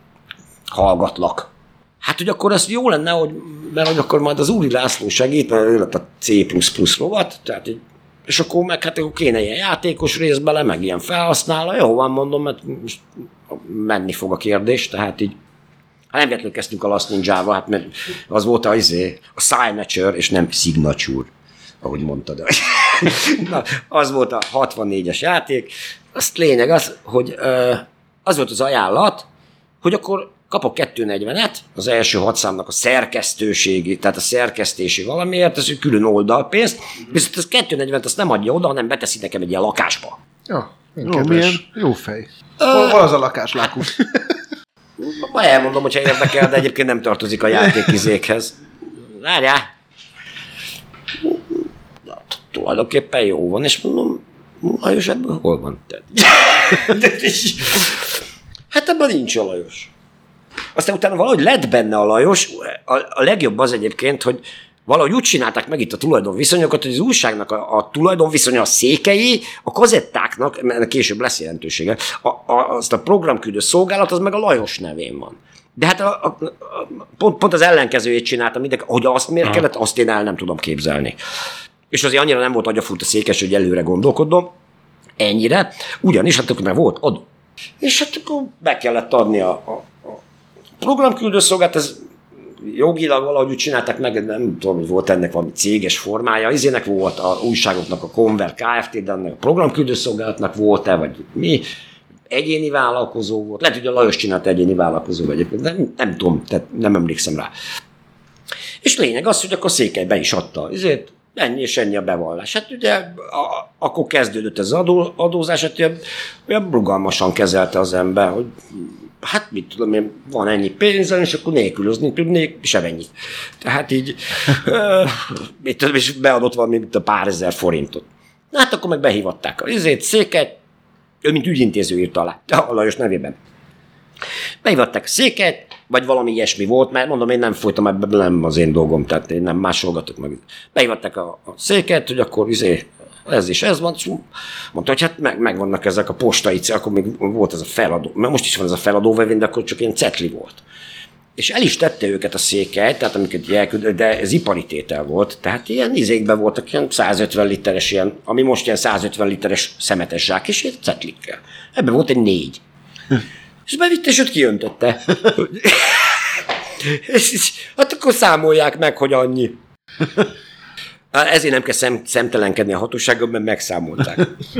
hallgatlak. Hát, hogy akkor ez jó lenne, hogy, mert hogy akkor majd az Úri László segít, mert ő lett a C plusz plusz rovat, tehát így, és akkor meg hát akkor kéne ilyen játékos rész bele, meg ilyen felhasználó, jó van mondom, mert most menni fog a kérdés, tehát így, hát nem véletlenül kezdtünk a Last Ninja-val, hát mert az volt az izé, a signature, és nem signature, ahogy mondtad. Na, az volt a hatvannégyes játék. Azt lényeg az, hogy az volt az ajánlat, hogy akkor kapok kétszáznegyvenet, az első hat számnak a szerkesztőségi, tehát a szerkesztési valamiért, ez külön oldalpénzt, viszont az kétszáznegyvenet azt nem adja oda, hanem beteszi nekem egy ilyen lakásba.
Ja, jó, milyen jó fej. Hol, hol az a lakás, Lákus?
Majd elmondom, hogyha érdekel, de egyébként nem tartozik a játékizékhez. Várjál! Tulajdonképpen jó van, és mondom, Lajos, ebből hol van? Hát ebben nincs a Lajos. Aztán utána valahogy lett benne a Lajos, a, a legjobb az egyébként, hogy valahogy úgy csinálták meg itt a tulajdonviszonyokat, hogy az újságnak a, a tulajdonviszonya a Székely, a kazettáknak, mert később lesz jelentősége, a, a, azt a programküldő szolgálat, az meg a Lajos nevén van. De hát a, a, a, pont, pont az ellenkezőjét csináltam mindenki, hogy azt miért Aha. kellett, azt én el nem tudom képzelni. És azért annyira nem volt agyafut a Székes, hogy előre gondolkodom, ennyire, ugyanis hát akkor már volt adó. És hát akkor be kellett adni a, a, a programküldőszolgálat, ez jogilag valahogy úgy csinálták meg, nem tudom, hogy volt ennek valami céges formája, izének volt a újságoknak a Conver Kft., de ennek a programküldőszolgálatnak volt-e, vagy mi, egyéni vállalkozó volt, lehet, hogy a Lajos csinált egyéni vállalkozó, vagy nem, nem tudom, tehát nem emlékszem rá. És lényeg az, hogy akkor Székely be is adta, ezért ennyi és ennyi a bevallás. Hát ugye a, akkor kezdődött ez az adó, adózás, hát olyan, olyan rugalmasan kezelte az ember, hogy hát mit tudom én, van ennyi pénzem, és akkor nélkülözni tudnék, sem ennyit. Tehát így, uh, mit tudom, és beadott valami, mint a pár ezer forintot. Na, hát akkor meg behívatták a izét, Székelyt, ő mint ügyintéző írta alá, a Lajos nevében. Behívatták a Székelyt, vagy valami ilyesmi volt, mert mondom, én nem folytam, ebben nem az én dolgom, tehát én nem másolgatok meg. Behívatták a, a Székelyt, hogy akkor izé, ez is ez van, és mondta, hogy hát meg, megvannak ezek a postai, akkor még volt ez a feladó, mert most is van ez a feladóvevény, de akkor csak ilyen cetli volt. És el is tette őket a Székely, tehát amiket elküldött, de ez ipari tétel volt, tehát ilyen izékben voltak ilyen százötven literes, ilyen, ami most ilyen százötven literes szemetes zsák, és ilyen cetlikkel. Ebben volt egy négy. És bevitte, és őt kiöntötte. és, hát akkor számolják meg, hogy annyi. Ezért nem kell szem, szemtelenkedni a hatósággal, mert megszámolták.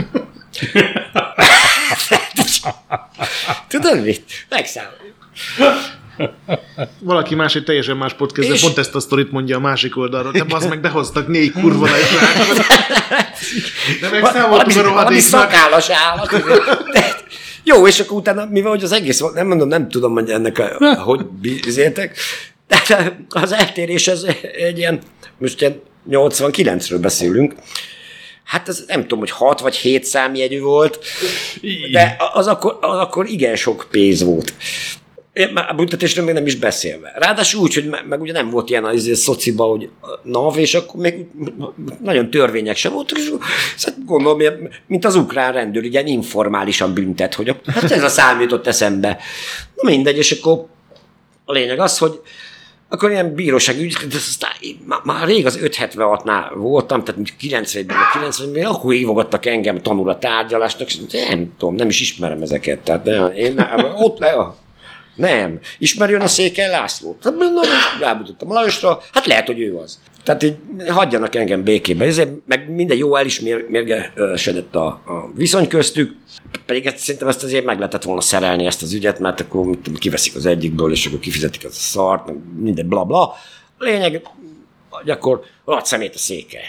Tudod mit? Megszámoljuk.
Valaki más egy teljesen más podcastben pont ezt a sztorit mondja a másik oldalról. Te bazd meg, behoztak négy kurva nagy zsákot. De megszámoltuk a rohadéknak. Valami
szakállas állat. Jó, és akkor utána, mivel hogy az egész, nem mondom, nem tudom, hogy ennek a, hogy bizéltek, de az eltérés ez egy ilyen, most ilyen nyolcvankilencről beszélünk, hát ez nem tudom, hogy hat vagy hét számjegyű volt, de az akkor, az akkor igen sok pénz volt. A büntetésről még nem is beszélve. Ráadásul úgy, hogy meg, meg ugye nem volt ilyen az szociba, hogy nav, és akkor még nagyon törvények sem voltak, és szóval gondolom, mint az ukrán rendőr, ilyen informálisan büntet, hogy hát ez a szám jutott eszembe. Na mindegy, és akkor a lényeg az, hogy akkor ilyen bíróságügy, már, már rég az ötszázhetvenhatnál voltam, tehát kilencvenben, kilencvenben, akkor hívogattak engem tanul a tárgyalásnak, és nem tudom, nem is ismerem ezeket. Tehát nem, én nem, ott le, nem. Ismerjön a Székely Lászlót? Rámutattam a Lajosra, hát lehet, hogy ő az. Tehát így hagyjanak engem békében. Ezért meg minden jó el is mérgesedett a, a viszony köztük, pedig ezt, szerintem ezt azért meg lehetett volna szerelni ezt az ügyet, mert akkor kiveszik az egyikből, és akkor kifizetik az a szart, minden bla bla. A lényeg, hogy akkor ad szemét a Székely.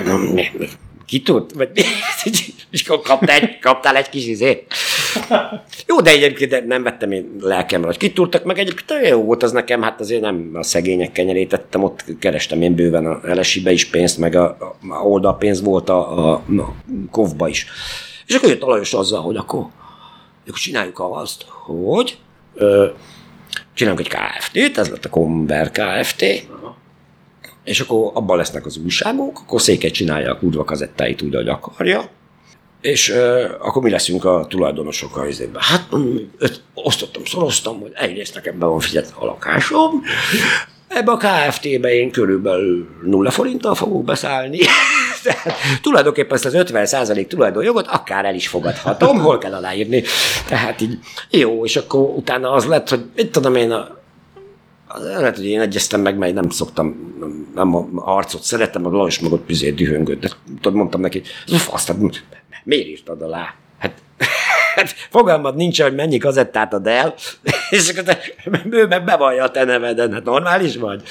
Ki tud? És kaptál egy, kaptál egy kis izét. Jó, de egyébként nem vettem én lelkemre, hogy kitúrtak, meg egyébként jó volt az nekem, hát azért nem a szegények kenyerét ettem, ott kerestem én bőven a elesibe is pénzt, meg a, a oldalpénz volt a, a, a kovba is. És akkor jött a Lajos azzal, hogy akkor, akkor csináljuk azt, hogy ö, csinálunk egy ká ef té-t, ez lett a Conver Kft. És akkor abban lesznek az újságok, akkor Székely csinálja a kurva kazettáit úgy, ahogy akarja, és uh, akkor mi leszünk a tulajdonosok a izében. Hát öt, osztottam, szoroztam, hogy egyrészt nekem be van fizetve a lakásom, ebbe a ká ef té-be én körülbelül nulla forinttal fogok beszállni. Tehát tulajdonképpen ezt az ötven százalék tulajdonjogot akár el is fogadhatom, hol kell aláírni. Tehát így jó, és akkor utána az lett, hogy mit tudom én, a, lehet, hogy én egyeztem meg, mert nem szoktam, nem a arcot szerettem, meg Lajos meg ott püzét dühöngött. De tudod, mondtam neki, ez a fasz, hát miért írtad alá? Hát, hát fogalmad nincs, hogy mennyi kazettát ad el, és akkor ő meg bevallja a te neveden, hát normális vagy?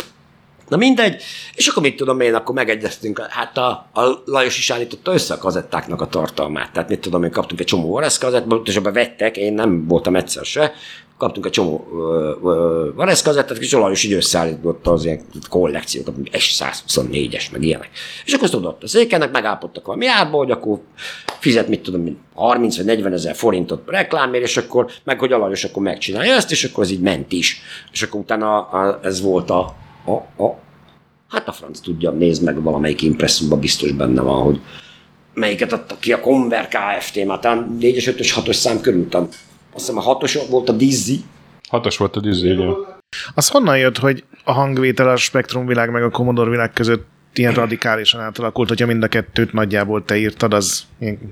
Na mindegy, és akkor mit tudom én, akkor megegyeztünk, hát a, a Lajos is állította össze a kazettáknak a tartalmát, tehát mit tudom én, kaptunk egy csomó Varesz kazettát, és abban vettek, én nem voltam egyszer se, kaptunk egy csomó Varesz kazettát, és a Lajos így összeállította az ilyen kollekciókat, mint es százhuszonnégyes, meg ilyenek. És akkor azt tudott a Székelynek, megállapodtak valami árba, hogy akkor fizet, mit tudom, harminc vagy negyven ezer forintot reklámért, és akkor, meg hogy a Lajos akkor megcsinálja ezt, és akkor ez így ment is. És akkor utána a, ez volt a A, a, hát a franc tudja, nézd meg, valamelyik impresszumban biztos benne van, hogy melyiket adta ki a Conver Kft. Már talán négyes, ötös, hatos szám körül, azt hiszem a hatos volt a Dizzy.
Hatos volt a Dizzy, igen.
Az honnan jött, hogy a hangvétel a Spektrum világ meg a Commodore világ között ilyen radikálisan átalakult, hogyha mind a kettőt nagyjából te írtad, az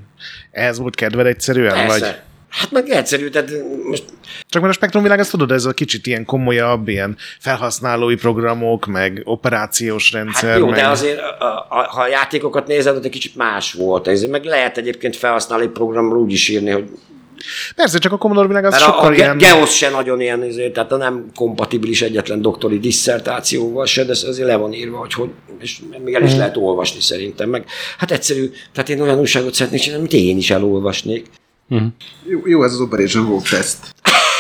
ez volt kedved egyszerűen?
Persze.
Vagy?
Hát meg egyszerű, tehát most...
Csak mert a Spektrum világ, azt tudod, ez a kicsit ilyen komolyabb, ilyen felhasználói programok, meg operációs rendszer.
Hát jó,
meg...
de azért, a, a, ha a játékokat nézed, ott egy kicsit más volt. Ez meg lehet egyébként felhasználói programról úgy is írni, hogy...
Persze, csak a Commodore világ az
mert
sokkal
a, a
ilyen...
Geosz se nagyon ilyen, azért, tehát nem kompatibilis egyetlen doktori disszertációval se, de azért le van írva, hogy, hogy és még el is lehet olvasni szerintem. Meg, hát egyszerű, tehát én olyan újságot szeretnék csinálni, mint én is elolvasnék.
Uh-huh. Jó, jó, ez az Operation Rogue Test.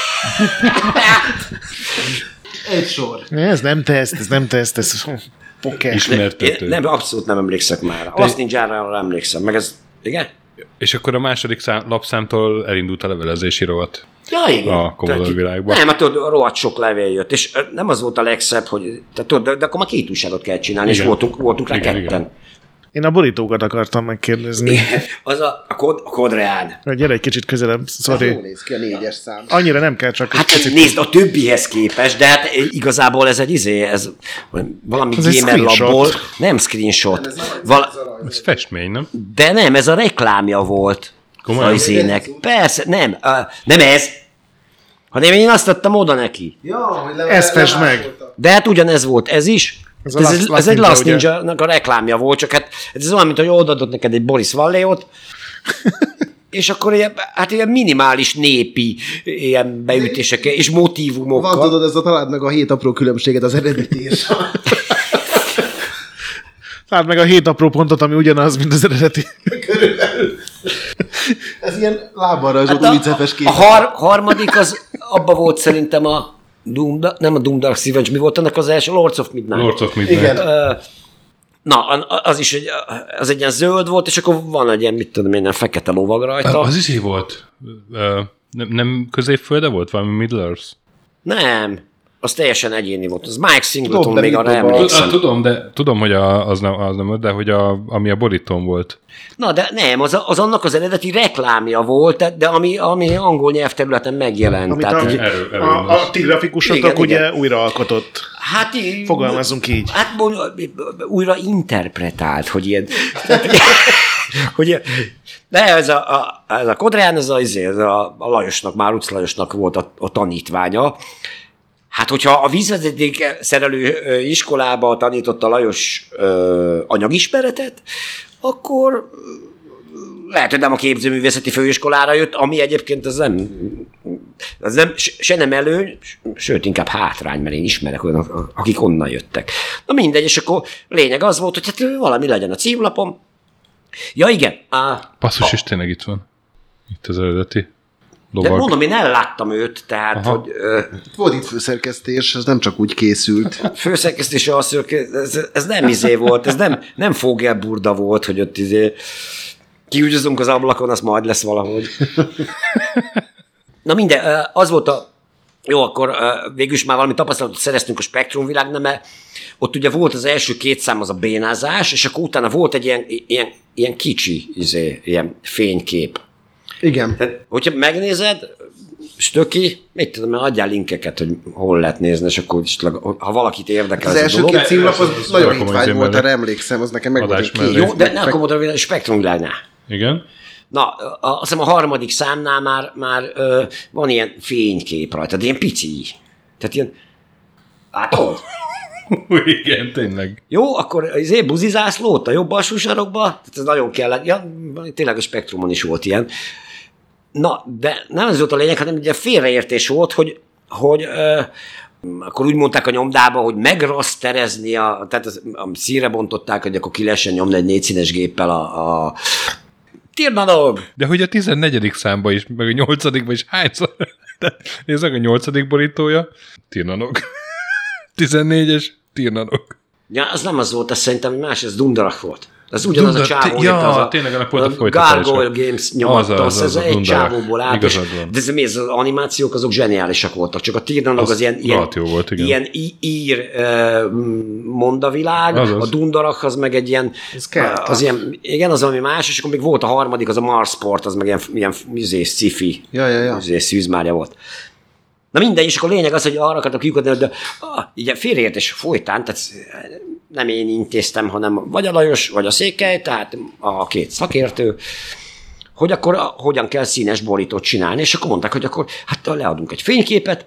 Egy sor.
Ez nem teszt, ez nem teszt, ez poker.
Ismertető.
Nem, abszolút nem emlékszek már. Azt Ninjára emlékszem, meg ez, igen?
És akkor a második szám, lapszámtól elindult a levelezési rovat.
Ja, igen.
A Commodore világban.
Nem, hát tudod, rohadt sok levél jött, és nem az volt a legszebb, hogy, tehát, tudod, de, de akkor már két újságot kell csinálni, igen. És voltunk, voltunk rá igen, ketten. Igen.
Én a borítókat akartam megkérdezni.
Az a, a, kod, a Kodreán.
Gyere egy kicsit közelebb, sorry.
Jól néz ki a négyes szám.
Annyira nem kell csak...
Hát kicsit... nézd, a többihez képest, de hát igazából ez egy izé, ez valami gamer labból. Nem screenshot. Ez, Val...
ez festmény, nem?
De nem, ez a reklámja volt. Az izének. Persze, nem, uh, nem ez. Hanem én azt adtam oda neki.
Ja, hogy le,
ez fest meg.
De hát ugyanez volt ez is. Ez, ez, Last, ez egy Last Ninja-nak a reklámja volt, csak hát ez olyan, mint hogy odaadott neked egy Boris Vallejót, és akkor ilyen, hát ilyen minimális népi ilyen beütések és motívumokkal.
Van, tudod, ez a találd meg a hét apró különbséget az eredeti.
Találd meg a hét apró pontot, ami ugyanaz, mint az eredeti.
Körülbelül. Ez ilyen lábbal rajzolt hát unicefes kép.
A har- harmadik az abba volt szerintem a Doom, nem a Doom Dark Revenge, mi volt annak az első? Lords of Midnight.
Lords of Midnight.
Igen.
Uh, na, az is egy, az egy ilyen zöld volt, és akkor van egy ilyen, mit tudom én, fekete lovag rajta.
Az is így volt. Uh, nem, nem középfölde volt? Valami Middle-earth?
Nem. Az teljesen egyéni volt. Az Mike Singleton
Tudom, de
még
mit
arra
tudom,
emlékszem.
Tudom, de tudom, hogy a, az, nem, az nem, de hogy a, ami a borítón volt.
Na, de nem, az, az annak az eredeti reklámja volt, de ami, ami angol nyelvterületen megjelent.
Amit
Tehát,
a,
hogy,
erő- erő-
a, a ti grafikusotok
Igen,
ugye
igen.
újraalkotott.
hát í-
Fogalmazzunk így.
Hát újra interpretált, hogy ilyen... Tehát, hogy, de ez a, a, ez a Kodrán, ez a, ez a, a Lajosnak, Máruc Lajosnak volt a, a tanítványa. Hát, hogyha a vízvezeték szerelő iskolába tanította Lajos ö, anyagismeretet, akkor lehet, hogy nem a képzőművészeti főiskolára jött, ami egyébként az nem, az nem se nem előny, sőt, inkább hátrány, mert én ismerek olyanok, akik onnan jöttek. Na mindegy, és akkor lényeg az volt, hogy hát valami legyen a címlapom. Ja, igen. A,
Passzus is tényleg itt van. Itt az eredeti
de
lovag.
mondom, én elláttam őt, tehát,
Aha.
hogy ö,
Volt itt főszerkesztés, ez nem csak úgy készült.
főszerkesztése az, hogy ez, ez nem izé volt, ez nem, nem Fogelburda volt, hogy ott izé kiügyözünk az ablakon, az majd lesz valahogy. Na minden, az volt a... Jó, akkor végül is már valami tapasztalatot szereztünk a Spektrum világnál, mert ott ugye volt az első két szám, az a bénázás, és akkor utána volt egy ilyen, ilyen, ilyen kicsi izé, ilyen fénykép.
Igen.
Tehát, hogyha megnézed, stöki, mit tudom, mert adjál linkeket, hogy hol lehet nézni, és akkor is, ha valakit érdekel
Az
ez a
első
dolog.
két címlap az
Ez
nagyon
rakom
hitvány
izé
volt,
mellé.
erre emlékszem, az nekem meg volt
Adás
egy
mellé.
kép.
Jó, de ne a Commodore Spektrum világnál.
Igen.
Na, a- azt hiszem a harmadik számnál már, már ö, van ilyen fénykép rajta, de ilyen pici. Tehát ilyen... Látod?
Igen, tényleg.
Jó, akkor az én buzizászlót a jobb alsó sarokba, tehát ez nagyon kellett. Ja, tényleg a Spektrumon is volt ilyen. Na, de nem ez volt a lényeg, hanem ugye félreértés volt, hogy, hogy ö, akkor úgy mondták a nyomdába, hogy megraszterezni, a, tehát az, a színre bontották, hogy akkor ki lehessen nyomni egy négyszínes géppel a, a Tirnanog!
De hogy a tizennegyedik számba is, meg a nyolcadikba is hányszor? De nézd meg a nyolcadik borítója, Tirnanog. tizennégyes, Tirnanog.
Ja, az nem az volt, az szerintem más, ez Dundarak volt. Az ugyanaz
Dundar-
a csávó.
ja,
itt az a,
tényleg ennek volt a folytatása.
Gargoyle Games nyomatta,
Az az,
az,
az,
az,
az,
egy
Dundarak.
csávóból állt. És,
Igazad van.
de ez, mi, ez az animációk azok zseniálisak voltak, csak a Tirnanog az,
Az
az ilyen, ilyen,
rohadt jó volt, igen.
ilyen í- ír uh, mondavilág,
Azaz.
a Dundarak az meg egy ilyen,
kelt.
az ilyen, igen, az valami más, és akkor még volt a harmadik, az a Marsport, az meg ilyen, ilyen izé, sci-fi,
Ja, ja, ja.
izé, szűzmárja volt. Na mindegy, és akkor a lényeg az, hogy arra akartak kiukadni, de ah, így félreértés folytán, tehát nem én intéztem, hanem vagy a Lajos, vagy a Székely, tehát a két szakértő, hogy akkor a, hogyan kell színes borítót csinálni, és akkor mondták, hogy akkor hát leadunk egy fényképet,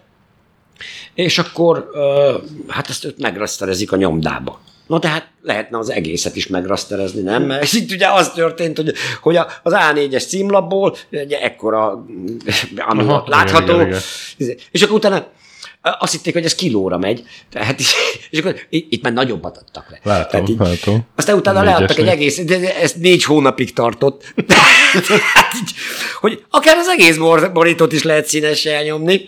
és akkor ö, hát ezt őt megraszterezik a nyomdába. Na tehát lehetne az egészet is megraszterezni, nem? Mert itt ugye az történt, hogy, hogy a- az á négyes címlapból ugye ekkora, ami
Aha,
ott látható,
igen, igen,
és akkor utána azt hitték, hogy ez kilóra megy, tehát, és akkor itt itt már nagyobbat adtak le.
Látom,
Tehát így-
látom.
Aztán utána
Négyesnek.
leadtak egy egész, de ez négy hónapig tartott. Tehát így, hogy akár az egész bor- borítót is lehet színessel nyomni.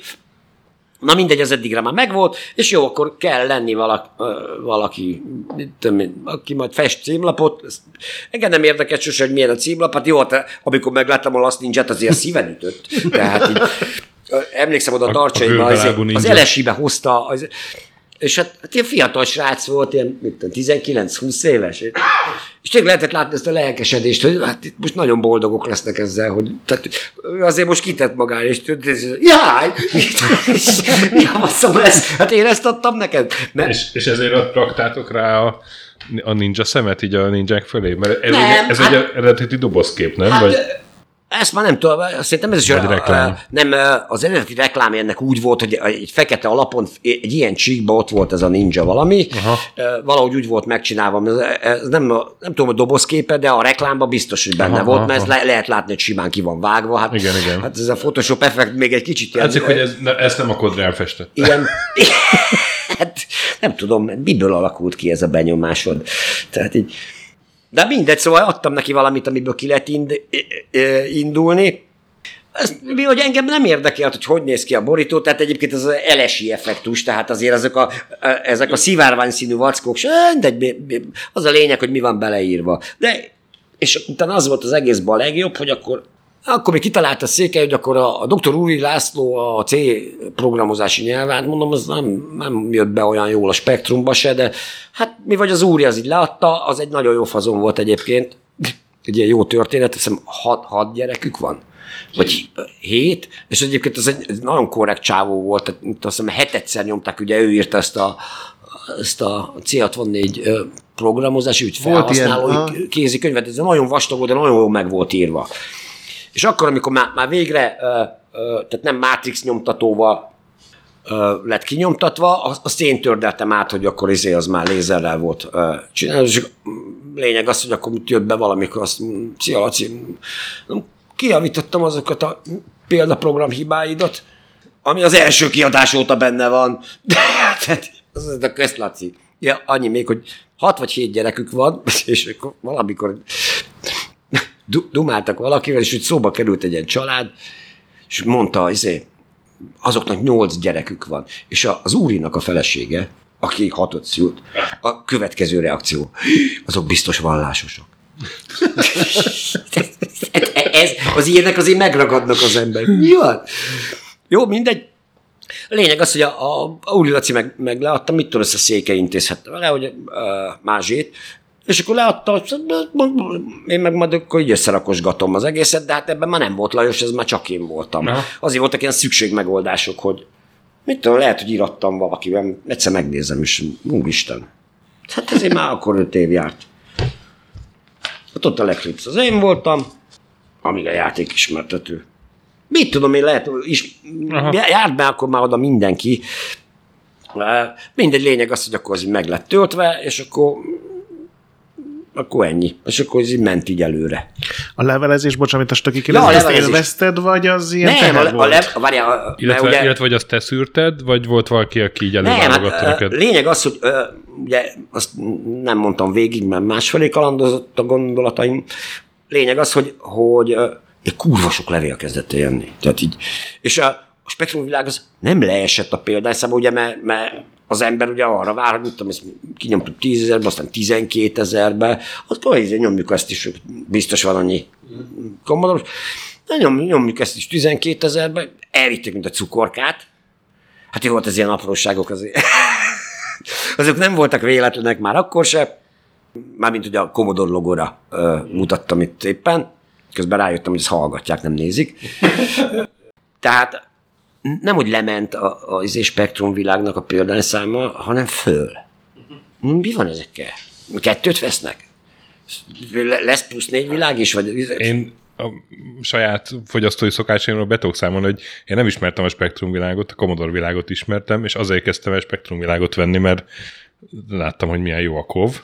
Na mindegy, az eddigre már megvolt, és jó, akkor kell lenni valaki, valaki mit tudom én, aki majd fest címlapot. Ez- Engem nem érdekelt sose, hogy milyen a címlap. Hát jó, hát amikor megláttam a Last Ninja-t, azért a szíven ütött. Tehát így, emlékszem oda a
a
Darcsaiba, az,
bőrbelábú
az
ninja.
el es i-be hozta, az, és hát, hát ilyen fiatal srác volt, ilyen mit tudom, tizenkilenc-húsz éves. És tényleg lehetett látni ezt a lelkesedést, hogy hát itt most nagyon boldogok lesznek ezzel, hogy tehát, ő azért most kitett magára, és tudod, jaj! Ja, szóval ez, hát én ezt adtam neked. Mert,
És, és ezért raktátok rá a, a ninja szemet így a ninják fölé? Mert ez,
Nem,
egy, ez
hát-
egy eredeti dobozkép, nem?
hát,
Vagy...
ezt már nem tudom, szerintem ez is
Vagy
olyan,
reklám.
nem, az eredeti reklám ennek úgy volt, hogy egy fekete alapon, egy ilyen csíkban ott volt ez a ninja valami,
Aha.
valahogy úgy volt megcsinálva, ez, ez nem, nem tudom a dobozképe, de a reklámban biztos, hogy benne
Aha,
volt,
aha,
mert ez
aha.
le, lehet látni, hogy simán ki van vágva. Hát,
Igen, igen.
Hát ez a Photoshop effekt még egy kicsit ilyen,
Látszik, hogy ez, ne, ezt nem a Kodrán festett.
ilyen hát, nem tudom, miből alakult ki ez a benyomásod. Tehát így, de mindegy, szóval adtam neki valamit, amiből ki lehet ind, indulni. Ez, mi, hogy engem nem érdekelt, hogy hogy néz ki a borító, tehát egyébként ez az el es i effektus, tehát azért ezek a, ezek a szivárvány színű vackók, mindegy, az a lényeg, hogy mi van beleírva. De, és utána az volt az egészben a legjobb, hogy akkor Akkor még kitalálta Székely, hogy akkor a, a doktor Úri László a C programozási nyelvát, mondom, az nem, nem jött be olyan jól a Spektrumba se, de hát mi vagy az Úri az így leadta, az egy nagyon jó fazon volt egyébként, egy ilyen jó történet, azt hiszem hat, hat gyerekük van, vagy hét, és egyébként ez egy nagyon korrekt csávó volt, tehát azt hiszem hetedszer nyomták, ugye ő írta ezt a, ezt a C hatvannégy programozási, úgy felhasználói kézikönyvet, ez nagyon vastag volt, de nagyon jól meg volt írva. És akkor, amikor már, már végre, uh, uh, tehát nem Matrix nyomtatóval uh, lett kinyomtatva, azt, azt én tördeltem át, hogy akkor izé az már lézerrel volt uh, csinálni. És lényeg az, hogy akkor jött be valamikor, azt szia Laci, kijavítottam azokat a példaprogram hibáidat, ami az első kiadás óta benne van. Tehát az a kösz, Laci. Ja, annyi még, hogy hat vagy hét gyerekük van, és akkor valamikor dumáltak valakivel, és úgy szóba került egy ilyen család, és mondta, izé, azoknak nyolc gyerekük van. És az Úrinak a felesége, aki hatot szült, a következő reakció, azok biztos vallásosok. Ez, az ilyenek azért megragadnak az ember. Jó, Jó mindegy. A lényeg az, hogy a, a, a Úri Laci meg, meg leadta, mit tudom, ezt a Székely intézhette vele, hogy uh, mázsét, és akkor leadta, én meg majd akkor így összerakosgatom az egészet, de hát ebben már nem volt Lajos, ez már csak én voltam. Aha. Azért voltak ilyen szükségmegoldások, hogy mit tudom, lehet, hogy írattam valakivel, egyszer megnézem, és úristen. Hát ezért már akkor öt év járt. Hát ott a Leclipse az én voltam, amíg a játék ismertető. Mit tudom én, lehet, is, járt be akkor már oda mindenki. Mindegy, lényeg az, hogy akkor az így meg lett töltve, és akkor akkor ennyi. És akkor ez így ment így előre.
A levelezés, bocsánat, amit a stöki ezt élvezted, vagy az ilyen
nem, a, a, lev, várjál,
illetve, ugye, illetve, vagy azt te szűrted, vagy volt valaki, aki így előválogatta
neked? Lényeg az, hogy uh, ugye azt nem mondtam végig, mert másfelé kalandozott a gondolataim. Lényeg az, hogy, hogy uh, egy kurva sok levél kezdett jönni. Tehát így, és a, a spektrumvilág az nem leesett a példányszámba, ugye, mert, mert az ember ugye arra vár, hogy mit tudom, ezt kinyomtuk tízezerbe, aztán tizenkétezerbe, akkor így nyomjuk ezt is, biztos van annyi komodoros. Nyom, nyomjuk ezt is tizenkétezerbe, elvitték, mint a cukorkát. Hát jó volt ez ilyen apróságok azért. Azok nem voltak véletlenek már akkor se. Mármint ugye a Commodore logóra ö, mutattam itt éppen. Közben rájöttem, hogy ezt hallgatják, nem nézik. Tehát nem, hogy lement a, a, a spektrumvilágnak a példányszáma, hanem föl. Mi van ezekkel? Kettőt vesznek? Lesz plusz négy világ is? Vagy...
Én a saját fogyasztói szokásaimról be tudok számolni, hogy én nem ismertem a spektrumvilágot, a Commodore világot ismertem, és azért kezdtem el spektrumvilágot venni, mert láttam, hogy milyen jó a kov,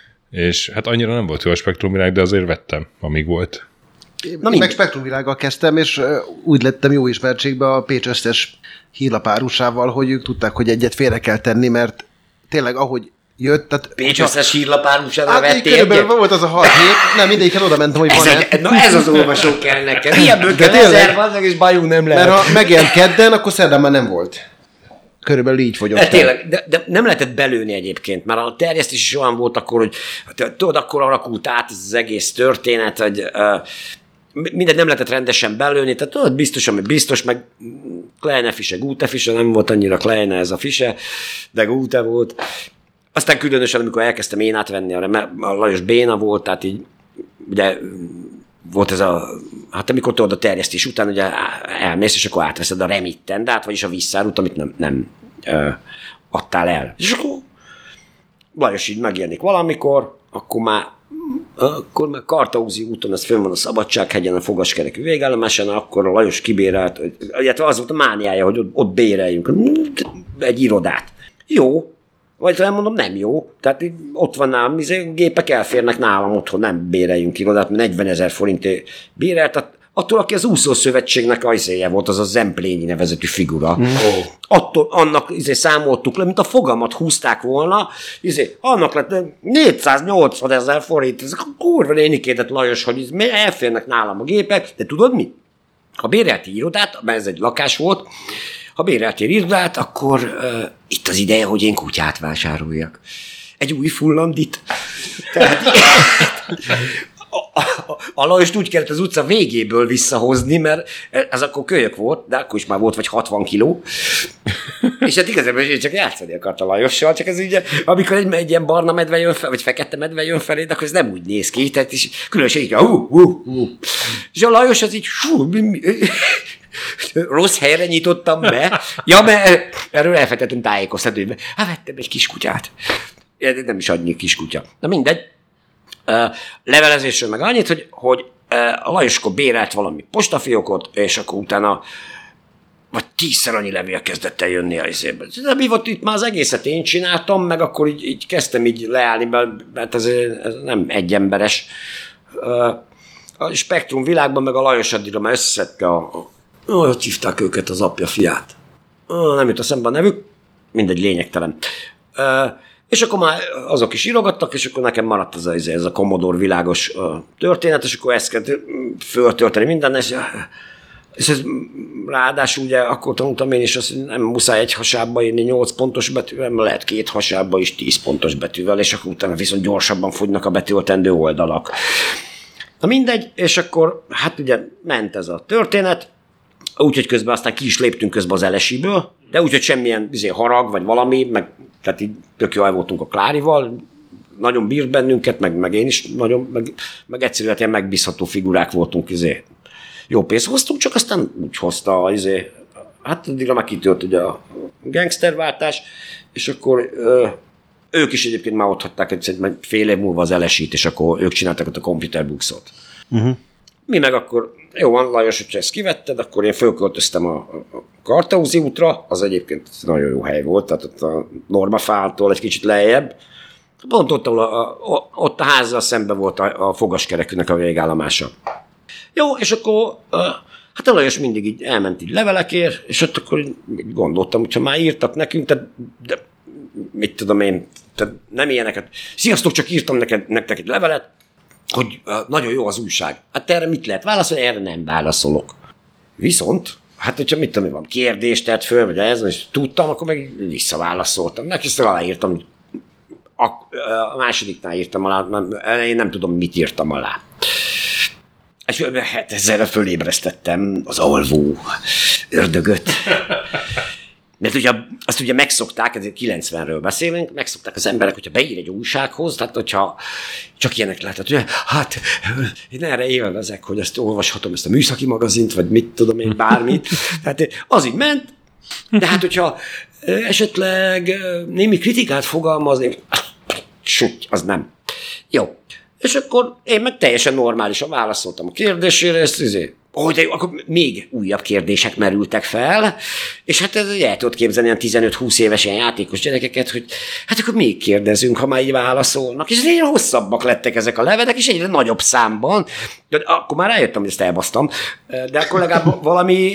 és hát annyira nem volt jó a spektrumvilág, de azért vettem, amíg volt.
Na, én meg spektrumvilággal kezdtem, és úgy lettem jó ismertségbe a Pécs összes hírlapárusával, hogy ők tudták, hogy egyet félre kell tenni, mert tényleg ahogy jött... Tehát,
Pécs összes hírlapárusával
hát,
vettél egyet?
Körülbelül volt az a hat hét, nem, mindegyiken oda mentem, hogy
ez
van
egy, Na ez az olvasó kell nekem. Ilyenből kell ezer, vannak, és bajunk nem lehet.
Mert ha megjelent kedden, akkor szerdán már nem volt. Körülbelül így fogyott.
De tényleg, de, de nem lehetett belőni egyébként, mert a terjesztés is olyan volt akkor, hogy tudod, akkor alakult át az egész történet, hogy uh, mindent nem lehetett rendesen belőni, tehát tudod, biztos, ami biztos, meg kleine fise, gute fise, nem volt annyira kleine ez a fise, de gute volt. Aztán különösen, amikor elkezdtem én átvenni, a Lajos béna volt, tehát így ugye volt ez a, hát amikor tudod a terjesztés után ugye elmész, és akkor átveszed a remittendát, vagyis a visszárút, amit nem, nem ö, adtál el. És akkor Lajos így megjelenik valamikor, akkor már akkor már Kartaúzi úton, ez fönn van a Szabadsághegyen, a fogaskerekű végállomáson, akkor a Lajos kibérelt, illetve az volt a mániája, hogy ott, ott béreljünk egy irodát. Jó, vagy elmondom, nem jó. Tehát ott van nálam, gépek elférnek nálam otthon, nem béreljünk irodát, mert negyvenezer forintért bérelt. Tehát attól, aki az úszószövetségnek ajzéje volt, az a Zemplényi nevezetű figura. Mm. Oh. Attól, annak izé, számoltuk le, mint a fogamat húzták volna, izé, annak lett négyszáznyolcvan ezer forint. Ez a kurva nénikédet Lajos, hogy elférnek nálam a gépek, de tudod mi? Ha bérelti irodát, mert ez egy lakás volt, ha béreltél irodát, akkor uh, itt az ideje, hogy én kutyát vásároljak. Egy új fullandit. Tehát, a, a, a Lajost úgy kellett az utca végéből visszahozni, mert ez akkor kölyök volt, de akkor is már volt vagy hatvan kiló. És hát igazából csak játszani akart a Lajossal, csak ez ugye, amikor egy, egy ilyen barna medve jön fel, vagy fekete medve jön felé, de akkor ez nem úgy néz ki, tehát is különösen így, hú, hú, hú. És a Lajos az így, hú, mi, mi, rossz helyre nyitottam be. Ja, mert erről elfelejtettem tájékoztatni. Hát vettem egy kiskutyát. Nem is annyi kiskutya. Na mindegy. Levelezésről meg annyit, hogy, hogy a Lajoskor bérelt valami postafiókot, és akkor utána vagy tízszer annyi levél kezdett el jönni a izébe. De mi volt itt, már az egészet én csináltam, meg akkor így, így kezdtem így leállni, mert ez, ez nem egyemberes. A Spektrum világban meg a Lajos addigra már összeszedte a, a hogy hívták őket, az apja fiát. Nem jut eszembe a nevük, mindegy, lényegtelen. És akkor már azok is írogattak, és akkor nekem maradt ez a, ez a Commodore világos történet, és akkor ezt kell föltölteni minden, és, és ez ráadásul ugye akkor tanultam én is, azt nem muszáj egy hasábba írni nyolc pontos betűvel, lehet két hasábba is tíz pontos betűvel, és akkor utána viszont gyorsabban fogynak a betöltendő oldalak. Na mindegy, és akkor hát ugye ment ez a történet, úgyhogy közben aztán ki is léptünk közben az elesiből, de úgyhogy semmilyen izé, harag, vagy valami, meg tehát így tök jól voltunk a Klárival, nagyon bírt bennünket, meg, meg én is nagyon, meg, meg egyszerűen ilyen megbízható figurák voltunk, izé. Jó pénzt hoztunk, csak aztán úgy hozta, izé, hát addigra már kitört ugye a gangsterváltás, és akkor ö, ők is egyébként már ott hagyták egy fél év múlva az elesit, és akkor ők csináltak ott a Computer Books-ot. Uh-huh. Mi meg akkor, jó van, Lajos, hogyha ezt kivetted, akkor én fölköltöztem a, a Kartauzi útra, az egyébként nagyon jó hely volt, tehát ott a Normafától egy kicsit lejjebb. Pont ott, ahol a, a, ott a házzal szemben volt a, a fogaskerekűnek a végállomása. Jó, és akkor hát a Lajos mindig így elment így levelekért, és ott akkor így gondoltam, hogyha már írtak nekünk, tehát, de mit tudom én, tehát nem ilyeneket. Sziasztok, csak írtam neked, nektek egy levelet, hogy uh, nagyon jó az újság. Hát erre mit lehet válaszolni? Erre nem válaszolok. Viszont, hát hogyha mit tudom, van kérdést tett föl, vagy ez, és tudtam, akkor meg visszaválaszoltam. Neki ezt aláírtam. A, a másodiknál írtam alá, nem, én nem tudom, mit írtam alá. És hát ezzel fölébresztettem az alvó ördögöt. Mert ugye azt ugye megszokták, ezért kilencvenről beszélünk, megszokták az emberek, hogyha beír egy újsághoz, tehát hogyha csak ilyenek lehetett, hogy hát én erre élvezek, hogy ezt olvashatom, ezt a műszaki magazint, vagy mit tudom én, bármit. Tehát az így ment, de hát hogyha esetleg némi kritikát fogalmazni, süty, az nem. Jó. És akkor én meg teljesen normálisan válaszoltam a kérdésére, ezt azért, oh, de jó, akkor még újabb kérdések merültek fel, és hát ez el tudod képzelni ilyen tizenöt-húsz éves ilyen játékos gyerekeket, hogy hát akkor még kérdezünk, ha már így válaszolnak, és egyre hosszabbak lettek ezek a levelek, és egyre nagyobb számban, de akkor már rájöttem, hogy ezt elbasztam, de akkor legalább valami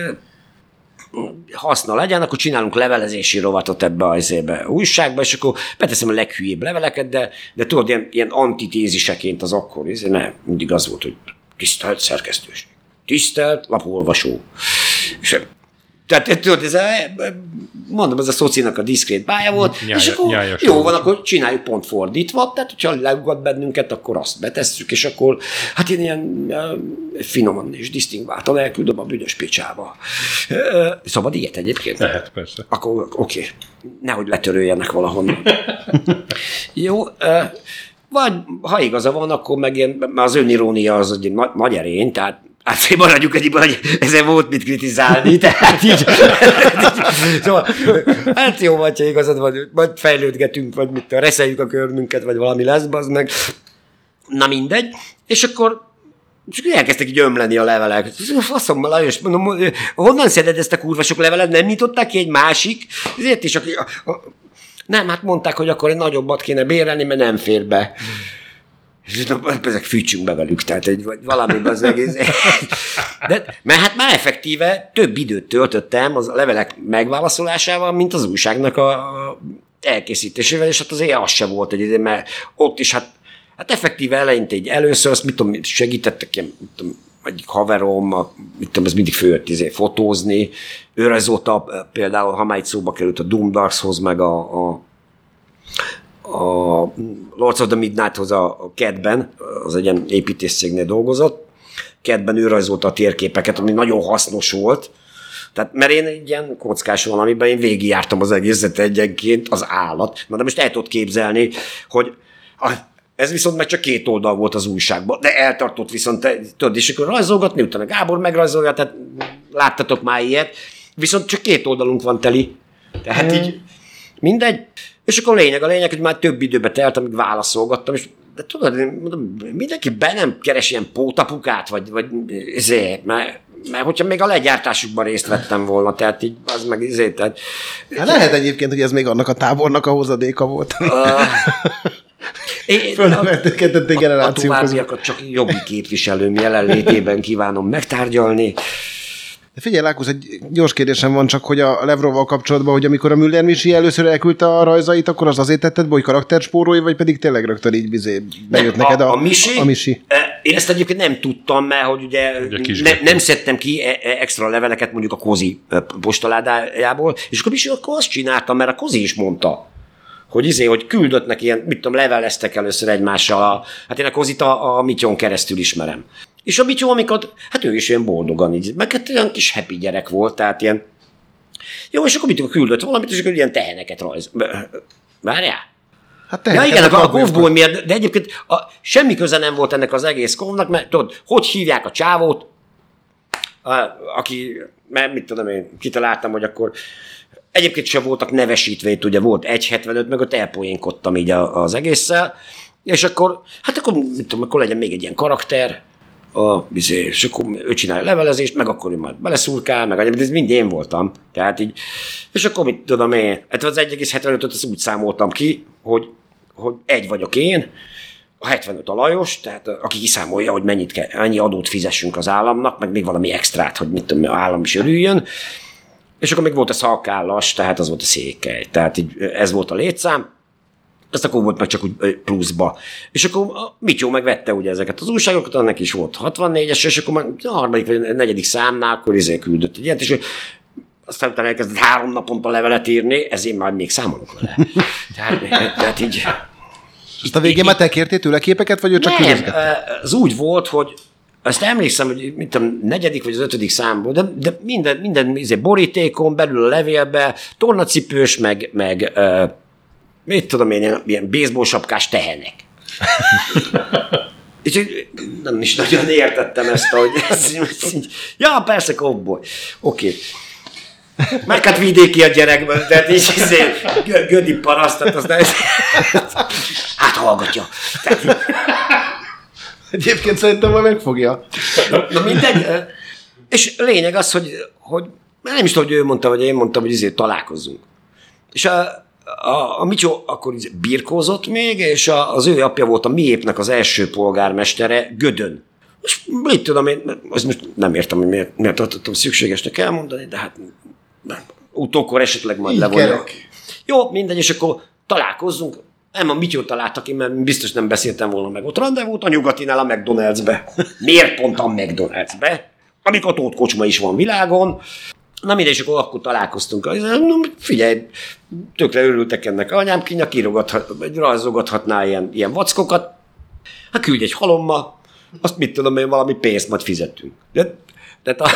haszna legyen, akkor csinálunk levelezési rovatot ebbe az évbe, újságba, és akkor beteszem a leghülyébb leveleket, de, de tudod, ilyen, ilyen antitéziseként az akkor, ez nem, mindig az volt, hogy tisztelt szerkesztőség, tisztelt lapolvasó. És, tehát tudod, ez a, mondom, ez a szocinak a diszkrét bája volt, Nyája, és akkor jó volt. Van, akkor csináljuk pont fordítva, tehát hogyha leugat bennünket, akkor azt betesszük, és akkor hát én ilyen uh, finoman és disztingváltan elküldöm a büdös picsába. Uh, szabad ilyet egyébként?
Lehet, persze.
Akkor oké, okay. Nehogy letöröljenek valahonnan. Jó, uh, vagy ha igaza van, akkor meg ilyen, az önirónia az egy nagy, nagy erény, tehát hát maradjuk egyébként, hogy ezen volt mit kritizálni, tehát így, szóval, hát jó, vagy ha igazad van, majd fejlődgetünk, vagy mit, reszeljük a körmünket, vagy valami lesz, bazd meg. Na mindegy, és akkor csak elkezdtek így ömleni a levelek. Faszom, Lajos, mondom, honnan szeded ezt a kurva sok levelet, nem nyitották ki egy másik? Ezért is, aki, a, a, nem, hát mondták, hogy akkor egy nagyobbat kéne bérelni, mert nem fér be. És ezek fűtsünk be velük, tehát egy, vagy valami az egész. De, mert hát már effektíve több időt töltöttem az a levelek megválaszolásával, mint az újságnak a elkészítésével, és hát azért az se volt, hogy mert ott is hát, hát effektíve eleinte így először, azt mit tudom, segítettek ilyen, mit tudom, egyik haverom, a, mit tudom, ez mindig följött izé, fotózni, ő azóta például, ha már egy szóba került a Doom Darkshoz, meg a, a a Lords of the Midnighthoz a Cadben, az egy ilyen építészcégnél dolgozott, Cadben ő rajzolta a térképeket, ami nagyon hasznos volt. Tehát, mert én egy ilyen kockás valamiben én végigjártam az egészet egyenként, az állat. Na de most el tudod képzelni, hogy a, ez viszont meg csak két oldal volt az újságban, de eltartott viszont, tudod, és akkor rajzolgatni, utána Gábor megrajzolja, tehát láttatok már ilyet, viszont csak két oldalunk van teli. Tehát így mindegy. És akkor a lényeg, a lényeg, hogy már több időbe telt, amíg válaszolgattam, és de tudod, én mondom, mindenki be nem keres ilyen pótapukát, vagy, vagy ezért, mert, mert hogyha még a legyártásukban részt vettem volna, tehát így az meg ezért. Tehát,
hát lehet egyébként, hogy ez még annak a tábornak a hozadéka volt. Fölnevettetett egy generáció
között. A továbbiakat csak jogi képviselőm jelenlétében kívánom megtárgyalni.
De figyelj, Lákusz, egy gyors kérdésem van csak, hogy a Levrovval kapcsolatban, hogy amikor a Müller Misi először elküldte a rajzait, akkor az azért tetted, hogy karakterspórolj, vagy pedig tényleg rögtön így bizé bejött
nem,
neked a,
a, a, Misi,
a Misi?
Én ezt egyébként nem tudtam, mert hogy ugye, ugye ne, nem szedtem ki extra leveleket mondjuk a Kozi postaládájából, és akkor Misi akkor azt csináltam, mert a Kozi is mondta, hogy izé, hogy küldött neki ilyen, mit tudom, leveleztek először egymással, a, hát én a Kozit a, a Mityon keresztül ismerem. És a Mityon, amikor, hát ő is ilyen boldogan így, meg hát olyan kis happy gyerek volt, tehát ilyen, jó, és akkor Mityon küldött valamit, és akkor ilyen teheneket rajz. Várjál? Hát ja igen, a, a golfból miért, de egyébként a, semmi köze nem volt ennek az egész golfnak, mert tudod, hogy hívják a csávót, a, aki, mert mit tudom én, kitaláltam, hogy akkor egyébként sem voltak nevesítve, itt ugye volt egy hetvenöt, meg ott elpoénkodtam így az egésszel, és akkor, hát akkor, mit tudom, akkor legyen még egy ilyen karakter, a, és akkor ő csinálja a levelezést, meg akkor ő majd beleszurkál, meg ez mind én voltam. Tehát így, és akkor mit tudom én, hát az egy egész hetvenötöt azt úgy számoltam ki, hogy, hogy egy vagyok én, a hetvenöt a Lajos, tehát aki kiszámolja, hogy mennyit kell, annyi adót fizessünk az államnak, meg még valami extrát, hogy mit tudom, az állam is örüljön. És akkor még volt a szalkállas, tehát az volt a székely. Tehát így ez volt a létszám, ezt akkor volt meg csak úgy pluszba. És akkor a Mityó megvette ugye ezeket az újságokat, annak is volt hatvannégyes, és akkor már a harmadik vagy a negyedik számnál, akkor izé küldött egy ilyet, és aztán utána elkezdett három naponta levelet írni, ezért már még számolok vele. Tehát, tehát így...
Ezt a végén már te kértél tőle képeket, vagy ő csak küldözgetett?
Nem, az úgy volt, hogy azt emlékszem, hogy mit tudom, negyedik vagy az ötödik számból, de, de minden, minden izé, borítékon, belül a levélbe, tornacipős, meg, meg uh, mit tudom én, ilyen, ilyen baseball sapkás tehenek. És nem is nagyon értettem ezt, hogy ez, ez így, ja, persze, cowboy. Oké. Okay. Meg hát vidéki a gyerekből, tehát így izé, gödi paraszt, tehát az nem... Hát hallgatja. Tehát,
egyébként szerintem majd megfogja.
Na, na mindegy. És lényeg az, hogy, hogy nem is tudom, hogy ő mondta, vagy én mondtam, hogy ezért találkozzunk. És a, a, a Mityó akkor birkózott még, és a, az ő apja volt a Miépnek az első polgármestere, Gödön. És mit tudom én, azt most nem értem, hogy miért, miért tartottam szükségesnek elmondani, de hát nem. Utókor esetleg majd levonja. Jó, mindegy, és akkor találkozzunk. Nem, a Mityót találtak én, mert biztos nem beszéltem volna meg. Ott rendezvút a Nyugatinál a McDonald'sbe. Miért pont a McDonald'sbe? Amikor Tóth kocsma is van világon. Na mindegy, és akkor, akkor találkoztunk. Figyelj, tökre örültek ennek anyám, kinya rajzogathatná ilyen, ilyen vackokat. Hát küldj egy halomma, azt mit tudom én, valami pénzt majd fizetünk. De, de a,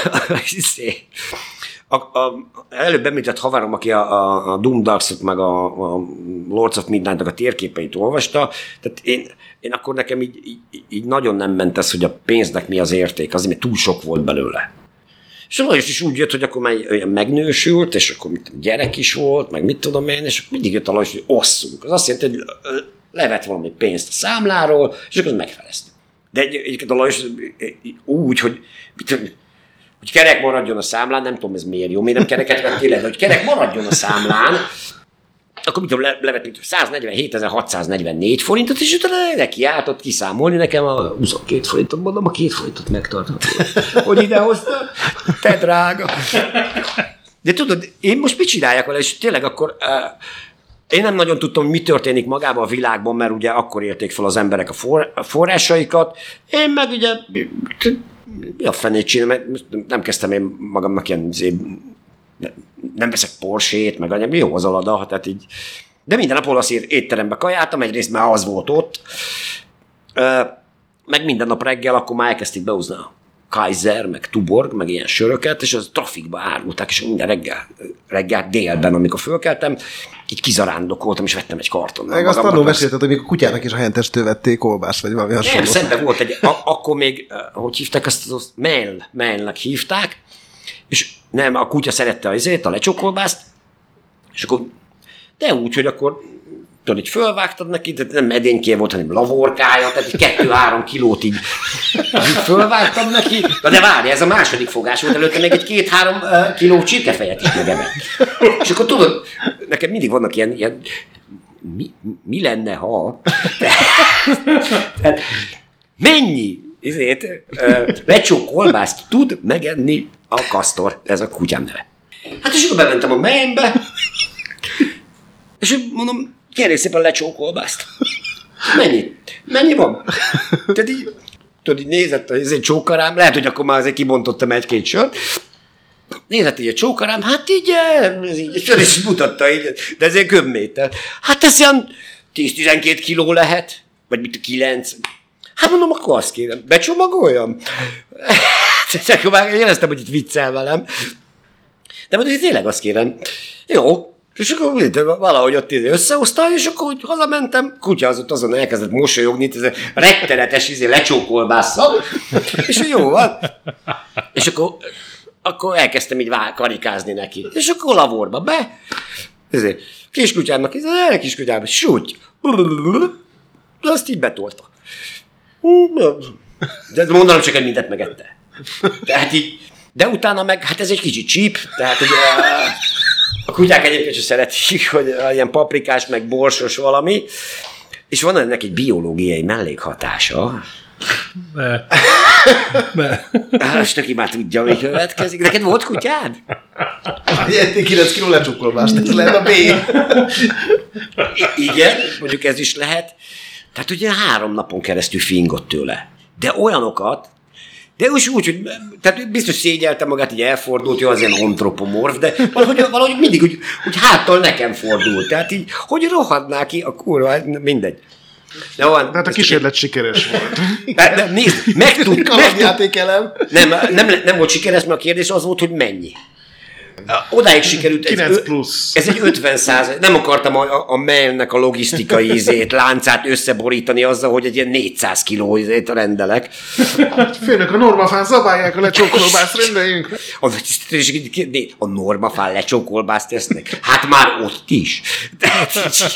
a, a, előbb említett haverom, aki a, a, a Doom Darks-ot meg a, a Lords of Midnight-nak a térképeit olvasta, tehát én, én akkor nekem így, így, így nagyon nem ment ez, hogy a pénznek mi az érték, azért, mert túl sok volt belőle. És a Lajos is úgy jött, hogy akkor már megnősült, és akkor mit, gyerek is volt, meg mit tudom én, és akkor mindig jött a Lajos, hogy osszunk. Az azt jelenti, hogy levett valami pénzt a számláról, és akkor megfeleztük. De egyébként a Lajos úgy, hogy mit, hogy kerek maradjon a számlán, nem tudom ez miért jó, miért nem kereket vettél le, de hogy kerek maradjon a számlán, akkor mit tudom, le, levett száznegyvenhétezer-hatszáznegyvennégy forintot, és utána neki állt ott kiszámolni nekem a huszonkettő forintot, mondom, a két forintot megtartható. Hogy idehozta? Te drága. De tudod, én most mit csináljak vele, és tényleg akkor... Uh, én nem nagyon tudtam, hogy mi történik magában a világban, mert ugye akkor érték fel az emberek a, for, a forrásaikat. Én meg ugye... Mi a fenét csinálom, mert nem kezdtem én magamnak ilyen... Nem veszek Porsét, meg anyag, jó az alada, tehát így De minden nap olasz étterembe kajáltam, egyrészt már az volt ott, meg minden nap reggel akkor már elkezdték behozni a Kaiser, meg Tuborg, meg ilyen söröket, és az trafikba árulták, és minden reggel, reggel délben, amikor fölkeltem, így kizarándokoltam, és vettem egy karton.
Meg azt arról mesélted, hogy még a kutyának is a helyentestől vették kolbászt, vagy valami hasonló.
Nem, szemben volt egy, a, akkor még, hogy hívták azt, az Mail, Mailnek hívták, és nem, a kutya szerette az izét, a lecsókolbászt, és akkor, de úgy, hogy akkor tudod, így fölvágtad neki, tehát nem edényké volt, hanem lavorkája, tehát így kettő-három kilót így, így fölvágtam neki. Na de várj, ez a második fogás volt, előtte még egy két-három uh, kiló csirkefejet is megevett. És akkor tudod, nekem mindig vannak ilyen, ilyen mi, mi lenne, ha? Tehát, mennyi ezért, uh, lecsó kolbászt tud megenni a Kasztor, ez a kutyám neve. Hát és akkor bementem a Mainbe, és mondom, kérjék szépen lecsókolbászt. Mennyi? Mennyi van? Tehát így, tudod, így nézett, ez egy csókarám, lehet, hogy akkor már azért kibontottam egy-két sört. Nézett így a csókarám, hát így, ez így, föl is mutatta így, de ez egy köbméter. Hát ez ilyen tíz-tizenkét kiló lehet, vagy mit, kilenc. Hát mondom, akkor azt kérem, becsomagoljam? Akkor már jeleztem, hogy itt viccel velem. De mondom, hogy tényleg azt kérem. Jó. És akkor valahogy ott összehozta, és akkor úgy hazamentem, kutya az ott azon elkezdett mosolyogni, ez a rettenetes izé lecsókolbásszal, és jó van. És akkor, akkor elkezdtem így karikázni neki. És akkor lavorba be, ezért kiskutyámnak, ez a kiskutyámnak, súgy. Azt így betolta. De mondanom csak, hogy mindent megette. Tehát így, de utána meg, hát ez egy kicsit csíp, tehát ugye a kutyák egyébként sem szeretik, hogy ilyen paprikás, meg borsos valami, és van ennek egy biológiai mellékhatása.
Ne. Ne.
Most neki már tudja, mi következik. Neked volt kutyád?
Ilyen kilenc kiló lecsókolbást, ez lehet a B.
I- igen, mondjuk ez is lehet. Tehát ugye három napon keresztül fingott tőle. De olyanokat, de úgy, úgy, hogy tehát biztos szégyelte magát, így elfordult, jó, az ilyen antropomorf, de valahogy, valahogy mindig úgy, úgy háttal nekem fordult. Tehát így, hogy rohadná ki a kurva, mindegy. De van,
Tehát a kísérlet sikeres volt.
De, de nézd, megtud,
Kalapjátékelem.
nem, nem, nem volt sikeres, mert a kérdés az volt, hogy mennyi. Odáig sikerült.
kilenc plusz.
Ez egy ötven százalék. Nem akartam a, a mailnek a logisztikai izét, láncát összeborítani azzal, hogy egy ilyen négyszáz kiló izét rendelek.
Főnök, a normafán zabálják a lecsókolbászt, rendeljünk.
A, a normafán lecsókolbászt tesznek. Hát már ott is. Tehát így.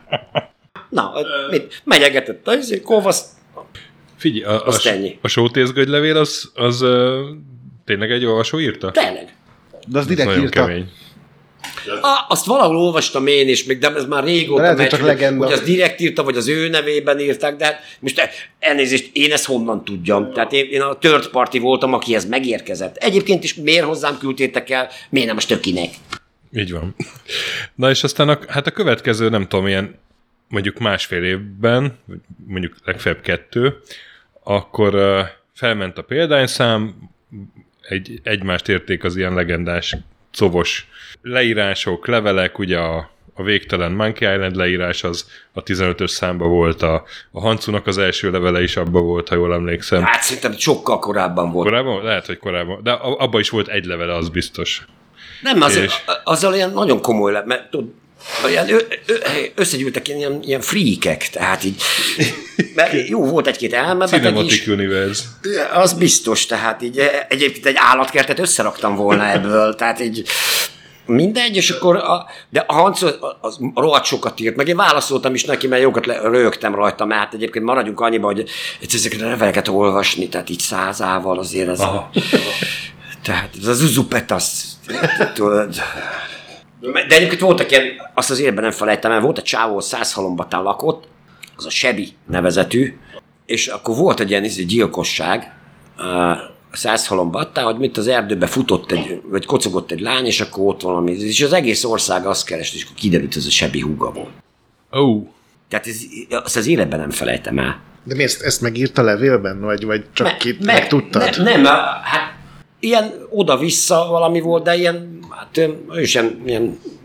Na, mit, megyegetett a izé, kovasz.
Figyelj, a,
Azt
a,
ennyi.
a sótészgögylevél az, az uh, tényleg egy olvasó írta?
Tényleg.
De az
Ez
direkt
nagyon
írta.
kemény.
A, azt valahol olvastam én is, még, de ez már régóta
Lehet, hogy
megy,
csak
hogy,
legenda.
hogy az direkt írta, vagy az ő nevében írták, de hát most elnézést, én ezt honnan tudjam. Tehát én, én a third party voltam, akihez megérkezett. Egyébként is miért hozzám küldtétek el, miért nem a stökinek?
Így van. Na és aztán a, hát a következő, nem tudom, ilyen mondjuk másfél évben, mondjuk legfeljebb kettő, akkor uh, felment a példányszám, egy, egymást érték az ilyen legendás covos leírások, levelek, ugye a, a végtelen Monkey Island leírás az a tizenötös számba volt, a, a Hancunak az első levele is abba volt, ha jól emlékszem.
Hát szerintem sokkal korábban volt.
Korábban? Lehet, hogy korábban, de abba is volt egy levele, az biztos.
Nem, az,
És?
azzal ilyen nagyon komoly lett, mert tudod, olyan ö, ö, összegyűltek ilyen, ilyen freakek, tehát így, mert jó, volt egy-két elmebeteg
Cinematic
is.
Universe.
Az biztos, tehát így egyébként egy állatkertet összeraktam volna ebből, tehát így mindegy, és akkor, a, de a Hans az, az rohadt sokat írt, meg én válaszoltam is neki, mert jókat le, rögtem rajta, mert egyébként maradjunk annyiba, hogy ezeket a leveleket olvasni, tehát így százával azért ez a, tehát ez az uzupet, az, tudod. De egyébként voltak ilyen, azt az életben nem felejtem el, volt egy csávó, Százhalombatán lakott, az a Sebi nevezetű, és akkor volt egy ilyen egy gyilkosság, a Százhalombattán, hogy mit az erdőbe futott egy, vagy kocogott egy lány, és akkor ott valami, és az egész ország azt kerest, és akkor kiderült, ez a Sebi húga volt.
Ó. Oh.
Tehát ez, azt az életben nem felejtem el.
De mi ezt, ezt megírta levélben, vagy, vagy csak
Me-
ki,
me-
megtudtad?
Ne, nem, hát ilyen oda-vissza valami volt, de ilyen, hát ő sem ilyen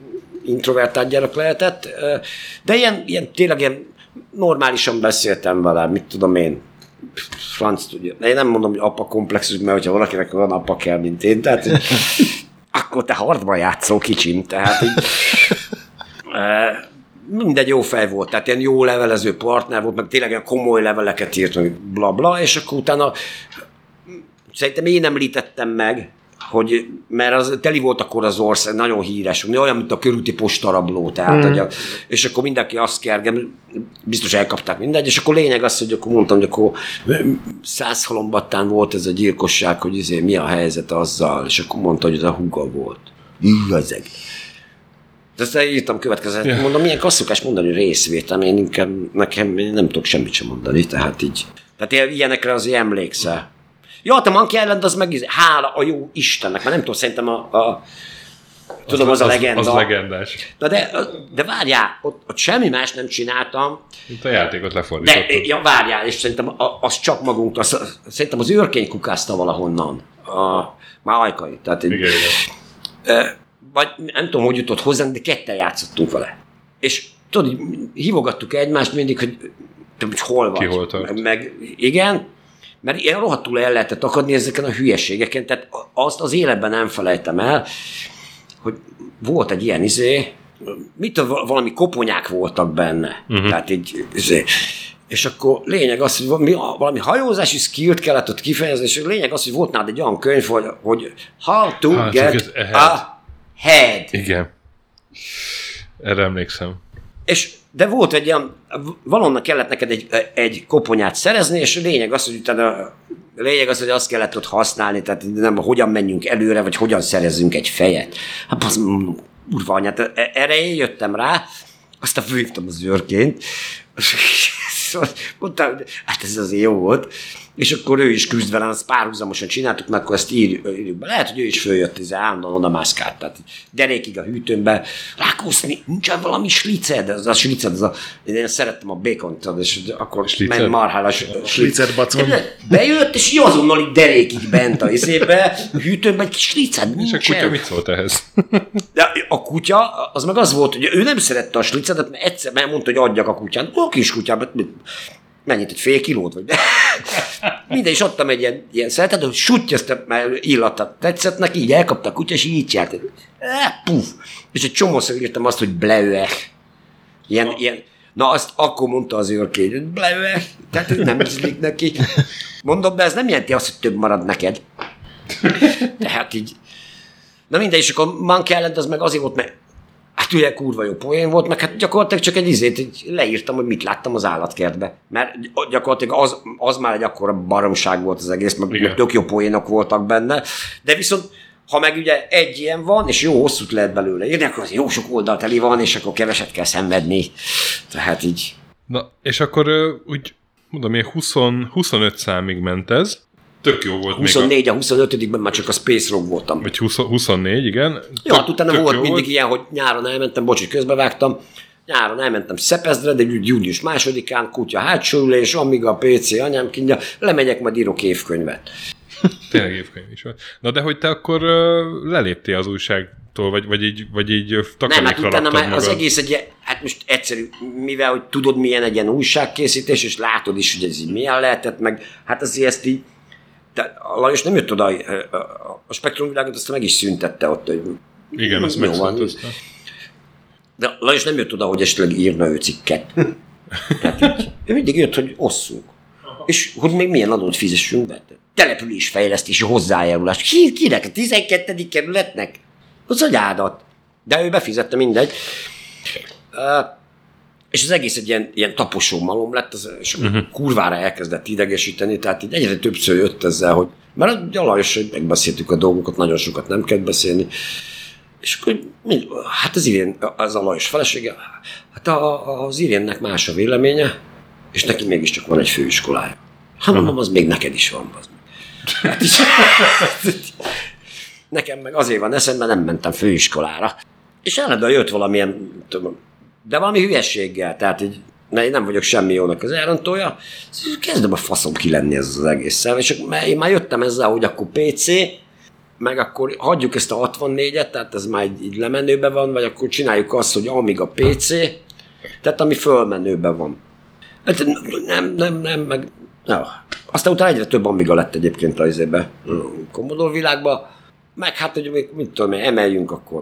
introvertált gyerek lehetett, de ilyen, ilyen tényleg ilyen normálisan beszéltem vele, mit tudom én, franc tudja. Én nem mondom, hogy apa komplexus, mert hogyha valakinek van apa kell, mint én, tehát akkor te hardban játszol kicsim, tehát így, mindegy jó fej volt, tehát ilyen jó levelező partner volt, meg tényleg ilyen komoly leveleket írt, meg bla bla, és akkor utána szerintem én említettem meg, hogy, mert az teli volt akkor az ország, nagyon híres, olyan, mint a körúti postarabló, tehát, mm. hogy a, és akkor mindenki azt kergem, biztos elkapták mindegy, és akkor lényeg az, hogy akkor mondtam, hogy akkor Százhalombattán volt ez a gyilkosság, hogy izé, mi a helyzet azzal, és akkor mondta, hogy ez a húga volt. Igazeg. De aztán írtam következőt, yeah. mondom, milyen kasszokás mondani részvétel, én inkább nekem én nem tudok semmit sem mondani, tehát így. Tehát ilyenekre azért emlékszel. Ja, te Monkey Island, az meg hála a jó Istennek, mert nem tudom, szerintem a, a tudom, az, az a legenda.
Az, az legendás.
Na de, de várjál, ott, ott semmi más nem csináltam.
Mint a játékot lefordítottam.
De, ja, várjál, és szerintem az csak magunktól, az, szerintem az őrkény kukázta valahonnan. A, már ajkai. Tehát, igen, igen. E, vagy nem tudom, hogy jutott hozzánk, de ketten játszottunk vele. És tudod, hívogattuk egymást mindig, hogy, hogy hol vagy.
Ki hol tart.
Meg, meg igen, mert ilyen rohadtul el lehetett akadni ezeken a hülyeségeken, tehát azt az életben nem felejtem el, hogy volt egy ilyen izé, mit valami koponyák voltak benne, uh-huh. tehát így, izé, és akkor lényeg az, hogy valami, valami hajózási skillt kellett ott kifejezni, és lényeg az, hogy volt nálad egy olyan könyv, hogy, hogy how to ah, get a head.
Igen. Erre emlékszem.
És, de volt egy olyan, valonnan kellett neked egy, egy koponyát szerezni, és a lényeg az, hogy utána, lényeg az, hogy azt kellett ott használni, tehát nem hogyan menjünk előre, vagy hogyan szerezzünk egy fejet. Hát az urva anyát, erre én jöttem rá, aztán fölhívtam az őrként, mondtam, hogy hát ez azért jó volt, és akkor ő is küzd velem, azt párhuzamosan csináltuk, mert akkor ezt írjuk, írjuk be. Lehet, hogy ő is följött, ez állandóan oda mászkált, tehát derékig a hűtőmbe, rákószni, nincsen valami sliced, az a sliced, az a, én szerettem a bacont, és akkor ment marhál a
sliced bacon.
Bejött, és azonnal így derékig bent a izébe, a hűtőben egy kis sliced nincsen.
És a kutya mit szólt ehhez?
De a kutya, az meg az volt, hogy ő nem szerette a slicedet, mert egyszer mondta, hogy adjak a kutyát, a kis kutyát, mennyit, egy fél kilót, vagy de minden is adtam egy ilyen, ilyen szeretet, hogy sutyaztam, mert illata tetszett neki, így elkapta a kutya, és így járt. Eh, puf! És egy csomószor írtam azt, hogy bleue. Ilyen, ilyen, na azt akkor mondta az őrkény, hogy bleue, tehát nem ízlik neki. Mondom, de ez nem jelenti azt, hogy több marad neked. Tehát így. Na mindegy, és akkor Monkey Island az meg azért volt, mert hát ugye kurva jó poén volt, meg hát gyakorlatilag csak egy izét, így leírtam, hogy mit láttam az állatkertbe. Mert gyakorlatilag az, az már egy akkora baromság volt az egész, meg, meg tök jó poénok voltak benne. De viszont, ha meg ugye egy ilyen van, és jó hosszút lehet belőle írni, akkor az jó sok oldalteli van, és akkor keveset kell szenvedni. Tehát így.
Na, és akkor úgy, mondom, én húsz, huszonöt számig ment ez. Tök jó volt.
huszonnégy, a, a huszonötödikben már csak a Space Rogue voltam.
Vagy húsz, huszonnégy, igen.
Jó, hát utána volt mindig volt. Ilyen, hogy nyáron elmentem, bocs, hogy közbevágtam, nyáron elmentem Szepezdre, de június másodikán, kutya hátsó ülés, amíg a pé cé anyám kínja, lemegyek, majd írok évkönyvet.
Tényleg évkönyv is volt. Na de hogy te akkor uh, leléptél az újságtól, vagy, vagy így, vagy így takarékra raktad magad?
Az egész egy, hát most egyszerű, mivel hogy tudod milyen egy ilyen újságkészítés, és látod is, hogy ez így milyen lehetett, meg hát azért ezt így. De a Lajos nem jött oda, a spektrumvilágot azt meg is szüntette ott. Hogy
igen, azt megszüntette.
De a Lajos nem jött oda, hogy esetleg írna ő cikket. Tehát így, ő mindig jött, hogy osszunk. És hogy még milyen adót fizessünk be. Településfejlesztési hozzájárulás. Ki, kinek? A tizenkettedik kerületnek? Az agyádat. De ő befizette, mindegy. Uh, és az egész egy ilyen, ilyen taposó malom lett, az, és uh-huh. kurvára elkezdett idegesíteni, tehát így egyre többször jött ezzel, hogy mert a Lajos, hogy megbeszéltük a dolgokat, nagyon sokat nem kell beszélni, és akkor hát az Irén, az a Lajos felesége, hát a, az Irénnek más a véleménye, és neki mégiscsak van egy főiskolája. Hát mondom, az még neked is van. Hát is, nekem meg azért van eszemben, nem mentem főiskolára. És eredben jött valamilyen, tudom, de valami hülyességgel, tehát így, én nem vagyok semmi jónak az elrontója, kezdem a faszom ki lenni ez az egészen, és én már jöttem ezzel, hogy akkor pé cé, meg akkor hagyjuk ezt a hatvannégyet, tehát ez már így, így lemenőben van, vagy akkor csináljuk azt, hogy Amiga pé cé, tehát ami fölmenőben van. Hát nem, nem, nem, meg... No. Aztán utána egyre több Amiga lett egyébként az izébe, a Commodore világba, meg hát, hogy még, mit tudom én, emeljünk akkor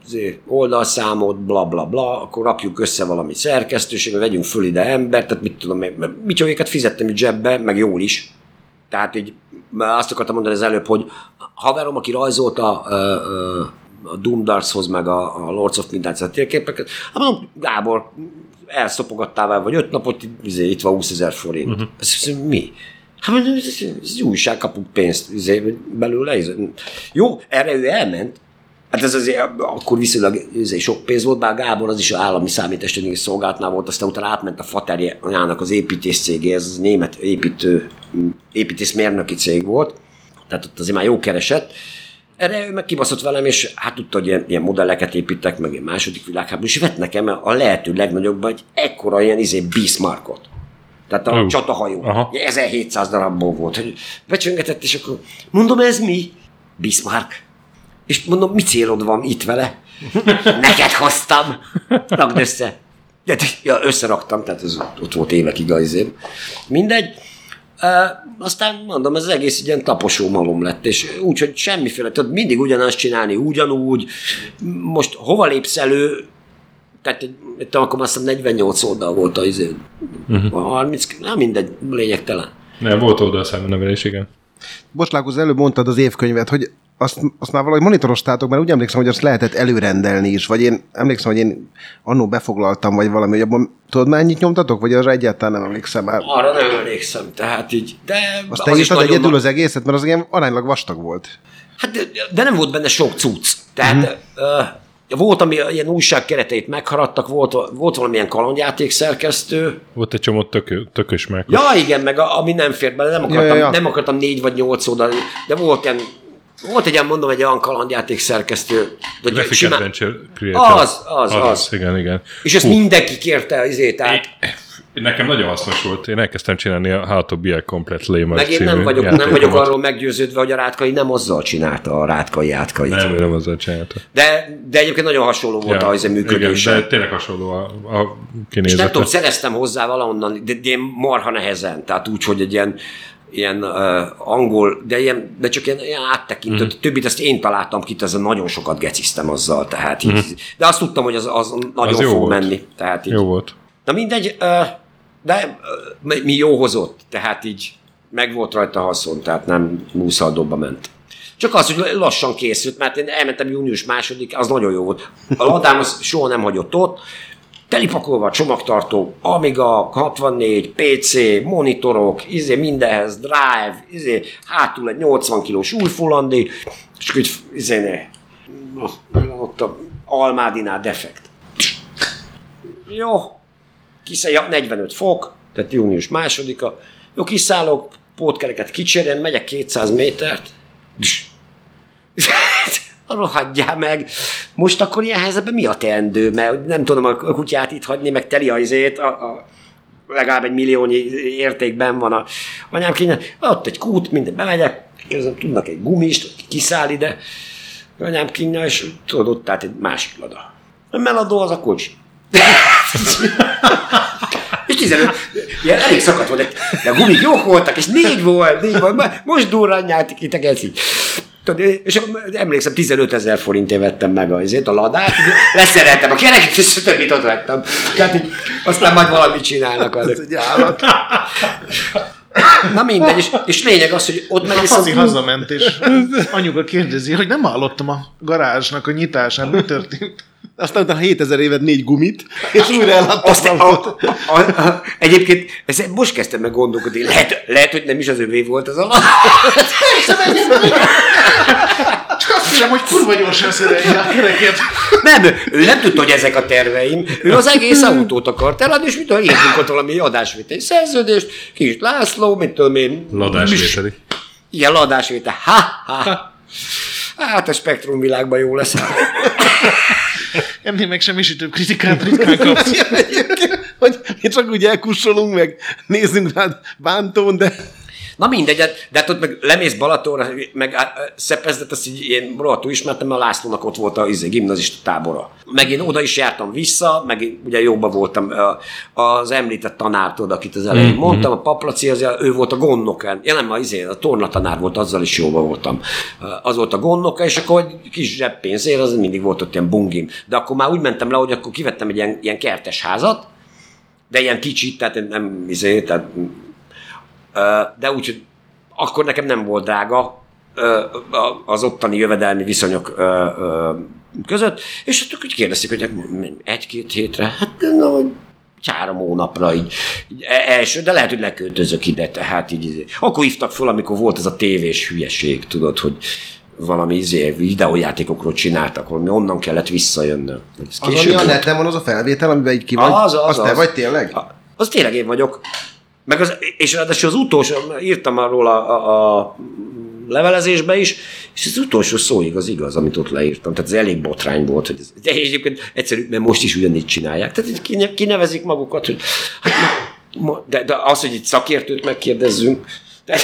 oldalszámot, bla bla bla, akkor rakjuk össze valami szerkesztőséget, vegyünk föl ide embert, tehát mit tudom én, micsovéket fizettem így zsebbe, meg jól is. Tehát így azt akartam mondani az előbb, hogy haverom, aki rajzolta a, a, a Doom Dartshoz, meg a, a Lords of Midnight térképeket, hát mondom, Gábor, elszopogattál vele, vagy öt napot, itt van húszezer forint. Uh-huh. Ez, ez mi? Hát ez, ez, ez újság, kapunk pénzt belőle. Ez. Jó, erre ő elment. Hát ez azért akkor viszonylag sok pénz volt, bár Gábor az is az állami számítástechnikai szolgálatnál volt, aztán utána átment a faterjának az építés cégé, ez az német építő, építészmérnöki cég volt, tehát ott azért már jó keresett. Erre ő meg kibaszott velem, és hát tudta, hogy ilyen, ilyen modelleket építek, meg ilyen második világháború, és vett nekem a lehető legnagyobban egy ekkora ilyen izé Bismarckot. Tehát a uh, csatahajó. Aha. ezerhétszáz darabból volt. Hogy becsöngetett, és akkor mondom, ez mi? Bismarck. És mondom, mi célod van itt vele? Neked hoztam. Rakd össze. De, ja, összeraktam, tehát ez ott volt évekig azért. Mindegy. Uh, aztán mondom, ez az egész egy ilyen taposó malom lett, és úgy, hogy semmiféle, tehát mindig ugyanazt csinálni, ugyanúgy. Most hova lépsz elő? Tehát itt akkor azt hiszem negyvennyolc oldal volt az izé. Uh-huh. harminc, nem mindegy, lényegtelen.
Nem, volt oldalszámnevelés, igen.
Bocslákhoz, előbb mondtad az évkönyvet, hogy azt, azt már valahogy monitoroztátok, mert úgy emlékszem, hogy azt lehetett előrendelni is, vagy én emlékszem, hogy én annó befoglaltam, vagy valami, hogy abban tudod már ennyit nyomtatok, vagy arra egyáltalán nem emlékszem már?
Arra nem emlékszem, tehát így, de...
Azt te írtad egyedül na... az egészet, mert az ilyen aránylag vastag volt.
Hát, de, de nem volt benne sok cucc, tehát... Uh-huh. Uh, volt, ami ilyen újság kereteit megharadtak, volt, volt valamilyen kalandjáték szerkesztő.
Volt egy csomó tökö, tökös meg.
Ja, igen, meg a, ami nem fér bele, nem akartam, ja, ja, ja. nem akartam négy vagy nyolc oldal, de volt ilyen, volt egy ilyen, mondom, egy olyan kalandjáték szerkesztő.
Graphic simán... Adventure Creator.
Az, az, az, az.
Igen, igen.
És ezt Hú. mindenki kérte azért, tehát...
Nekem nagyon hasznos volt. Én elkezdtem csinálni a How to be a Complete Layman.
Meg én nem vagyok, nem vagyok arról meggyőződve, hogy a Rátkai nem azzal csinálta a Rátkai átkait.
Nem, nem azzal csinálta.
De, de egyébként nagyon hasonló volt ja, az a működése.
Igen, de tényleg hasonló a, a kinézete. És
nem tudom, szereztem hozzá valahonnan, de, de marha nehezen. Tehát úgy, hogy egy ilyen, ilyen uh, angol, de, ilyen, de csak ilyen, ilyen áttekintő. Mm. Többit ezt én találtam ki, ezzel nagyon sokat geciztem azzal. Tehát így, mm. De azt tudtam, hogy az, az nagyon az fog volt. menni. Tehát így.
Jó volt.
Na mindegy, uh, de mi jó hozott, tehát így meg volt rajta haszon, tehát nem múszaldobba ment. Csak az, hogy lassan készült, mert én elmentem június második, az nagyon jó volt. A ladám az soha nem hagyott ott, telipakolva a csomagtartó, Amiga, hatvannégy, pé cé, monitorok, izé mindenhez, drive, izé, hátul egy nyolcvan kilós új fullandi, és akkor izé, ott a Almádinál defekt. Jó. Kiszállja, negyvenöt fok, tehát június másodika. Jó, kiszállok, pótkereket kicserélem, megyek kétszáz métert. Rohadjál meg. Most akkor ilyen helyzetben mi a teendő? Mert nem tudom a kutyát itt hagyni, meg teli a izét, a, a, legalább egy milliónyi értékben van a anyám kényen. Ott egy kút, minden bemegyek, kérdezem, tudnak egy gumist, kiszáll ide. Anyám kényen, és tudod, ott tehát egy másik lada. A meladó az a kocsi. És tizenöt, ilyen elég szakadt volt, de a gumik jók voltak, és négy volt, négy volt, most durrán nyáltik itt a geci. És emlékszem, tizenötezer forintért vettem meg azért a ladát, leszereltem a kereket, és többit ott vettem. Tehát így, aztán majd valamit csinálnak. Ez egy állat. Na mindegy, és, és lényeg az, hogy ott meg...
A Fazi hazament, és anyuka kérdezi, hogy nem hallottam a garázsnak a nyitásán, mi történt?
Aztán utána hétezer évet négy gumit, és újra elhattam.
Egyébként ezt most kezdtem meg gondolkodni, lehet, lehet, hogy nem is az övé volt az alatt.
Csak azt hiszem, hogy kurva gyorsan szerelje a kereket.
Nem, ő nem tudta, hogy ezek a terveim. Ő az egész autót akart eladni, és mit tudom, írtunk ott valami adásvételi szerződést, Kis László, mit tudom én.
Ladásvételi.
Igen, ladásvétel. Ha, ha. Hát a Spektrum világban jó lesz.
Ennél meg semmisítőbb kritikát ritkán kapsz.
Hogy mi csak úgy elkussolunk, meg nézzünk rád bántón, de...
Na mindegy, de hát ott meg lemész Balatonra, meg Szepezdet, azt így én rohadtul ismertem, mert a Lászlónak ott volt a izé, gimnazista tábora. Meg én oda is jártam vissza, meg én ugye jóban voltam az említett tanártól, akit az elején mm-hmm. mondtam, a Paplaci, az, ő volt a gondnoka. Ja nem, a, izé, a tornatanár volt, azzal is jóban voltam. Az volt a gondnoka, és akkor kis zseppénzért, az mindig volt ott ilyen bungim. De akkor már úgy mentem le, hogy akkor kivettem egy ilyen, ilyen kertes házat, de ilyen kicsit, tehát nem izé, tehát de úgy, akkor nekem nem volt drága az ottani jövedelmi viszonyok között, és akkor úgy kérdezték, hogy egy-két hétre, hát na, három hónapra így, így első, de lehet, hogy leköltözök ide, tehát így. Akkor hívtak föl, amikor volt ez a tévés hülyeség, tudod, hogy valami izé, videójátékokról csináltak, valami onnan kellett visszajönnöm.
Az, ami a neten van, az a felvétel, amiben így ki vagy?
Az, az,
az,
az.
Te vagy tényleg?
Az tényleg én vagyok. Meg az, és ráadásul az utolsó, írtam arról a, a, a levelezésbe is, és az utolsó szóig az igaz, amit ott leírtam. Tehát ez elég botrány volt. Hogy ez, de egyébként egyszerű, mert most is ugyanígy csinálják. Tehát kinevezik magukat, hogy hát, de, de az, hogy itt szakértőt megkérdezzünk, de,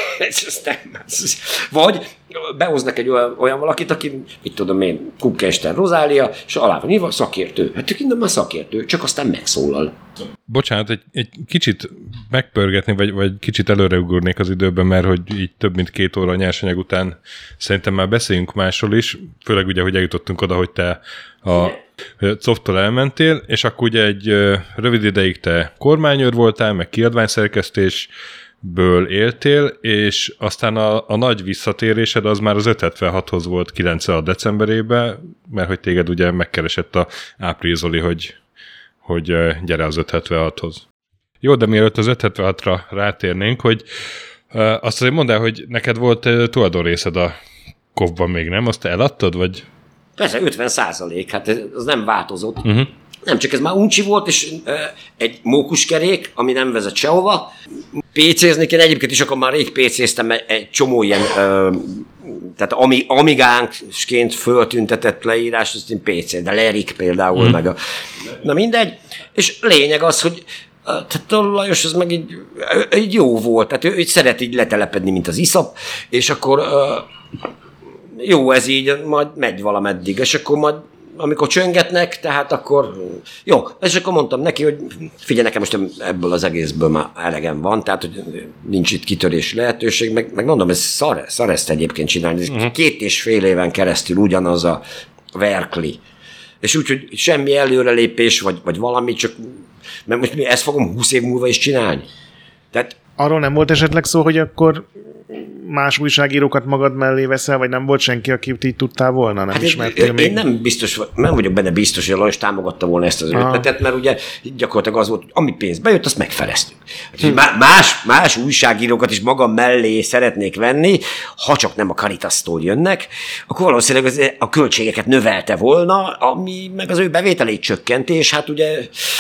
ez nem, ez, vagy behoznak egy olyan, olyan valakit, aki, mit tudom én, Kukkester Rozália, és alá van írva, szakértő. Hát innen már szakértő, csak aztán megszólal.
Bocsánat, egy, egy kicsit megpörgetni, vagy, vagy kicsit előreugornék az időben, mert hogy így több mint két óra nyersanyag után szerintem már beszéljünk másról is, főleg ugye, hogy eljutottunk oda, hogy te a Coftól elmentél, és akkor ugye egy rövid ideig te kormányőr voltál, meg kiadványszerkesztés, ből éltél, és aztán a, a nagy visszatérésed az már az ötszázhetvenhathoz volt kilencvenhat decemberében, mert hogy téged ugye megkeresett a Április Zoli, hogy, hogy gyere az ötszázhetvenhathoz. Jó, de mielőtt az ötszázhetvenhatra rátérnénk, hogy azt azért mondd el, hogy neked volt tulajdonrészed a Kofban még, nem? Azt te eladtad, vagy?
Persze, ötven százalék, hát ez nem változott.
Uh-huh.
Nem, csak ez már uncsi volt, és uh, egy mókuskerék, ami nem vezet sehova. Pécézni kell, egyébként is akkor már rég pécéztem egy, egy csomó ilyen, uh, tehát ami, amigánsként föltüntetett leírás, azt én pécéz, de Lerik például, mm. meg a... Na mindegy, és lényeg az, hogy uh, tehát a Lajos az meg így, így jó volt, tehát ő, ő szeret így letelepedni, mint az iszap, és akkor uh, jó ez így, majd megy valameddig, és akkor majd amikor csöngetnek, tehát akkor jó, és akkor mondtam neki, hogy figyelj, nekem most ebből az egészből már elegem van, tehát hogy nincs itt kitörési lehetőség, meg, meg mondom, ez szar, szar ezt egyébként csinálni. Uh-huh. Két és fél éven keresztül ugyanaz a verkli. És úgy, hogy semmi előrelépés, vagy, vagy valami, csak mert most mi ezt fogom húsz év múlva is csinálni. Tehát
arról nem volt esetleg szó, hogy akkor más újságírókat magad mellé veszel, vagy nem volt senki, akit így tudtál volna? Nem
hát
ismertél
én,
még?
Én nem biztos, nem vagyok benne biztos, hogy a Lajos támogatta volna ezt az ötletet, mert ugye gyakorlatilag az volt, hogy ami pénz bejött, azt megfeleztük. Hm. Más, más újságírókat is magam mellé szeretnék venni, ha csak nem a Caritas-tól jönnek, akkor valószínűleg a költségeket növelte volna, ami meg az ő bevételét csökkenti, és hát ugye...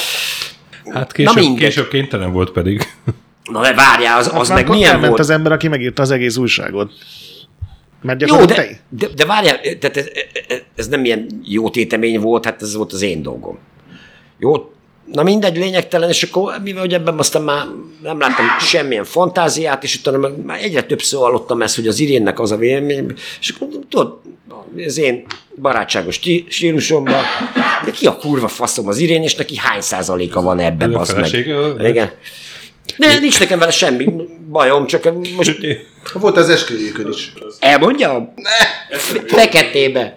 Hát később, később kénytelen volt pedig.
Na de várjál, az, az meg milyen volt?
Az ember, aki megírta az egész újságot. Mert
jó, de, de, de várjál, tehát ez, ez nem ilyen jó tétemény volt, hát ez volt az én dolgom. Jó, na mindegy, lényegtelen, és akkor mivel hogy ebben aztán már nem láttam semmilyen fantáziát, és utána már egyre többször hallottam ezt, hogy az Irénnek az a vélemény, és akkor tudod, az én barátságos stílusomban, de ki a kurva faszom az Irén, és neki hány százaléka van ebben, az meg. Igen. De nincs nekem vele semmi bajom, csak most...
Volt az esküvőjükön is.
Elmondjam? Ne. Feketébe.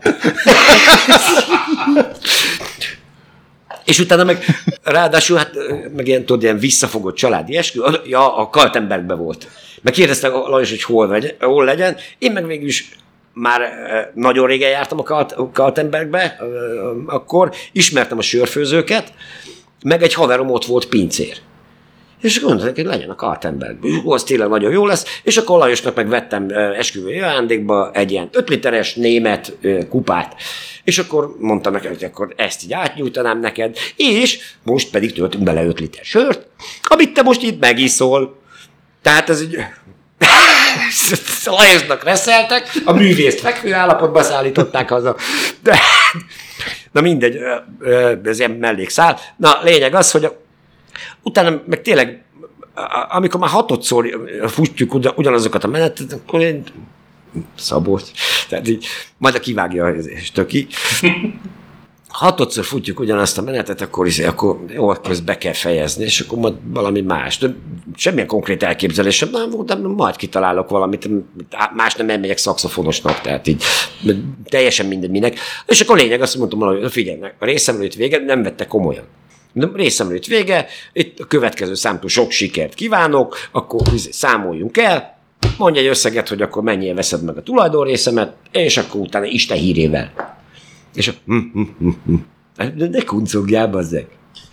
És utána meg, ráadásul, hát meg ilyen, tudod, ilyen visszafogott családi esküvő, ja, a Kaltenbergben volt. Meg kérdezte a Lajos, hogy hol, vegy, hol legyen. Én meg végül is már nagyon régen jártam a Kaltenbergbe, akkor ismertem a sörfőzőket, meg egy haverom ott volt pincér. És akkor mondták, hogy legyen a Kaltenbergben. Az tényleg nagyon jó lesz. És akkor Lajosnak meg vettem esküvői ajándékba egy ilyen öt literes német kupát. És akkor mondtam neki, hogy akkor ezt így átnyújtanám neked, és most pedig töltünk bele öt liter sört, amit te most itt megiszol. Tehát ez így... Lajosnak reszeltek, a művészt fekvő állapotba szállították haza. De... Na mindegy, ez ilyen mellékszál. Na lényeg az, hogy a utána meg tényleg amikor már hatodszor futjuk ugyanazokat a menetet, akkor én Szabolcs, tehát így, majd a kivágja és töki. Hatodszor futjuk ugyanazt a menetet, akkor, is, akkor jó, akkor ezt be kell fejezni, és akkor majd valami más. De semmilyen konkrét elképzelésem nem volt, de majd kitalálok valamit, más nem elmegyek szaxofonosnak, tehát így teljesen mindegy minek. És akkor lényeg, azt mondtam, hogy figyelj, a részemről itt vége, nem vette komolyan. De részemről itt vége, itt a következő számtól sok sikert kívánok, akkor számoljunk el, mondj egy összeget, hogy akkor mennyire veszed meg a tulajdonrészemet, és akkor utána Isten hírével. És a... Hm, hm, hm, hm. De ne kuncogjál, bazzeg.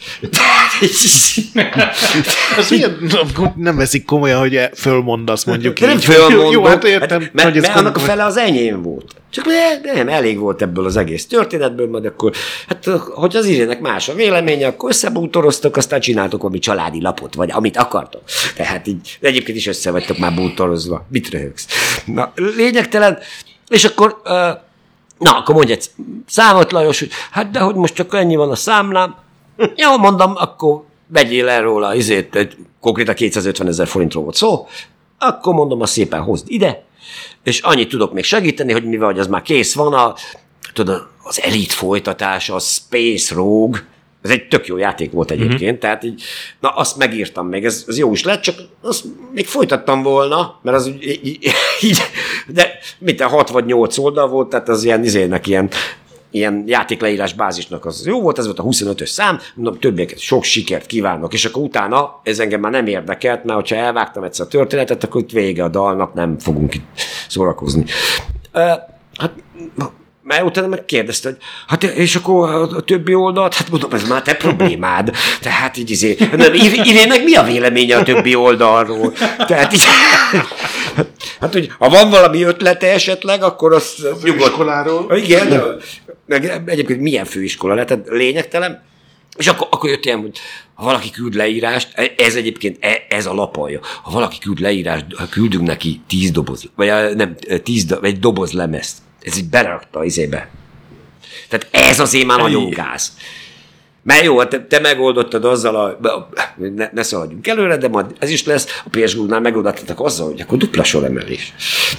Az ilyen, nem veszik komolyan, hogy fölmondasz, mondjuk
nem
így.
fölmondom.
Jó, hát értem.
Hát, mert
mert
annak a fele az enyém volt. Csak nem, nem, elég volt ebből az egész történetből, majd akkor, hát, hogy az Irének más a véleménye, akkor összebútoroztok, aztán csináltok valami családi lapot, vagy amit akartok. Tehát így, egyébként is össze vagytok már bútorozva. Mit röhögsz? Na, lényegtelen. És akkor... Uh, Na, akkor mondj egy számot, Lajos, hogy hát de hogy most csak ennyi van a számlám. Jó, mondom, akkor vegyél el róla, izét, egy, konkrétan kétszázötven ezer forintról volt szó, akkor mondom, azt szépen hozd ide, és annyit tudok még segíteni, hogy mivel az már kész van, a, tudod, az Elite folytatása, a Space Rogue, ez egy tök jó játék volt egyébként, mm-hmm. tehát így, na azt megírtam még, ez, ez jó is lett, csak azt még folytattam volna, mert az így, így de mint hat vagy nyolc oldal volt, tehát az ilyen izének ilyen, ilyen játékleírás bázisnak az jó volt, ez volt a huszonötös szám, mondom, többieket sok sikert kívánok, és akkor utána ez engem már nem érdekelt, mert hogyha elvágtam egyszer a történetet, akkor itt vége a dalnak, nem fogunk itt szórakozni. Uh, hát... Mert utána meg kérdezte, hogy hát és akkor a többi oldalt, hát mondom, ez már te problémád. Tehát így izé, nem, Irének mi a véleménye a többi oldalról? Tehát így, hát, hogy ha van valami ötlete esetleg, akkor az nyugodt.
Főiskoláról.
Igen, de, meg egyébként milyen főiskola lett, tehát lényegtelen. És akkor, akkor jött ilyen, hogy ha valaki küld leírást, ez egyébként, ez a lapalja, ha valaki küld leírást, küldünk neki tíz doboz, vagy nem, tíz, egy doboz lemezt. Ez így berakta az izébe. Tehát ez azért már nagyon gáz. Mert jó, te, te megoldottad azzal, a, ne, ne szaladjunk előre, de majd ez is lesz, a pé es gé-nál megoldottatok azzal, hogy akkor dupla soremelés.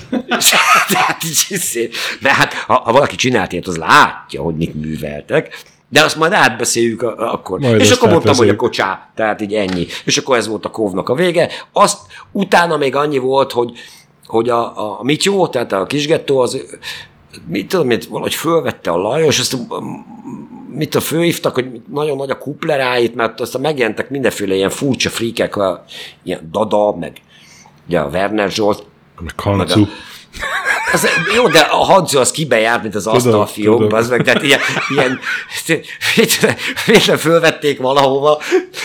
Tehát így, mert hát, ha, ha valaki csinált ilyet, az látja, hogy mit műveltek, de azt majd átbeszéljük a, akkor. Majd és akkor mondtam, hogy akkor csá, tehát így ennyi. És akkor ez volt a kóvnak a vége. Azt utána még annyi volt, hogy, hogy a, a Mityó, tehát a kisgettó, az mit tudom, mit, valahogy fölvette a Lajos, azt mit a főhívtak, hogy nagyon nagy a kupleráit, mert aztán megjelentek mindenféle ilyen furcsa fríkek, a, ilyen Dada, meg ugye a Werner Zsolt.
Meg Hancu.
Az, jó, de a Hancu az kibejárt, mint az asztalfiókban, az meg, tehát ilyen, ilyen véletlen fölvették valahova.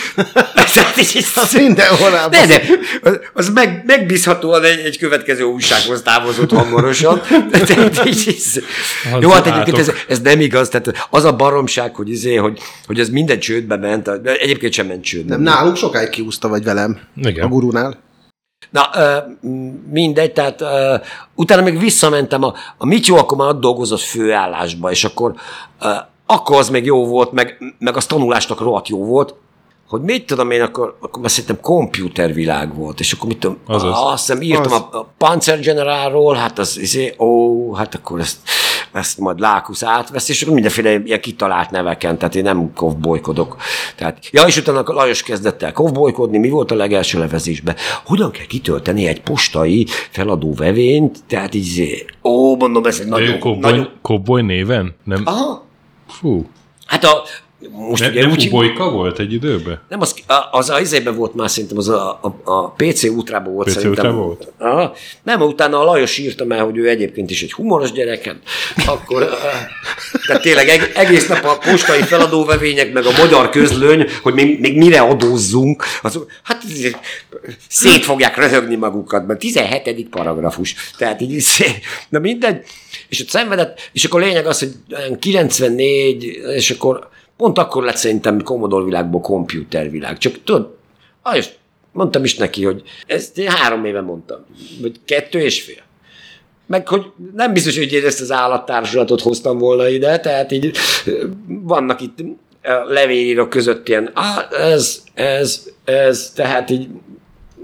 Az mindenhol.
De, de, az, az meg, megbízhatóan egy, egy következő újsághoz távozott hangorosan. Jó, hát egyébként ez, ez nem igaz, tehát az a baromság, hogy, izé, hogy, hogy ez minden csődbe ment, egyébként sem ment csődbe.
Nem, nálunk sokáig kiúzta vagy velem. Igen. A gurunál.
Na, mindegy, tehát uh, utána még visszamentem, a, a Mityó akkor már ott dolgozott főállásba, és akkor, uh, akkor az még jó volt, meg, meg az tanulásnak rohadt jó volt, hogy mit tudom én, akkor, akkor már szerintem komputervilág volt, és akkor mit tudom,
Azaz.
azt hiszem írtam az. a, a Panzer Generálról, hát az, izé, ó, hát akkor ezt, ezt majd Lákusz átvesz, és akkor mindenféle ilyen kitalált neveken, tehát én nem kovbolykodok. Tehát, ja, és utána Lajos kezdett el kovbolykodni, mi volt a legelső levezésben? Hogyan kell kitölteni egy postai feladó vevényt, tehát így, ó, mondom, ez egy nagyon...
Kovboly, nagyon... kovboly néven? Nem?
Aha.
Fú.
Hát a... Most
ne,
ugye
nem
úgy,
Fubolyka volt egy időben?
Nem, az, az az izében volt már szerintem, az a, a, a pé cé Ultrában volt
pé cé
szerintem.
Ultra volt?
Aha. Nem, utána a Lajos írta el, hogy ő egyébként is egy humoros gyerek, akkor tehát tényleg egész nap a postai feladóvevények, meg a magyar közlöny, hogy még, még mire adózzunk, az, hát szét fogják röhögni magukat, mert tizenhetedik paragrafus. Tehát így szét, na mindegy. És ott szenvedett, és akkor lényeg az, hogy kilencvennégy, és akkor pont akkor lett szerintem Commodore világból komputervilág. Csak tudod, ah, mondtam is neki, hogy ezt én három éve mondtam, vagy kettő és fél. Meg, hogy nem biztos, hogy én ezt az állattársulatot hoztam volna ide, tehát így vannak itt levélírok között ilyen, ah, ez, ez, ez, tehát így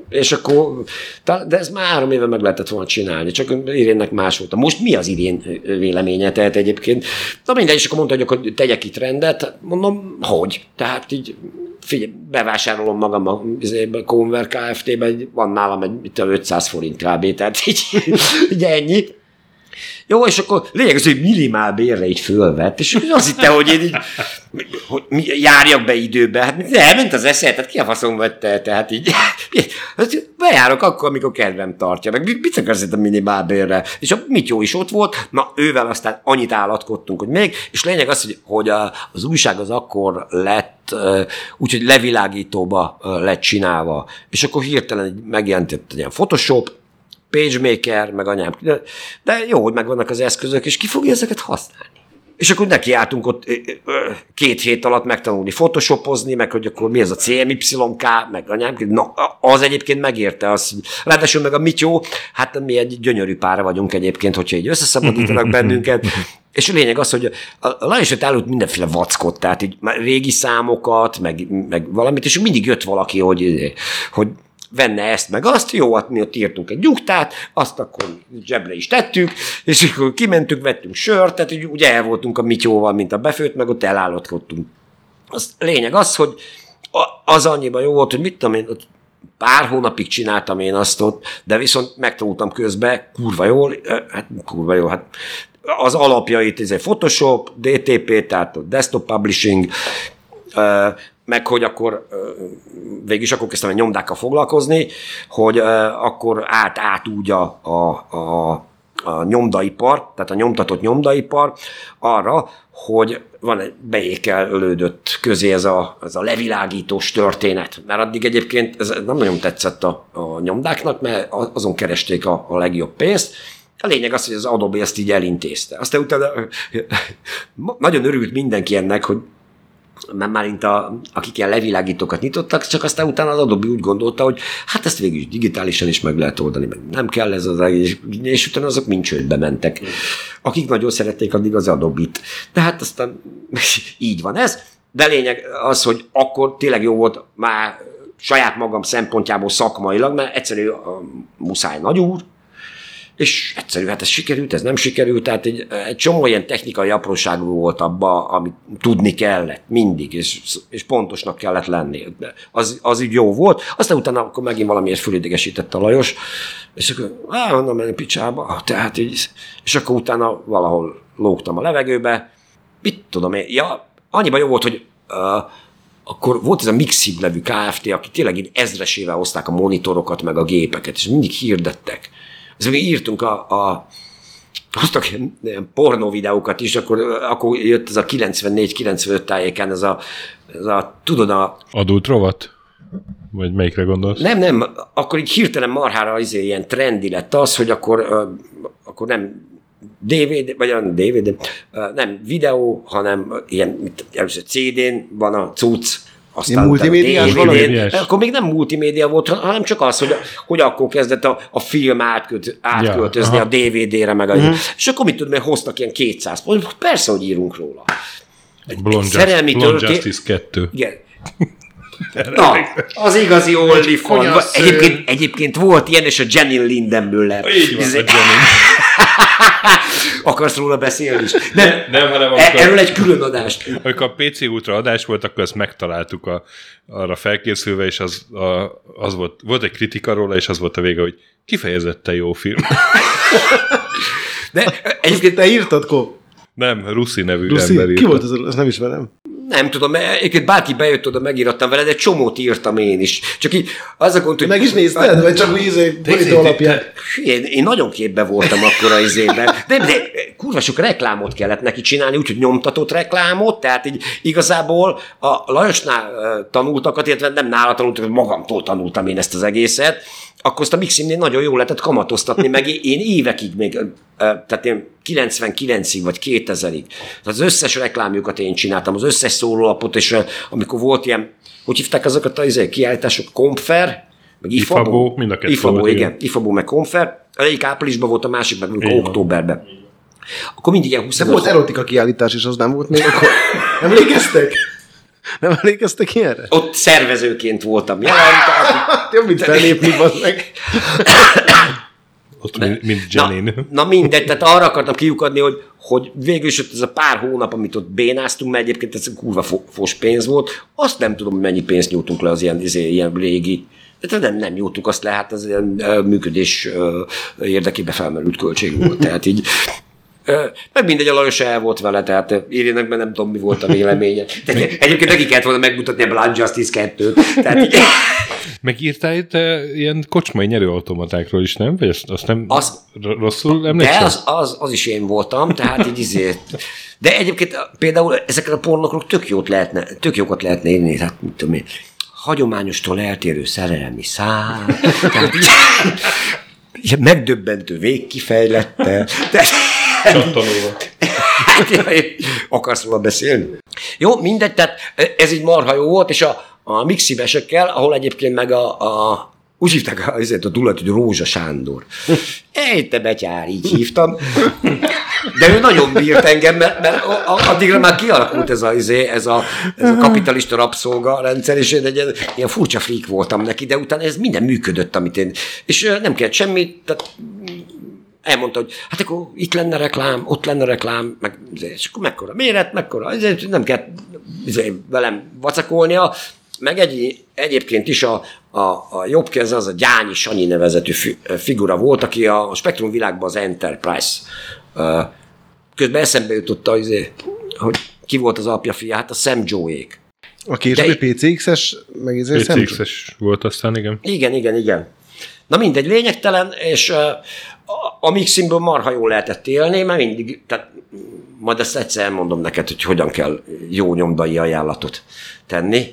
és akkor, de ez már három éve meg lehetett volna csinálni, csak Irénnek más volt. Most mi az Irén véleménye, tehát egyébként? Na mindegy, és akkor mondta, hogy akkor tegyek itt rendet, mondom, hogy? Tehát így, figyelj, bevásárolom magam a Conver Kft-ben, van nálam egy ötszáz forint kb, tehát így, így ennyi. Jó, és akkor lényeg az, hogy millimál bérre így fölvett, és azt hitte, hogy én így, hogy járjak be időbe, hát elment az esze, tehát ki a faszom vette, tehát így, bejárok akkor, amikor kedvem tartja, meg mit akarsz itt a minimál bérre? És a Mityó is ott volt, na ővel aztán annyit állatkodtunk, hogy még, és lényeg az, hogy, hogy az újság az akkor lett, úgyhogy levilágítóba lett csinálva, és akkor hirtelen megjelent egy ilyen Photoshop, PageMaker, meg anyám. De, de jó, hogy megvannak az eszközök, és ki fogja ezeket használni. És akkor nekiálltunk ott két hét alatt megtanulni photoshopozni, meg hogy akkor mi ez a cé em ipszilon ká, meg anyám. Na, az egyébként megérte. Az. Ráadásul meg a Mityó, hát mi egy gyönyörű pára vagyunk egyébként, hogyha így összeszabadítanak bennünket. És a lényeg az, hogy a Lajos állott mindenféle vackot, tehát így régi számokat, meg, meg valamit, és mindig jött valaki, hogy, hogy venne ezt, meg azt, jó, hát mi ott írtunk egy nyugtát, azt akkor zsebre is tettük, és akkor kimentünk, vettünk sört, tehát ugye el voltunk a Mityóval, mint a befőtt, meg ott elállatkodtunk. Az lényeg az, hogy az annyiban jó volt, hogy mit tudom én, pár hónapig csináltam én azt ott, de viszont megtanultam közben, kurva jól, hát kurva jó, hát az alapjait, ez egy Photoshop, dé té pé, tehát Desktop Publishing, meg hogy akkor végig is akkor kezdtem a nyomdákkal foglalkozni, hogy akkor át, át úgy a, a, a, a nyomdaipar, tehát a nyomtatott nyomdaipar arra, hogy van egy beékelődött közé ez a, ez a levilágítós történet. Mert addig egyébként ez nem nagyon tetszett a, a nyomdáknak, mert azon keresték a, a legjobb pénzt. A lényeg az, hogy az Adobe ezt így elintézte. Aztán utána nagyon örült mindenki ennek, hogy mert már mint a, akik ilyen levilágítókat nyitottak, csak aztán utána az Adobe úgy gondolta, hogy hát ezt végül is digitálisan is meg lehet oldani, meg nem kell ez az egész, és utána azok mind csődbe mentek. Akik nagyon szerették addig az Adobe-t. De hát aztán így van ez. De lényeg az, hogy akkor tényleg jó volt már saját magam szempontjából szakmailag, mert egyszerű a muszáj nagyúr, és egyszerű, hát ez sikerült, ez nem sikerült, tehát egy, egy csomó ilyen technikai apróságú volt abba, amit tudni kellett mindig, és, és pontosnak kellett lenni. Az, az így jó volt. Aztán utána akkor megint valamiért fölidegesített a Lajos, és akkor, á, onnan menni picsába, tehát így, és akkor utána valahol lógtam a levegőbe. Mit tudom én, ja, annyiban jó volt, hogy uh, akkor volt ez a Mixib nevű Kft., aki tényleg így ezresével hozták a monitorokat, meg a gépeket, és mindig hirdettek. Ezért írtunk a, a hoztak ilyen pornó videókat is, akkor, akkor jött ez a kilencvennégy kilencvenöt tájékán, ez a, ez a tudod a...
Adult rovat? Vagy melyikre gondolsz?
Nem, nem, akkor így hirtelen marhára izé, ilyen trendi lett az, hogy akkor, uh, akkor nem dé vé dé, vagy a dé vé dé, uh, nem videó, hanem ilyen először cé dén van a cucc, aztán
multimédiás valami?
Akkor még nem multimédia volt, hanem csak az, hogy, hogy akkor kezdett a, a film átköt, átköltözni ja, a dé vé dére, meg mm. És akkor mit tudom, hogy hoztak ilyen kétszáz pont, persze, hogy írunk róla.
Egy, Blonde, egy szerelmi Just, Blonde Justice kettő.
Igen. Na, az igazi OnlyFans. Egyébként, egyébként volt ilyen, és a Jenny Lindenböller.
Így van, a Jenny.
Akarsz róla beszélni is? Nem,
nem, hanem
amikor, erről egy külön adást.
Amikor a pé cé Ultra adás volt, akkor ezt megtaláltuk a, arra felkészülve, és az, a, az volt, volt egy kritika róla, és az volt a vége, hogy kifejezetten jó film.
De egyébként te írtad, Kó?
Nem, Russi nevű
Russi?
ember írta.
Ki volt az? Az nem ismerem.
Nem tudom, mert egyébként bárki bejött oda, megírattam vele, de egy csomót írtam én is. Csak így az a gond, hogy...
Meg is nézted? Vagy csak úgy izé, borító alapján?
Én, én nagyon képbe voltam akkor az izében. De, de kurva sok reklámot kellett neki csinálni, úgyhogy nyomtatott reklámot, tehát így igazából a Lajosnál tanultakat, illetve nem nála tanultak, magamtól tanultam én ezt az egészet, akkor azt a Miximnél nagyon jól lehetett kamatoztatni, meg én évekig még, tehát én kilencvenkilencig vagy kétezerig, tehát az összes reklámjukat én csináltam, az összes szórólapot, és amikor volt ilyen, hogy hívták azokat a kiállítások, Konfer, meg Ifabo,
Ifabo, mind a kettő
Ifabo,
volt,
igen, Ifabo meg Konfer, az egyik áprilisban volt, a másik meg októberben. Akkor mindig ilyen huszonöt...
De volt erotika kiállítás is, az nem volt még akkor. Emlékeztek? Nem emlékeztek ilyenre?
Ott szervezőként voltam jelen.
Jobb, mint felépni, bazd meg.
Ott mint, mint Janine.
Na, na mindegy, tehát arra akartam kiukadni, hogy, hogy végül is ott ez a pár hónap, amit ott bénáztunk, mert egyébként ez kurva fo- fos pénz volt, azt nem tudom, hogy mennyi pénzt nyújtunk le az ilyen, az ilyen régi. Tehát nem, nem nyújtunk azt le, hát az ilyen működés érdekében felmerült költség volt. Tehát így, meg mindegy, a Lajos el volt vele, tehát írjanak be, nem tudom, mi volt a véleménye. Tehát egyébként neki kellett volna megmutatni a Blood Justice kettőt. Tehát így...
Megírtál itt ilyen kocsmai nyerőautomatákról is, nem? Vagy azt, azt nem
az,
rosszul emlékszem?
De az, az, az is én voltam, tehát így izért. De egyébként például ezekre a pornokról tök jót lehetne, tök jókat lehetne írni, tehát mit tudom én, hagyományostól eltérő szerelmi szál, tehát így, így megdöbbentő végkifejlettel.
Csattanóval.
Akarsz róla beszélni? Jó, mindegy, tehát ez így marha jó volt, és a, a mixibesekkel, ahol egyébként meg a, a úgy hívták azért a Dulát, hogy Rózsa Sándor. Ej, te betyár, így hívtam. De ő nagyon bírt engem, mert, mert addigra már kialakult ez a, ez a, ez a kapitalista rabszolga rendszer, és én egy ilyen, ilyen furcsa freak voltam neki, de utána ez minden működött, amit én... És nem kellett semmit, tehát elmondta, hogy hát akkor itt lenne reklám, ott lenne reklám, meg, és akkor mekkora méret, mekkora, nem kell velem vacakolnia, meg egy, egyébként is a, a, a jobb keze az a Gyányi Sanyi nevezetű fi, figura volt, aki a Spektrum világban az Enterprise. Közben eszembe jutott, hogy ki volt az apja fia, hát a Sam Joe-ék.
A későbbi pé cé iksz-es, meg ez
pé cé iksz-es volt aztán, igen.
Igen, igen, igen. Na mindegy, lényegtelen, és uh, a Miximből marha jól lehetett élni, mert mindig, tehát majd ezt egyszer elmondom neked, hogy hogyan kell jó nyomdai ajánlatot tenni.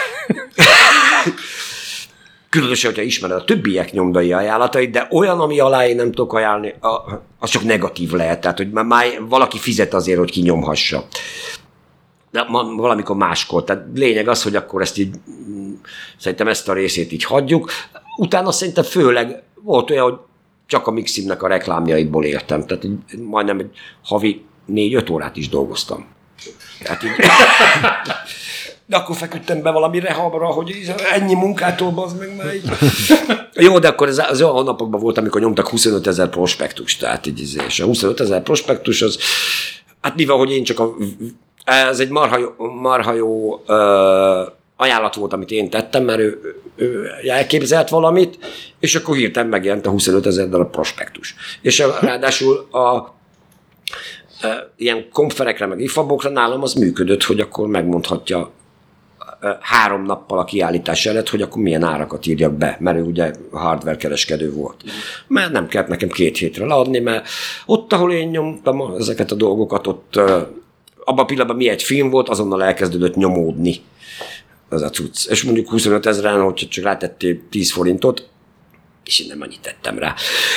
Különösen, hogyha ismered a többiek nyomdai ajánlatait, de olyan, ami alá én nem tudok ajánlani, az csak negatív lehet, tehát hogy már valaki fizet azért, hogy kinyomhassa. De valamikor máskor. Tehát lényeg az, hogy akkor ezt így, szerintem ezt a részét így hagyjuk. Utána szerintem főleg volt olyan, hogy csak a Miximnek a reklámjaitból éltem. Tehát majdnem egy havi négy-öt órát is dolgoztam. Tehát így... De akkor feküdtem be valami rehabra, hogy ennyi munkától az meg már így. Jó, de akkor ez az olyan napokban volt, amikor nyomtak huszonöt ezer prospektus. Tehát így, és a huszonöt ezer prospektus az, hát mivel, hogy én csak a... Ez egy marha jó, marha jó uh, ajánlat volt, amit én tettem, mert ő, ő elképzelt valamit, és akkor hirtelen megjelent a huszonöt ezer darab prospektus. És ráadásul a uh, ilyen konferekre, meg ifabokra nálam az működött, hogy akkor megmondhatja uh, három nappal a kiállítás előtt, hogy akkor milyen árakat írjak be, mert ő ugye hardware kereskedő volt. Mert nem kellett nekem két hétre leadni, mert ott, ahol én nyomtam ezeket a dolgokat, ott uh, abban a pillanatban mi egy film volt, azonnal elkezdődött nyomódni az a cucc. És mondjuk huszonöt ezeren, hogyha csak rátettél tíz forintot, és én nem annyit tettem rá.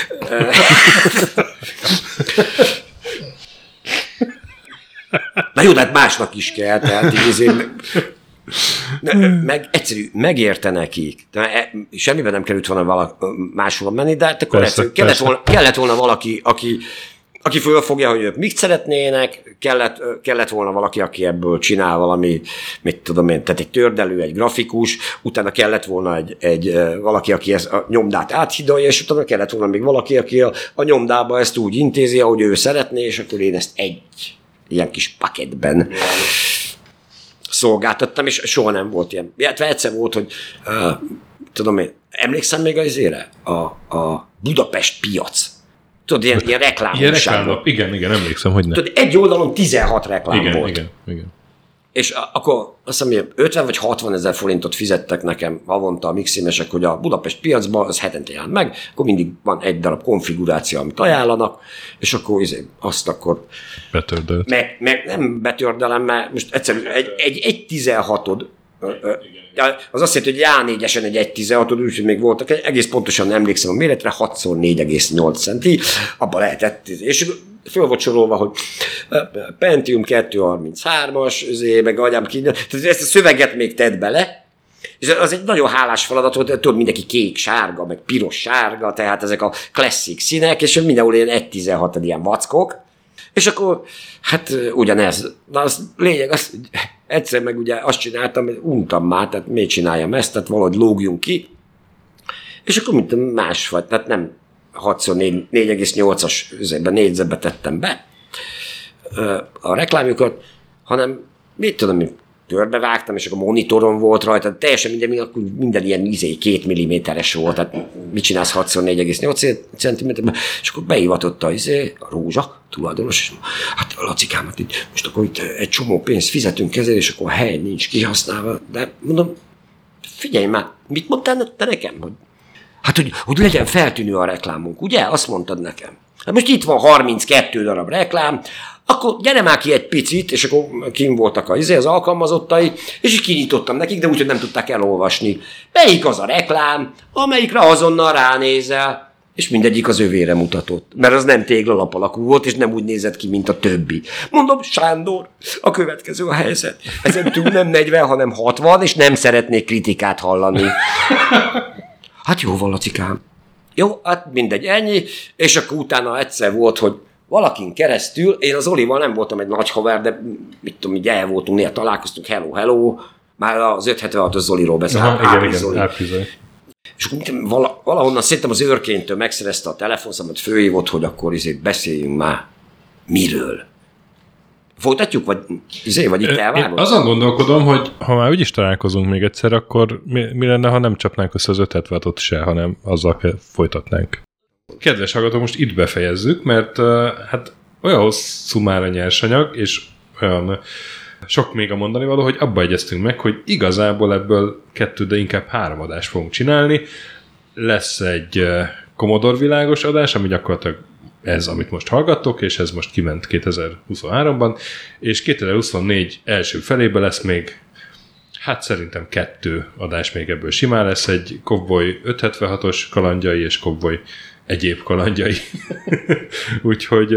Na jó, de hát másnak is kell, tehát így azért, meg, meg egyszerű, megérte nekik. De semmiben nem került volna valaki, máshol menni, de hát akkor persze, egyszerű, kellett, volna, kellett volna valaki, aki Aki fölfogja, hogy ők mit szeretnének, kellett, kellett volna valaki, aki ebből csinál valami, mit tudom én, tehát egy tördelő, egy grafikus, utána kellett volna egy, egy valaki, aki ezt a nyomdát áthidalja, és utána kellett volna még valaki, aki a, a nyomdába ezt úgy intézi, ahogy ő szeretné, és akkor én ezt egy ilyen kis paketben szolgáltattam, és soha nem volt ilyen. Illetve egyszer volt, hogy uh, tudom én, emlékszem még azért a, a Budapest piac. Tudod, ilyen, ilyen reklám.
Ilyen reklámnap, igen, igen, emlékszem, hogy nem.
Tudod, egy oldalon tizenhat reklám
igen,
volt.
Igen, igen.
És akkor azt hiszem, ötven vagy hatvan ezer forintot fizettek nekem havonta a miximesek, hogy a Budapest piacban az hetente jelent meg, akkor mindig van egy darab konfiguráció, amit ajánlanak, és akkor azt akkor...
Betördeled.
Meg, meg nem betördelem, mert most egyszerűen egy, egy, egy tizenhatod, az azt jelenti, hogy á négyesen egy egy tizenhatod, úgyhogy még voltak, egész pontosan nem emlékszem a méretre, hat szor négy egész nyolc centi, abba lehetett, és föl volt sorolva, hogy Pentium kétszázharminchárom-as, meg agyám ki, tehát ezt a szöveget még tedd bele, és az egy nagyon hálás feladat volt, tudod, mindenki kék, sárga, meg piros, sárga, tehát ezek a klasszik színek, és mindenhol ilyen egy tizenhat ilyen vackok, és akkor, hát ugyanez, na az lényeg, az, egyszer meg ugye azt csináltam, hogy untam már, tehát miért csináljam ezt, tehát valahogy lógjunk ki, és akkor mint másfajta, tehát nem hatszor négy egész nyolcas üzletben, négyzetbe tettem be a reklámjukat, hanem mit tudom, én törbevágtam, és akkor a monitoron volt rajta, teljesen minden, minden ilyen izé, két milliméteres volt, tehát mit csinálsz hatszor négy egész nyolc centiméterben, és akkor beivatotta izé, a Rózsa tulajdonos, és hát Lacikám, hát itt, most akkor itt egy csomó pénzt fizetünk ezért, és akkor a hely nincs kihasználva, de mondom, figyelj már, mit mondtál te nekem, hogy hát, hogy, hogy legyen feltűnő a reklámunk, ugye? Azt mondtad nekem. Hát most itt van harminckettő darab reklám, akkor gyere már ki egy picit, és akkor kim voltak az, az alkalmazottai, és így kinyitottam nekik, de úgyhogy nem tudták elolvasni. Melyik az a reklám, amelyikre azonnal ránézel, és mindegyik az övére mutatott. Mert az nem téglalap alakú volt, és nem úgy nézett ki, mint a többi. Mondom, Sándor, a következő a helyzet. Ezen túl nem negyven, hanem hatvan, és nem szeretnék kritikát hallani. Hát jó van, Lacikám. Jó, hát mindegy, ennyi, és akkor utána egyszer volt, hogy valakin keresztül, én az Olival nem voltam egy nagy haver, de mit tudom, így el voltunk, néha találkoztunk, hello, hello, már az ötszázhetvenhatos Zoliról beszélünk.
Igen, igen, Zoli. Áprizoli.
És akkor vala, valahonnan szerintem az őrkéntől megszerezte a telefonszámot, főhívott, hogy akkor izé beszéljünk már. Miről? Folytatjuk, vagy, izé, vagy itt elvágod?
Én azon gondolkodom, hogy ha már úgyis találkozunk még egyszer, akkor mi, mi lenne, ha nem csapnánk össze az ötszázhetvenhatot se, hanem azzal folytatnánk. Kedves hallgatók, most itt befejezzük, mert uh, hát olyan hosszú már a nyersanyag, és olyan sok még a mondani való, hogy abba egyeztünk meg, hogy igazából ebből kettő, de inkább három adást fogunk csinálni. Lesz egy uh, Commodore világos adás, ami gyakorlatilag ez, amit most hallgattok, és ez most kiment kétezer-huszonháromban, és kétezer-huszonnégy első felében lesz még, hát szerintem kettő adás még ebből simán lesz, egy Cowboy ötszázhetvenhatos kalandjai, és Cowboy egyéb kalandjai. Úgyhogy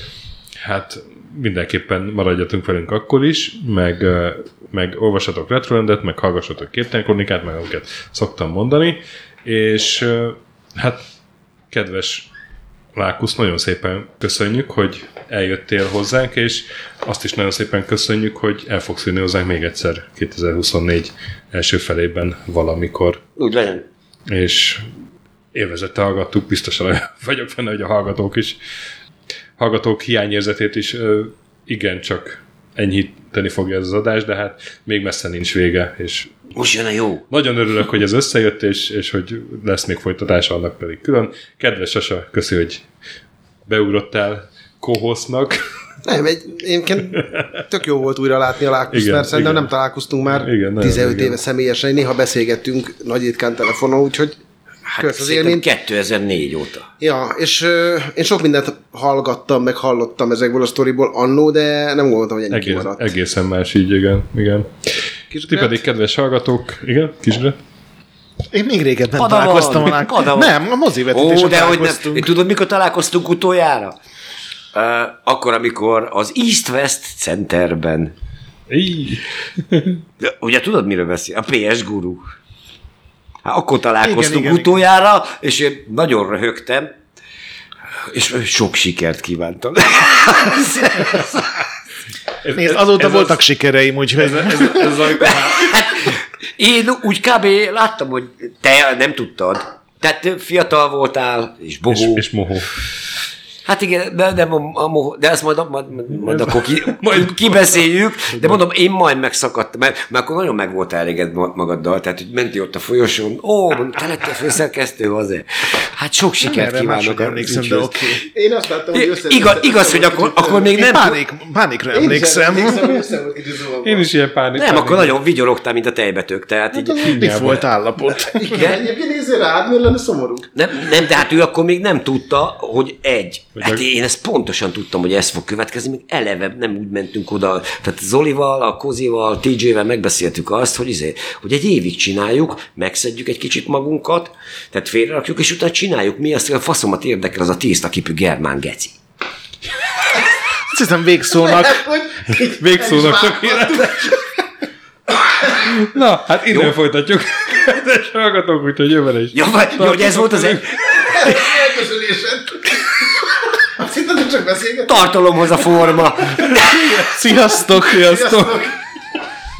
hát mindenképpen maradjatunk velünk akkor is, meg, meg olvassatok Retrolandet, meg hallgassatok Képtelenkronikát, meg amiket szoktam mondani, és hát kedves Lákusz, nagyon szépen köszönjük, hogy eljöttél hozzánk, és azt is nagyon szépen köszönjük, hogy el fogsz jönni hozzánk még egyszer kétezer-huszonnégy első felében valamikor.
Úgy legyen.
És élvezettel hallgattuk, biztosan vagyok benne, hogy a hallgatók is, hallgatók hiányérzetét is igencsak enyhíteni fogja ez az adás, de hát még messze nincs vége, és
most jön a jó.
Nagyon örülök, hogy ez összejött, és, és hogy lesz még folytatása, annak pedig külön. Kedves Sasa, köszi, hogy beugrottál co-hostnak.
Nem, egy, én tök jó volt újra látni a Lákuszt, mert szerintem nem találkoztunk már igen, tizenöt igen. éve személyesen, néha beszélgettünk nagy ritkán telefonon, úgyhogy
hát az élmény. kétezer-négy óta.
Ja, és uh, én sok mindent hallgattam, meg hallottam ezekből a sztoriból annó, de nem gondoltam, hogy ennyi
Egész,
kimaradt.
Egészen más így, igen. igen. Ti pedig, kedves hallgatók, igen, Kisre?
Én még régebben találkoztam a Lákusz. Nem, a mozivetítésen találkoztunk.
Nem. Tudod, mikor találkoztunk utoljára? Uh, akkor, amikor az East-West Centerben. Ugye tudod, miről beszél? A pé es Guru. Hát akkor találkoztunk igen, utoljára, igen. És én nagyon röhögtem, és sok sikert kívántam.
Nézd, azóta ez voltak az... sikereim, úgyhogy... Ez, ez, ez, ez amikor...
hát, én úgy kb. Láttam, hogy te nem tudtad. Tehát fiatal voltál, és bohó. És,
és mohó.
Hát igen, de, de, a, a, de ezt majd, majd, majd akkor ki, majd kibeszéljük, de mondom, én majd megszakadtam, mert, mert akkor nagyon meg volt eléged magaddal, tehát hogy mentél ott a folyosón, ó, te lettél főszerkesztő azért. Hát sok sikert kívánok.
Emlékszem, de oké.
Okay. Én azt láttam, hogy össze...
Igaz, igaz hogy akkor, akkor még nem...
Pánik, pánikra emlékszem.
Én is ilyen pánik.
Nem, akkor nagyon vigyorogtál, mint a tejbetök, tehát így...
Mi volt állapot?
Igen, egyébként nézzél rád, miért lenne szomorú?
Nem, nem, de hát ő akkor még nem tudta, hogy egy. Hát én ezt pontosan tudtam, hogy ez fog következni, még eleve nem úgy mentünk oda. Tehát Zolival, a Kozival, té jével megbeszéltük azt, hogy, izé, hogy egy évig csináljuk, megszedjük egy kicsit magunkat, tehát félrerakjuk, és utána csináljuk. Mi azt, hogy a faszomat érdekel az a tésztakipű germán geci.
Azt hiszem végszónak.
Végszónak tökéletes. Na, hát innen jó. Folytatjuk. Kedves hallgatók, úgyhogy jövőre is.
Ja, vagy, jó, hogy ez volt az egy...
Azt hittem, hogy csak beszélgetünk.
Tartalomhoz a forma.
Sziasztok!
Sziasztok!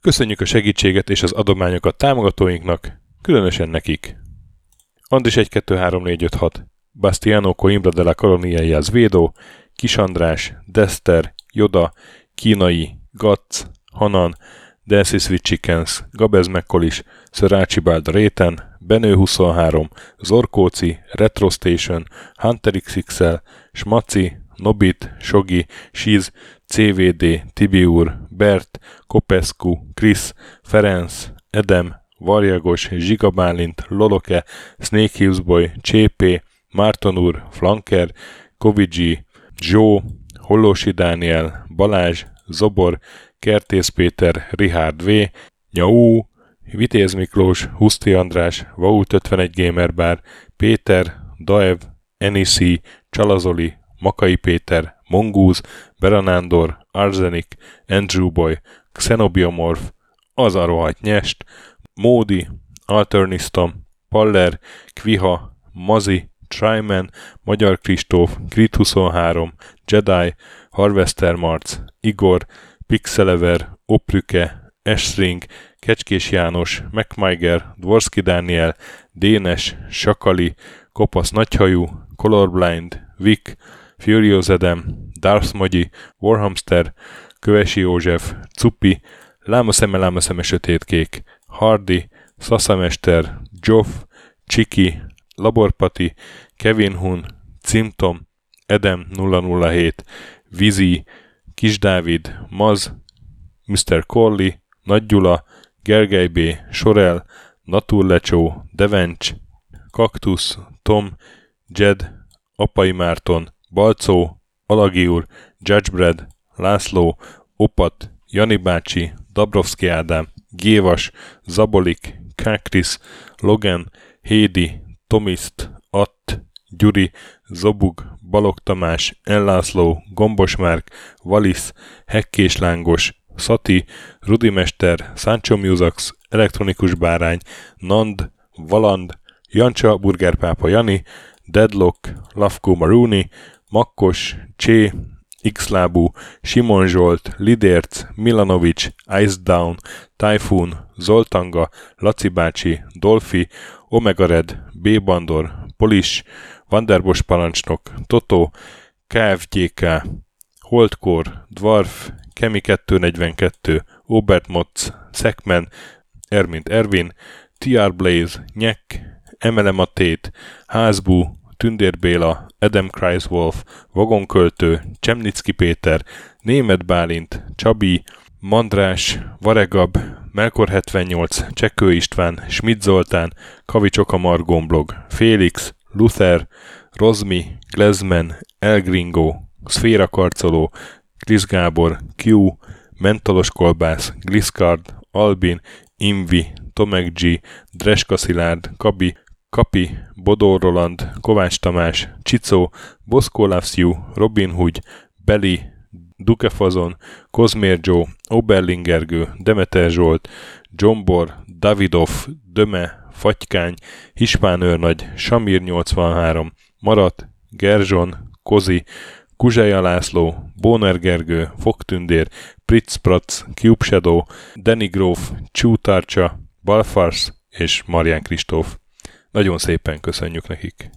Köszönjük a segítséget és az adományokat támogatóinknak, különösen nekik. Andris egy kettő három négy öt hat, Bastiano Coimbra de la Colonia y Azvédó, Kis András, Dester, Joda, Kínai, Gatz, Hanan, Dancy with Chickens, Gabez Mekkolis, Sir Archibald Réten, Benő huszonhárom, Zorkóci, Retro Station, Hunter iksz iksz el, Smaci, Nobit, Sogi, Siz, cé vé dé, Tibiur, Bert, Kopescu, Krisz, Ferenc, Edem, Varjagos, Zsigabálint, Loloke, Snake Hills Boy, Csépé, Márton úr, Flanker, Kovicsi, Zsó, Hollósi Dániel, Balázs, Zobor, Kertész Péter, Richard V, Nyau, Vitéz Miklós, Huszti András, Vault ötvenegy Gamerbar, Péter, Daev, Enisi, Csalazoli, Makai Péter, Mongúz, Beranándor, Arzenik, Andrew Boy, Xenobiomorph, Az a rohadt nyest, Módi, Alternisztom, Paller, Kviha, Mazi, Tryman, Magyar Kristóf, Grit huszonhárom, Jedi, Harvester Marc, Igor, Pixelever, Oprüke, Esring, Kecskés János, MacMiger, Dvorski Dániel, Dénes, Sakali, Kopasz Nagyhajú, Colorblind, Vic, Furious Edem, Darth Mogyi, Warhamster, Kövesi József, Cupi, Lámaszeme, Lámaszeme Sötétkék, Hardy, Szaszamester, Joff, Csiki, Laborpati, Kevin Hun, Cimtom, Edem nulla nulla hét, Vizi, Kis Dávid, Maz, miszter Corley, Nagy Gyula, Gergely B, Sorel, Naturlecsó, Devencs, Kaktusz, Tom, Jed, Apai Márton, Balcó, Alagi úr, Judgebred, László, Opat, Jani bácsi, Dabrowski Ádám, Gévas, Zabolik, Kákris, Logan, Hédi, Tomiszt, Att, Gyuri, Zobug, Balog Tamás, Ellászló, Gombos Márk, Valisz, Hekkés Lángos, Szati, Rudimester, Sancho Musax, Elektronikus Bárány, Nand, Valand, Jancsa, Burgerpápa Jani, Deadlock, Lavko Maruni, Makkos, Csé, Xlábú, Simon Zsolt, Lidérc, Milanovic, Ice Down, Typhoon, Zoltanga, Laci bácsi, Dolfi, Omega Red, B. Bandor, Polis, Vanderbos parancsnok, Toto, ká ef gé ká, Holdkor, Dwarf, Kemi kettőnegyvenkettő, Obert Motz, Szekmen, Ermint Ervin, té er Blaze, Nyek, Emele Matét, Házbú, Tündér Béla, Adam Kreiswolf, Vagonköltő, Csemnicki Péter, Németh Bálint, Csabi, Mandrás, Varegab, Melkor hetvennyolc, Csekkő István, Schmidt Zoltán, Kavicsoka Margomblog, Félix, Luther, Rozmi, Glezman, Elgringo, Szféra Karcoló, Krisz Gábor, Q, Mentolos Kolbász, Gliscard, Albin, Invi, Tomek G, Dreska Szilárd, Kabi, Kapi, Bodor Roland, Kovács Tamás, Csicó, Boszkó Loves You, Robin Hood, Beli, Dukefazon, Kozmér Joe, Oberlingergő, Demeter Zsolt, Zsombor, Davidov, Döme, Fatykány, Hispán őrnagy, Samir nyolcvanhárom, Marat, Gerzson, Kozi, Kuzseja László, Bóner Gergő, Fogtündér, Pritz Prac, Cube Shadow, Danny Gróf, Csútárcsa, Balfars és Marián Kristóf. Nagyon szépen köszönjük nekik.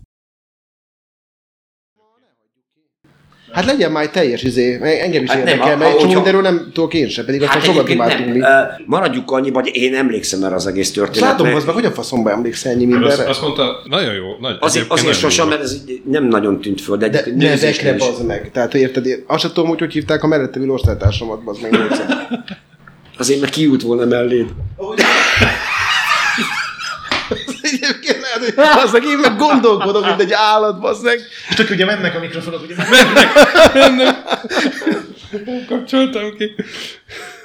Hát legyen már egy teljes izé, engem is
hát
érdekel, mert egy csomó mindenről nem tudok én sem, pedig
hát
aztán sokat imádtunk mi.
Uh, maradjuk annyi, vagy én emlékszem már az egész történetre.
Látom, az meg hogyan faszomba emlékszel ennyi mindenre?
Azt, azt mondta, nagyon jó. Nagy,
azért azért sosem, mert ez nem nagyon tűnt föl, de,
de nevekre bazd meg. Tehát érted, én azt sem tudom, hogy hogy hívták a mellette ülő osztálytársamat, bazd meg nyolcad.
Azért meg kiült volna melléd.
Egyébként lehet, hogy az meg én meg gondolkodok, mint egy állat, bazd meg.
És tök ugye mennek a mikrofonok, ugye
mennek. Mennek. Kapcsoltam ki.